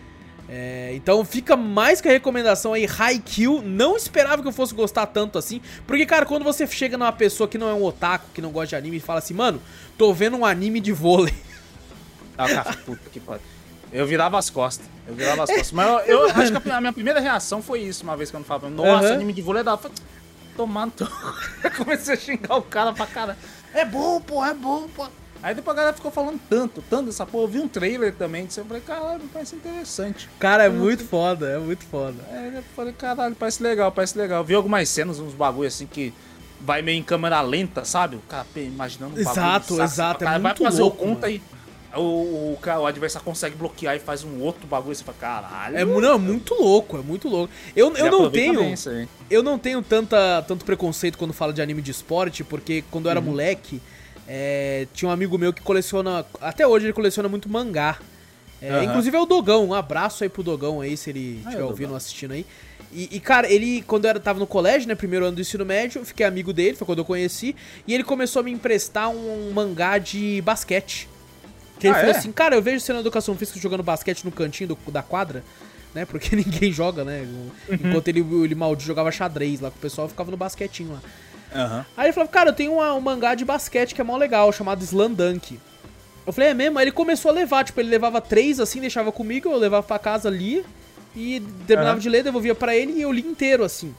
É, então fica mais que a recomendação aí, Haikyuu. Não esperava que eu fosse gostar tanto assim. Porque, cara, quando você chega numa pessoa que não é um otaku, que não gosta de anime, e fala assim, mano, tô vendo um anime de vôlei. Ah, cara, puta que pariu. Eu virava as costas. Eu virava as costas. Mas eu, eu acho que a minha primeira reação foi isso, uma vez que eu não falava, nossa, uhum. anime de vôlei dava. Tomando. Eu comecei a xingar o cara pra caralho. É bom, pô, é bom, pô. Aí depois a galera ficou falando tanto, tanto dessa porra. Eu vi um trailer também disso. Eu falei, caralho, parece interessante. Cara, é eu muito foda, é muito foda. É, eu falei, caralho, parece legal, parece legal. Vi algumas cenas, uns bagulho assim que vai meio em câmera lenta, sabe? O cara imaginando um bagulho. Exato, exato. É muito vai fazer louco, o conta mano. aí. O, o, o adversário consegue bloquear e faz um outro bagulho. Você fala, caralho. É, não, é muito louco, é muito louco. Eu, eu não tenho. Eu não tenho tanta, tanto preconceito quando falo de anime de esporte, porque quando eu era uhum. moleque. É, tinha um amigo meu que coleciona, até hoje ele coleciona muito mangá. É, uhum. Inclusive é o Dogão, um abraço aí pro Dogão aí, se ele estiver ah, ouvindo ou assistindo aí. E, e, cara, ele, quando eu tava no colégio, né, primeiro ano do ensino médio, eu fiquei amigo dele, foi quando eu conheci, e ele começou a me emprestar um, um mangá de basquete. Que ele ah, falou é? assim, cara, eu vejo você na educação física jogando basquete no cantinho do, da quadra, né, porque ninguém joga, né, uhum. enquanto ele, ele maldito jogava xadrez lá, que o pessoal ficava no basquetinho lá. Uhum. Aí ele falou, cara, eu tenho uma, um mangá de basquete que é mó legal, chamado Slam Dunk. Eu falei, é mesmo? Aí ele começou a levar, tipo, ele levava três assim, deixava comigo, eu levava pra casa, lia, e terminava uhum. de ler, devolvia pra ele e eu li inteiro, assim.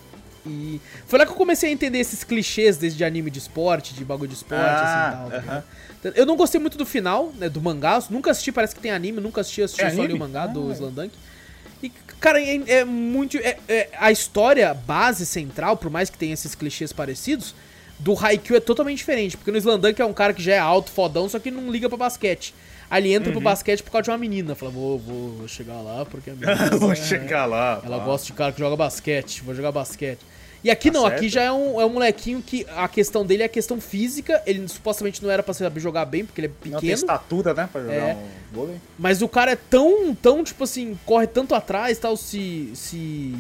E foi lá que eu comecei a entender esses clichês desde de anime de esporte, de bagulho de esporte, ah, assim, tal. Uhum. Tá, eu não gostei muito do final, né, do mangá, nunca assisti, parece que tem anime, nunca assisti, assisti é só ali o mangá ah, do é. Slam Dunk. E, cara, é, é muito... É, é, a história base central, por mais que tenha esses clichês parecidos, do Haikyuu é totalmente diferente. Porque no Slam Dunk é um cara que já é alto, fodão, só que não liga pra basquete. Aí ele entra uhum. pro basquete por causa de uma menina. Fala, vou, vou, vou chegar lá porque a menina... vou é, chegar lá. Ela pá. gosta de cara que joga basquete, vou jogar basquete. E aqui tá não, certo. Aqui já é um, é um molequinho que a questão dele é a questão física. Ele supostamente não era pra saber jogar bem, porque ele é pequeno. Não tem estatura, né, pra jogar é. um vôlei. Mas o cara é tão, tão, tipo assim, corre tanto atrás, tal, se... se...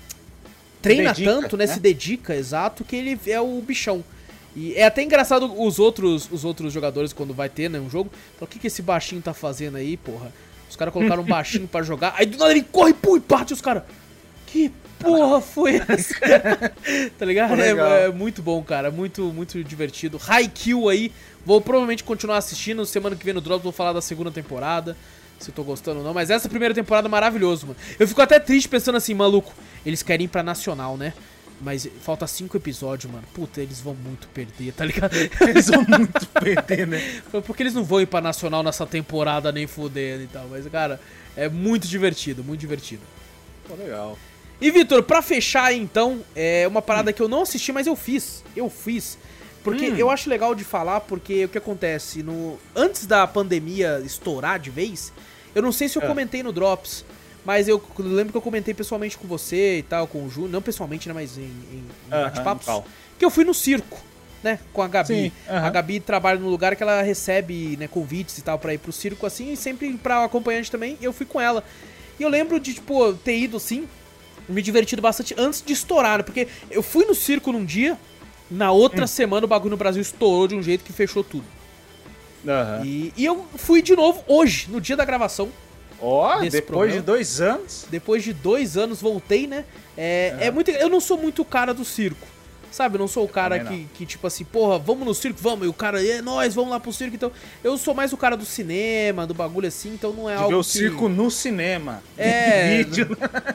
treina se dedica, tanto, né, né, se dedica, exato, que ele é o bichão. E é até engraçado os outros, os outros jogadores, quando vai ter, né, um jogo, falam, o que que esse baixinho tá fazendo aí, porra? Os caras colocaram um baixinho pra jogar, aí do nada ele corre, pum, e parte os caras. Que porra foi essa? Tá ligado? É, é muito bom, cara. Muito, muito divertido. Haikyuu aí. Vou provavelmente continuar assistindo. Semana que vem no Drops vou falar da segunda temporada. Se eu tô gostando ou não. Mas essa primeira temporada é maravilhosa, mano. Eu fico até triste pensando assim, maluco. Eles querem ir pra Nacional, né? Mas falta cinco episódios, mano. Puta, eles vão muito perder, tá ligado? Eles vão muito perder, né? Porque eles não vão ir pra Nacional nessa temporada nem fudendo e tal. Mas, cara, é muito divertido, muito divertido. Pô, legal. E, Vitor, pra fechar aí, então, é uma parada hum. que eu não assisti, mas eu fiz. Eu fiz. Porque hum. eu acho legal de falar, porque o que acontece, no antes da pandemia estourar de vez, eu não sei se eu é. comentei no Drops, mas eu lembro que eu comentei pessoalmente com você e tal, com o Júnior, não pessoalmente, né, mas em, em, em bate-papos, uh -huh, que eu fui no circo, né, com a Gabi. Sim, uh -huh. A Gabi trabalha num lugar que ela recebe, né, convites e tal pra ir pro circo, assim, e sempre pra acompanhante também, eu fui com ela. E eu lembro de, tipo, ter ido, assim, me divertido bastante antes de estourar, né? Porque eu fui no circo num dia, na outra hum. semana o bagulho no Brasil estourou de um jeito que fechou tudo. Uhum. E, e eu fui de novo hoje, no dia da gravação. Ó, oh, depois programa. de dois anos. Depois de dois anos voltei, né? É, uhum. é muito, eu não sou muito o cara do circo, sabe? Eu não sou o cara que, que, tipo assim, porra, vamos no circo, vamos. E o cara, é nóis, vamos lá pro circo. Então, eu sou mais o cara do cinema, do bagulho assim, então não é de algo. Ver o que... circo no cinema. É. Vídeo.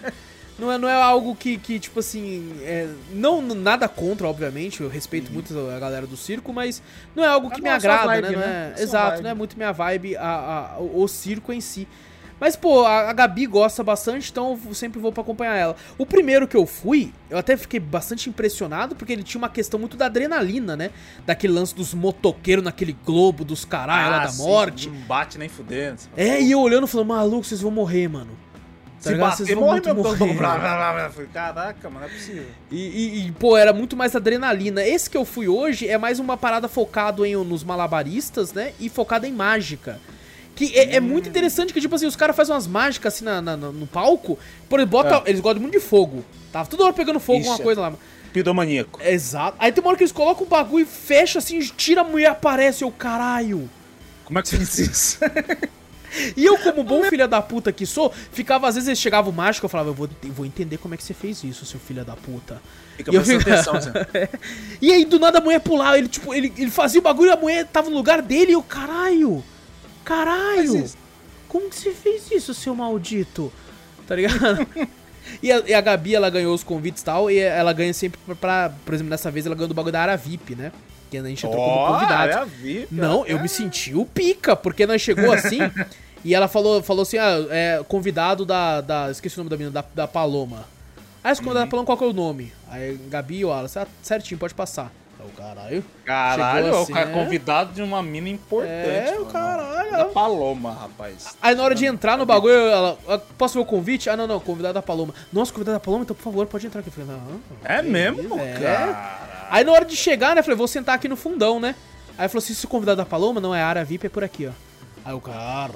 Não é, não é algo que, que tipo assim, é, não nada contra, obviamente, eu respeito uhum. muito a galera do circo, mas não é algo que é me agrada, vibe, né? Não é, é exato, vibe. Não é muito minha vibe a, a, o circo em si. Mas, pô, a, a Gabi gosta bastante, então eu sempre vou pra acompanhar ela. O primeiro que eu fui, eu até fiquei bastante impressionado, porque ele tinha uma questão muito da adrenalina, né? Daquele lance dos motoqueiros naquele globo dos caralho ah, lá da sim, morte. Não bate nem fudendo. É, e eu olhando e falando, maluco, vocês vão morrer, mano. Tá se bater, vocês morre, meu morrer. Blá, blá, blá. Falei, caraca, mano, não é possível. E, e, e, pô, era muito mais adrenalina. Esse que eu fui hoje é mais uma parada focado em, nos malabaristas, né? E focado em mágica. Que é, hum. é muito interessante que, tipo assim, os caras fazem umas mágicas assim na, na, no palco. Por exemplo, bota, é. eles gostam muito de fogo. Tava toda hora pegando fogo, Ixi, uma coisa lá. Piromaníaco. Exato. Aí tem uma hora que eles colocam um bagulho e fecha assim, tira a mulher, aparece. Eu, caralho. Como é que você fez isso? E eu, como bom filho da puta que sou, ficava, às vezes chegava o mágico, eu falava, eu vou, eu vou entender como é que você fez isso, seu filho da puta. Fica E eu prestando fica- atenção, Zé. E aí, do nada, a mulher pulava, ele, tipo, ele, ele fazia o bagulho e a mulher tava no lugar dele e eu, caralho, caralho, Faz isso. como que você fez isso, seu maldito? Tá ligado? E a, e a Gabi, ela ganhou os convites e tal, e ela ganha sempre pra, pra- por exemplo, dessa vez ela ganhou do bagulho da área V I P, né? Que a gente entrou como Ó, convidado. é a V I P, Não, é. eu me senti o pica, porque nós chegou assim, e ela falou, falou assim, ah, é convidado da, da, esqueci o nome da menina, da, da Paloma. Aí os convidados falaram qual que é o nome. Aí Gabi e o Wallace, ah, certinho, pode passar. Aí o caralho. Caralho, Chegou o assim, cara é. convidado de uma mina importante. É, o mano. caralho. Da Paloma, rapaz. Aí na hora de entrar no bagulho, ela, ah, posso ver o convite? Ah, não, não, convidado da Paloma. Nossa, convidado da Paloma, então por favor, pode entrar aqui. Eu falei, não. É que mesmo, isso, é. cara? Aí na hora de chegar, né, eu falei, vou sentar aqui no fundão, né? Aí falou assim, se o convidado da Paloma não é a área V I P, é por aqui, ó. Aí o caralho.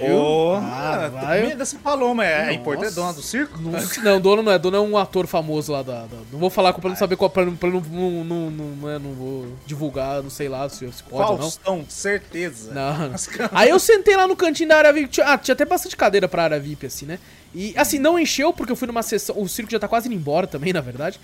Porra, caralho. dessa Paloma é, é Nossa. importante, dona do circo? Não, não, dono não é, dono é um ator famoso lá da. da- não vou falar com pra não saber qual, pra, não- pra não, não, não, não, não, é, não vou divulgar, não sei lá se, se pode ou não. Faustão, certeza. Não. Mas, cara, Aí eu sentei lá no cantinho da área V I P. Tinha, ah, tinha até bastante cadeira pra área V I P, assim, né? E assim, não encheu porque eu fui numa sessão. O circo já tá quase indo embora também, na verdade.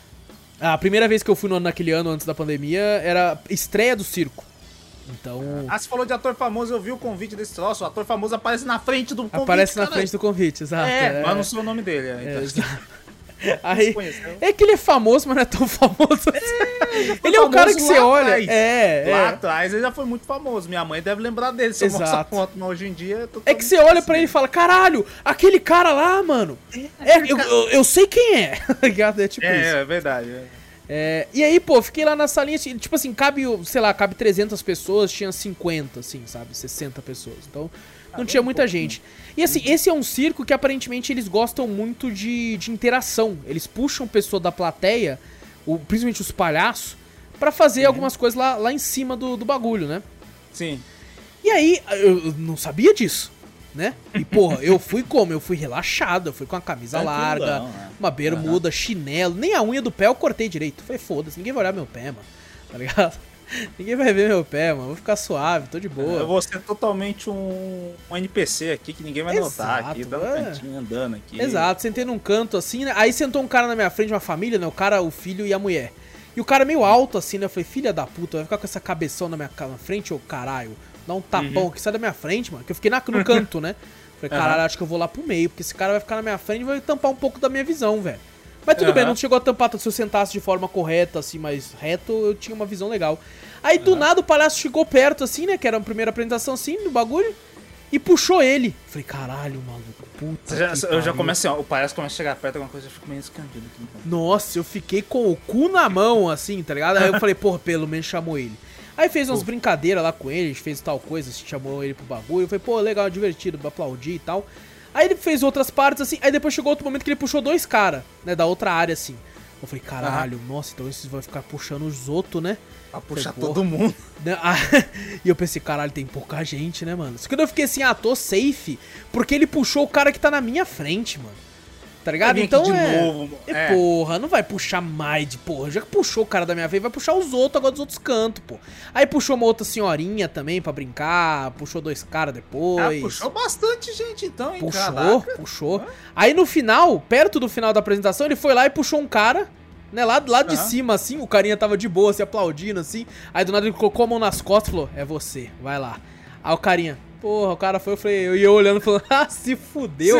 A primeira vez que eu fui no, naquele ano antes da pandemia era estreia do circo. Então. Ah, você falou de ator famoso, eu vi o convite desse troço. O ator famoso aparece na frente do convite. Aparece na caralho. frente do convite, exato. É, mas não sei o nome dele. É, Então, exato. Aí, conheceu? é que ele é famoso, mas não é tão famoso assim. Ele é o famoso cara que você lá olha. atrás. É, Lá é. atrás ele já foi muito famoso. Minha mãe deve lembrar dele. Se eu mostrar Exato. foto, mas hoje em dia... É, É totalmente que você olha pra assim. ele e fala, caralho, aquele cara lá, mano. É, eu, eu, eu sei quem é. Ligado? É tipo É, isso. é verdade. é. É, e aí, pô, fiquei lá na salinha, assim, tipo assim, cabe, sei lá, cabe trezentas pessoas, tinha cinquenta, assim, sabe, sessenta pessoas. Então, não Ah, tinha um muita pouquinho. gente. E assim, esse é um circo que aparentemente eles gostam muito de, de interação. Eles puxam pessoa da plateia, o, principalmente os palhaços, pra fazer algumas coisas lá, lá em cima do, do bagulho, né? Sim. E aí, eu eu não sabia disso, né? E, porra, eu fui como? Eu fui relaxado, eu fui com a camisa Tranquilão, larga, né? uma bermuda, chinelo, nem a unha do pé eu cortei direito. Falei, foda-se, ninguém vai olhar meu pé, mano, tá ligado? Ninguém vai ver meu pé, mano, vou ficar suave, tô de boa. Eu vou ser totalmente um, um N P C aqui que ninguém vai notar Exato, aqui, dando é. cantinho, andando aqui. Exato, sentei num canto assim, né? Aí sentou um cara na minha frente, uma família, né? O cara, o filho e a mulher. E o cara meio alto assim, né? Eu falei, filha da puta, vai ficar com essa cabeção na minha ca- na frente, ô caralho? Dá um tapão aqui, sai da minha frente, mano. Que eu fiquei na, no canto, né? Falei, caralho, acho que eu vou lá pro meio, porque esse cara vai ficar na minha frente e vai tampar um pouco da minha visão, velho. Mas tudo Aham. bem, não chegou a tampar, se eu sentasse de forma correta, assim, mais reto, eu tinha uma visão legal. Aí do nada o palhaço chegou perto, assim, né? Que era a primeira apresentação, assim, do bagulho. E puxou ele. Falei, caralho, maluco, puta. Você já- que eu já pariu. começo assim, ó, o palhaço começa a chegar perto, alguma coisa, eu fico meio escondido aqui no canto. Nossa, eu fiquei com o cu na mão, assim, tá ligado? Aí eu falei, porra, pelo menos chamou ele. Aí fez umas brincadeiras lá com ele, a gente fez tal coisa, chamou ele pro bagulho. Eu falei, pô, legal, divertido, aplaudi e tal. Aí ele fez outras partes, assim, aí depois chegou outro momento que ele puxou dois caras, né, da outra área, assim. Eu falei, caralho, nossa, então esses vão ficar puxando os outros, né? Pra puxar Falei, todo mundo. Né? Ah, e eu pensei, caralho, tem pouca gente, né, mano? Só que quando eu fiquei assim, ah, tô safe, porque ele puxou o cara que tá na minha frente, mano. Tá ligado? Vai vir Então aqui de é... novo, é, é. porra, não vai puxar mais de porra. Já que puxou o cara da minha vez, vai puxar os outros agora dos outros cantos, pô. Aí puxou uma outra senhorinha também pra brincar, puxou dois caras Ah, depois. puxou bastante gente então, hein, Puxou, caraca. puxou. Aí no final, perto do final da apresentação, ele foi lá e puxou um cara, né, lá, lá de Aham. cima, assim, o carinha tava de boa, se aplaudindo, assim. Aí do nada ele colocou a mão nas costas e falou, é você, vai lá. Aí o carinha, porra, o cara foi, eu falei, eu ia olhando falando, ah, se fudeu.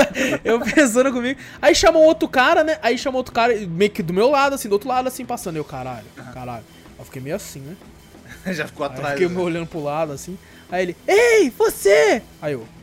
Eu pensando comigo. Aí chamou outro cara, né, aí chamou outro cara, meio que do meu lado, assim, do outro lado, assim, passando. Eu, caralho, caralho. Eu fiquei meio assim, né. Já ficou Aí eu atrás. fiquei né? me olhando pro lado, assim. Aí ele, ei, você! Aí eu...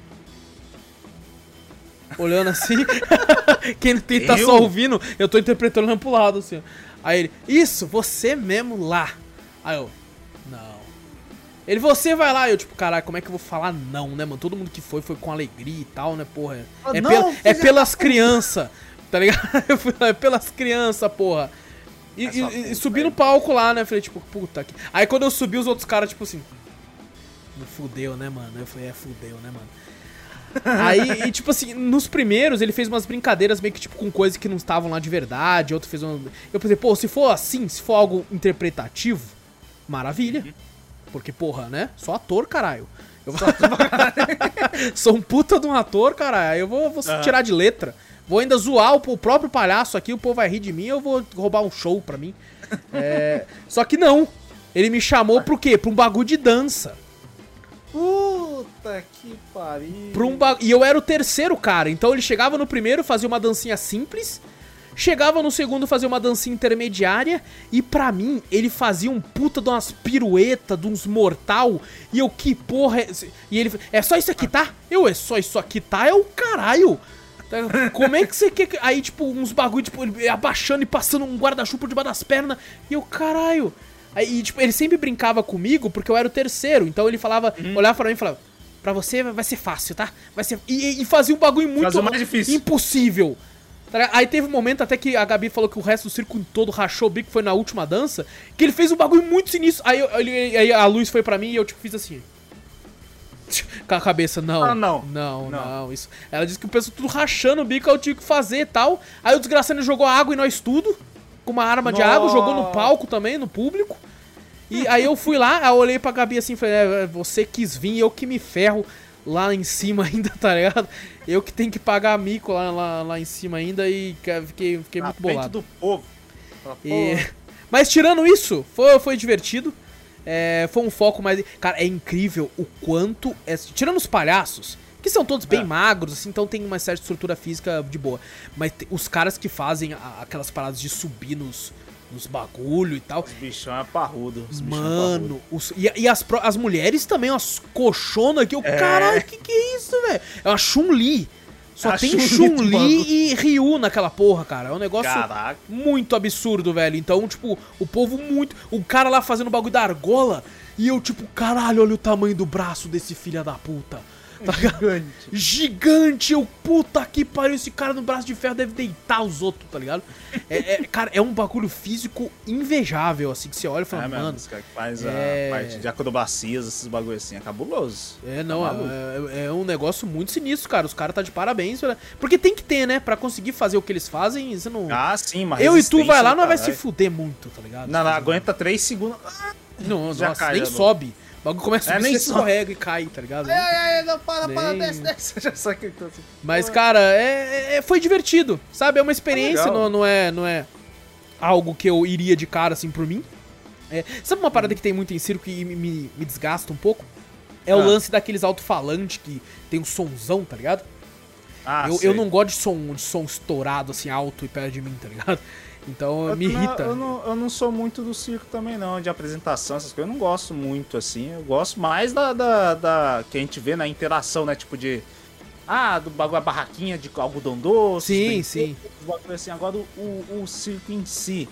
Olhando assim. Quem não tem, tá Eu? só ouvindo, eu tô interpretando olhando pro lado, assim. Aí ele, isso, você mesmo lá. Aí eu, não. Ele, você vai lá. Eu, tipo, caralho, como é que eu vou falar não, né, mano? Todo mundo que foi, foi com alegria e tal, né, porra. Ah, É, não, pela- é filha pelas crianças, tá ligado? Eu fui lá, é pelas crianças, porra. E, É só e- puta, e subi velho. no palco lá, né? Falei, tipo, puta que. Aí quando eu subi, os outros caras, tipo assim. Não fudeu, né, mano? Eu falei, é, fudeu, né, mano? Aí, e, tipo assim, nos primeiros ele fez umas brincadeiras meio que tipo com coisas que não estavam lá de verdade, outro fez um... Eu pensei, pô, se for assim, se for algo interpretativo, maravilha. Porque, porra, né? Sou ator, caralho. Eu vou... Sou um puta de um ator, caralho. Aí eu vou, vou uhum. tirar de letra. Vou ainda zoar o, o próprio palhaço aqui, o povo vai rir de mim, eu vou roubar um show pra mim. É... Só que não. Ele me chamou pro quê? Pra um bagulho de dança. Puta que pariu. Pra um ba... E eu era o terceiro cara. Então ele chegava no primeiro, fazia uma dancinha simples. Chegava no segundo, fazia uma dancinha intermediária. E pra mim, ele fazia um puta de umas piruetas, de uns mortal. E eu, que porra é... E ele, é só isso aqui, tá? Eu, é só isso aqui, tá? É o caralho. Como é que você quer... Aí, tipo, uns bagulho, tipo, ele abaixando e passando um guarda-chuva por debaixo das pernas. E eu, caralho. Aí, tipo, ele sempre brincava comigo porque eu era o terceiro. Então ele falava, uhum. olhava pra mim e falava, pra você vai ser fácil, tá? Vai ser... E, e fazia um bagulho muito mais difícil. Impossível. Aí teve um momento até que a Gabi falou que o resto do circo todo rachou o bico, foi na última dança, que ele fez um bagulho muito sinistro. Aí, eu, ele, aí a luz foi pra mim e eu, tipo, fiz assim... Com a cabeça, não, ah, não, não, não, não, isso. Ela disse que o pessoal tudo rachando o bico, eu tinha que fazer e tal. Aí o desgraçado jogou água em nós tudo, com uma arma de água, jogou no palco também, no público. E aí eu fui lá, aí eu olhei pra Gabi assim e falei, é, você quis vir, eu que me ferro lá em cima ainda, tá ligado? Eu que tenho que pagar mico lá, lá, lá em cima ainda e fiquei, fiquei muito bolado. Do povo. E... Mas tirando isso, foi, foi divertido. É, foi um foco mais... Cara, é incrível o quanto... É... Tirando os palhaços, que são todos bem é. magros, assim, então tem uma certa estrutura física de boa. Mas os caras que fazem a, aquelas paradas de subir nos, nos bagulho e tal... Os bichão é parrudo. Os Mano, é parrudo. Os, e, e as, as mulheres também, umas coxonas aqui. Eu, é. Caralho, que que é isso, velho? É uma Chun-Li. Só a tem Chun-Li Chun e Ryu naquela porra, cara. É um negócio Caraca. muito absurdo, velho. Então, tipo, o povo muito... O cara lá fazendo o bagulho da argola. E eu, tipo, caralho, olha o tamanho do braço desse filho da puta. Tá Gigante. Gigante. Eu, puta que pariu. Esse cara no braço de ferro deve deitar os outros, tá ligado? É, é, cara, é um bagulho físico invejável, assim, que você olha e fala, é mano... Mesmo, cara que faz é... a parte de acrobacias, esses bagulho assim, é cabuloso. É, não, é, é, é um negócio muito sinistro, cara. Os caras tá de parabéns. Porque tem que ter, né? Pra conseguir fazer o que eles fazem, você não... Ah, sim, mas eu e tu vai lá, não vai se fuder muito, tá ligado? Não, não, aguenta três segundos. Não, já nossa, cai, nem sobe. O bagulho começa a subir, é, você escorrega e cai, tá ligado? É, é, não, para, nem... para, desce, desce. Já saquei tudo. Mas, cara, é, é, foi divertido, sabe? É uma experiência, é não, não, é, não é algo que eu iria de cara, assim, por mim. É, sabe uma parada que tem muito em circo e me, me, me desgasta um pouco? É ah. o lance daqueles alto-falantes que tem um sonzão, tá ligado? Ah, eu, eu não gosto de som, de som estourado, assim, alto e perto de mim, tá ligado? Então eu me não, irrita. Eu não, eu não sou muito do circo também, não, de apresentação, essas coisas. Eu não gosto muito, assim. Eu gosto mais da, da, da que a gente vê na interação, né? Tipo de... Ah, do bagulho, a barraquinha de algodão doce. Sim, sim. Bagulho assim. Agora, o, o, o circo em si,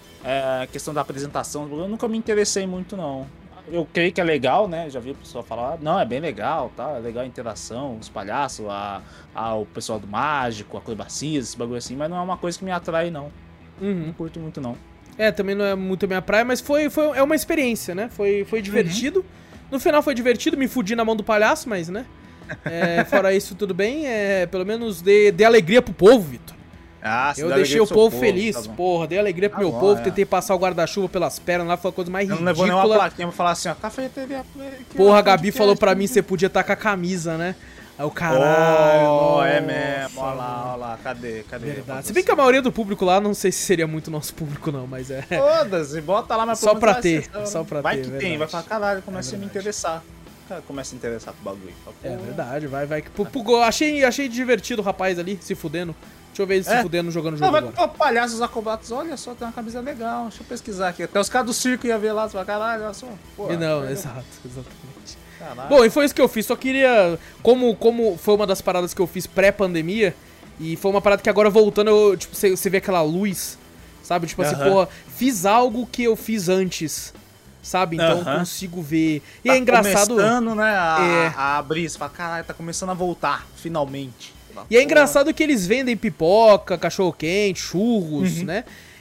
é, a questão da apresentação, eu nunca me interessei muito, não. Eu creio que é legal, né? Já vi o pessoal falar, não, é bem legal, tá? É legal a interação, os palhaços, a, a, o pessoal do mágico, a acrobacias, esse bagulho assim. Mas não é uma coisa que me atrai, não. Uhum. Não curto muito, não. É, também não é muito a minha praia, mas foi, foi é uma experiência, né? Foi, foi divertido. Uhum. No final foi divertido, me fudi na mão do palhaço, mas, né? É, fora isso, tudo bem. É, pelo menos dê, dê alegria pro povo, Vitor. Ah, eu deixei o povo, povo feliz, tá porra. Dei alegria pro tá meu bom, povo, é. tentei passar o guarda-chuva pelas pernas lá, foi a coisa mais eu ridícula. Não levou nenhuma plaquinha pra falar assim, ó, cafeteria... Porra, a Gabi falou pra mim que você podia estar com a camisa, né? Aí o caralho. Oh, é mesmo, olha lá, olha lá, cadê, cadê? Verdade. Se bem que a maioria do público lá, não sei se seria muito nosso público não, mas é... Foda-se, bota lá, mas só pra ter, ser, só pra vai ter, que verdade. tem, vai falar, caralho, começa é a me interessar. Cara, começa a interessar pro bagulho. É verdade, vai, vai. Pugou, achei, achei divertido o rapaz ali, se fudendo. Deixa eu ver ele é. se fudendo jogando o jogo não, agora. Ó, palhaços acrobatas, olha só, tem uma camisa legal, deixa eu pesquisar aqui. Até os caras do circo iam ver lá, você fala, caralho, olha só. Pô, e não, cara, exato, exatamente. Caralho. Bom, e foi isso que eu fiz, só queria... Como, como foi uma das paradas que eu fiz pré-pandemia, e foi uma parada que agora voltando, eu, tipo, você, você vê aquela luz, sabe? Tipo assim, uh-huh. porra, fiz algo que eu fiz antes, sabe? Então uh-huh. eu consigo ver. E tá é engraçado... começando, né, a, é... a abrir, você fala, caralho, tá começando a voltar, finalmente. E é engraçado que eles vendem pipoca, cachorro-quente, churros, uhum. né?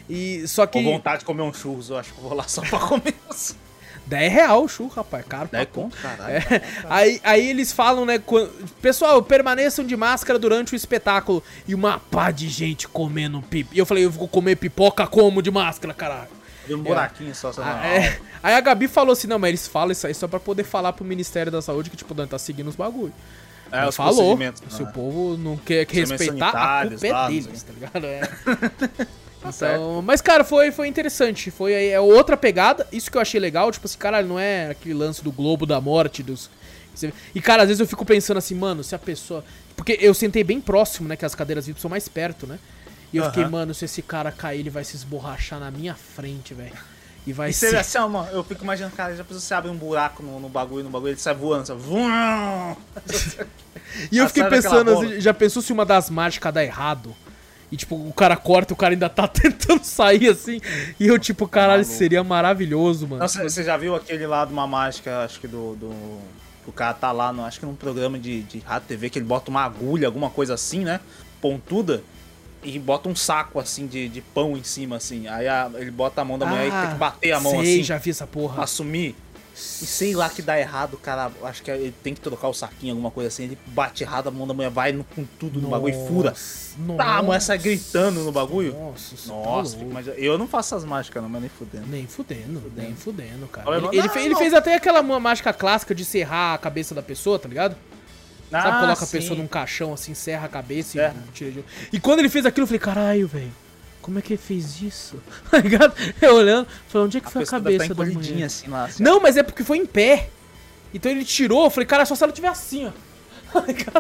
E só que... Com vontade de comer um churros, eu acho que eu vou lá só pra comer isso. dez real o churro, rapaz, caro. dez conto, caralho. É. Aí, aí eles falam, né, quando... pessoal, permaneçam de máscara durante o espetáculo. E uma pá de gente comendo pipoca. E eu falei, eu vou comer pipoca como de máscara, caralho? Um buraquinho só, só ah, é. Aí a Gabi falou assim, não, mas eles falam isso aí só pra poder falar pro Ministério da Saúde que, tipo, não tá seguindo os bagulho. É, os falou, se né? o povo não quer, quer respeitar, a culpa é lá, deles, tá ligado? É. Então, mas, cara, foi, foi interessante. Foi é outra pegada. Isso que eu achei legal. Tipo assim, caralho, não é aquele lance do Globo da Morte. Dos... E, cara, às vezes eu fico pensando assim, mano, se a pessoa... Porque eu sentei bem próximo, né? Que as cadeiras V I P são mais perto, né? E eu uhum. fiquei, mano, se esse cara cair, ele vai se esborrachar na minha frente, velho. E vai e ser... E assim, ó, mano, eu fico imaginando, cara, já precisa você abre um buraco no, no bagulho, no bagulho, ele sai voando, sai voando. E eu fiquei pensando, assim, já pensou se uma das mágicas dá errado? E, tipo, o cara corta e o cara ainda tá tentando sair, assim. E eu, tipo, caralho, isso seria maravilhoso, mano. Nossa, você já viu aquele lá de uma mágica, acho que do... do... O cara tá lá, no, acho que num programa de, de rádio T V, que ele bota uma agulha, alguma coisa assim, né? Pontuda. E bota um saco, assim, de, de pão em cima, assim. Aí a, ele bota a mão da mulher ah, e tem que bater a mão, sei, assim. já vi essa porra. Assumir. E sei lá que dá errado, o cara, acho que ele tem que trocar o saquinho, alguma coisa assim. Ele bate errado, a mão da mulher vai no, com tudo no bagulho e fura. Nossa. Tá, a mulher sai gritando no bagulho. Nossa, Nossa, tá mas eu não faço essas mágicas não, mas nem fudendo. Nem fudendo, fudendo. nem fudendo, cara. Ele, ele, não, ele, fez, ele fez até aquela mágica clássica de serrar a cabeça da pessoa, tá ligado? Ah, sabe, coloca sim. a pessoa num caixão assim, serra a cabeça é. e tira de... E quando ele fez aquilo, eu falei, caralho, velho. Como é que ele fez isso? Tá ligado? Eu olhando, falei, onde é que a foi a cabeça da mulher? Assim, lá, assim, não, mas é porque foi em pé. Então ele tirou, eu falei, cara, só se ela tiver assim, ó.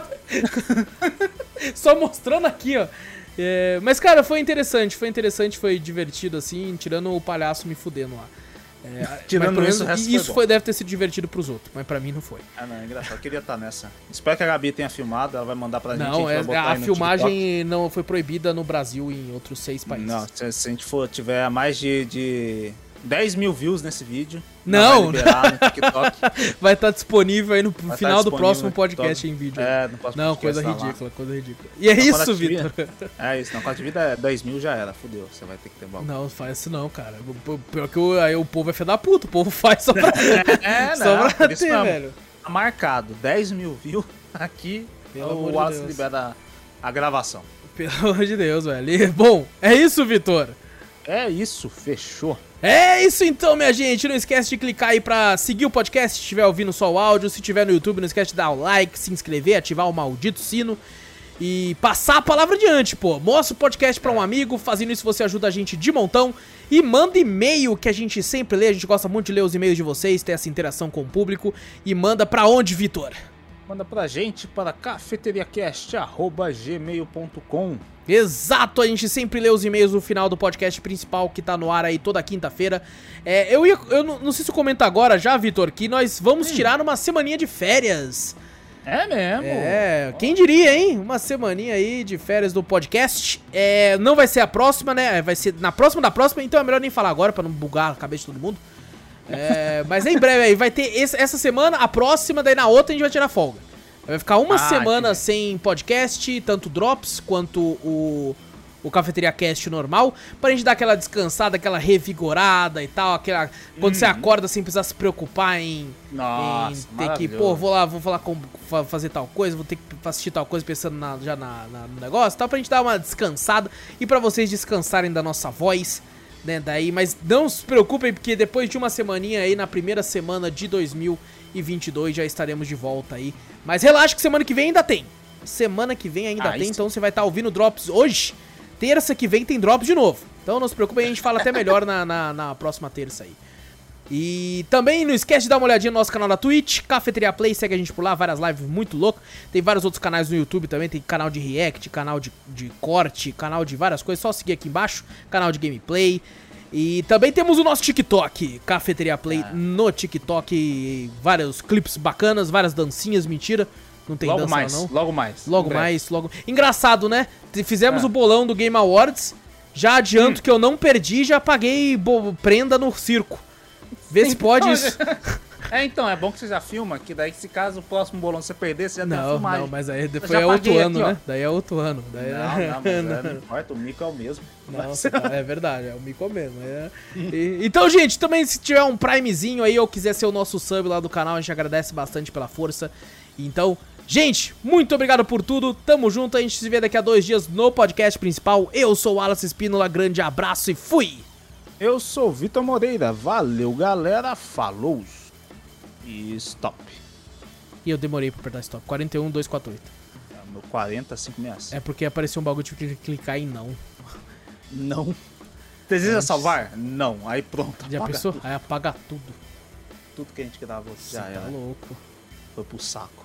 Só mostrando aqui, ó. É, mas, cara, foi interessante, foi interessante, foi divertido, assim, tirando o palhaço me fudendo lá. É, tirando isso, menos, isso, isso foi foi, deve ter sido divertido pros outros, mas pra mim não foi. Ah, não, é engraçado. Eu queria estar nessa. Espero que a Gabi tenha filmado, ela vai mandar pra gente. Não, a, gente é, a filmagem não foi proibida no Brasil e em outros seis países. Não, se, se a gente for, tiver mais de, de dez mil views nesse vídeo, não, vai liberar no TikTok. Vai estar disponível aí no vai final do próximo podcast em vídeo. É, no próximo Não, coisa ridícula, lá. coisa ridícula. E é não, isso, Vitor. É isso, na quarta de vida é dez mil já era, fudeu. Você vai ter que ter bagulho. Não, faz isso não, cara. Pior que o, aí o povo é filho da puta, o povo faz só pra, é, só não, pra ter, velho. Tá marcado, dez mil views aqui, Pelo o Wallace de libera a gravação. Pelo amor de Deus, velho. Bom, é isso, Vitor. É isso, fechou. É isso então, minha gente. Não esquece de clicar aí pra seguir o podcast se estiver ouvindo só o áudio. Se estiver no YouTube, não esquece de dar o like, se inscrever, ativar o maldito sino e passar a palavra adiante, pô. Mostra o podcast pra um amigo. Fazendo isso você ajuda a gente de montão. E manda e-mail, que a gente sempre lê. A gente gosta muito de ler os e-mails de vocês, ter essa interação com o público. E manda pra onde, Vitor? Manda pra gente para cafeteriacast arroba gmail ponto com. Exato, a gente sempre lê os e-mails no final do podcast principal que tá no ar aí toda quinta-feira. É, eu ia, eu não, não sei se eu comento agora já, Vitor, que nós vamos hum. tirar uma semaninha de férias. É mesmo? É, quem diria, hein? Uma semaninha aí de férias do podcast. É, não vai ser a próxima, né? Vai ser na próxima da próxima, então é melhor nem falar agora pra não bugar a cabeça de todo mundo. É, mas em breve aí, vai ter esse, essa semana, a próxima, daí na outra a gente vai tirar folga. Vai ficar uma ah, semana que... sem podcast, tanto Drops quanto o, o Cafeteria Cast normal, pra gente dar aquela descansada, aquela revigorada e tal, aquela, quando hum. você acorda sem precisar se preocupar em, Nossa, em ter que, pô, vou lá, vou falar com, fazer tal coisa, vou ter que assistir tal coisa pensando na, já na, na, no negócio e tal, pra gente dar uma descansada e pra vocês descansarem da nossa voz, né, daí, mas não se preocupem porque depois de uma semaninha aí, na primeira semana de dois mil e vinte e dois já estaremos de volta aí. Mas relaxa que semana que vem ainda tem. Semana que vem ainda ah, tem, isso. Então você vai estar tá ouvindo Drops hoje. Terça que vem tem Drops de novo. Então não se preocupe, a gente fala até melhor na, na, na próxima terça aí. E também não esquece de dar uma olhadinha no nosso canal da Twitch, Cafeteria Play, segue a gente por lá, várias lives muito loucas. Tem vários outros canais no YouTube também, tem canal de react, canal de, de corte, canal de várias coisas, só seguir aqui embaixo, canal de gameplay. E também temos o nosso TikTok, Cafeteria Play ah. no TikTok, vários clipes bacanas, várias dancinhas, mentira. Não tem logo dança mais, lá, não. Logo mais, logo mais. Logo mais, engraçado, né? Fizemos ah. o bolão do Game Awards, já adianto hum. que eu não perdi, já paguei prenda no circo. Vê se pode isso. É, então, é bom que você já filma, que daí se caso o próximo bolão você perder, você já não, tem a filmagem. Não, mas aí depois é outro ano, aqui, né? Daí é outro ano. Daí não, é... não, mas é, não importa, o mico é o mesmo. Nossa, é verdade, é o mico mesmo. É... E, então, gente, também se tiver um primezinho aí ou quiser ser o nosso sub lá do canal, a gente agradece bastante pela força. Então, gente, muito obrigado por tudo, tamo junto, a gente se vê daqui a dois dias no podcast principal. Eu sou o Wallace Espínola, grande abraço e fui! Eu sou o Vitor Moreira. Valeu, galera. Falou. E stop. E eu demorei pra apertar stop. quarenta e um, duzentos e quarenta e oito. É o meu quarenta, cinco sessenta e cinco. É porque apareceu um bagulho, tive que clicar em não. Não. Deseja salvar? Não. Aí pronto. Já apaga pensou? Tudo. Aí apaga tudo. Tudo que a gente gravou Você já tá era. louco. Foi pro saco.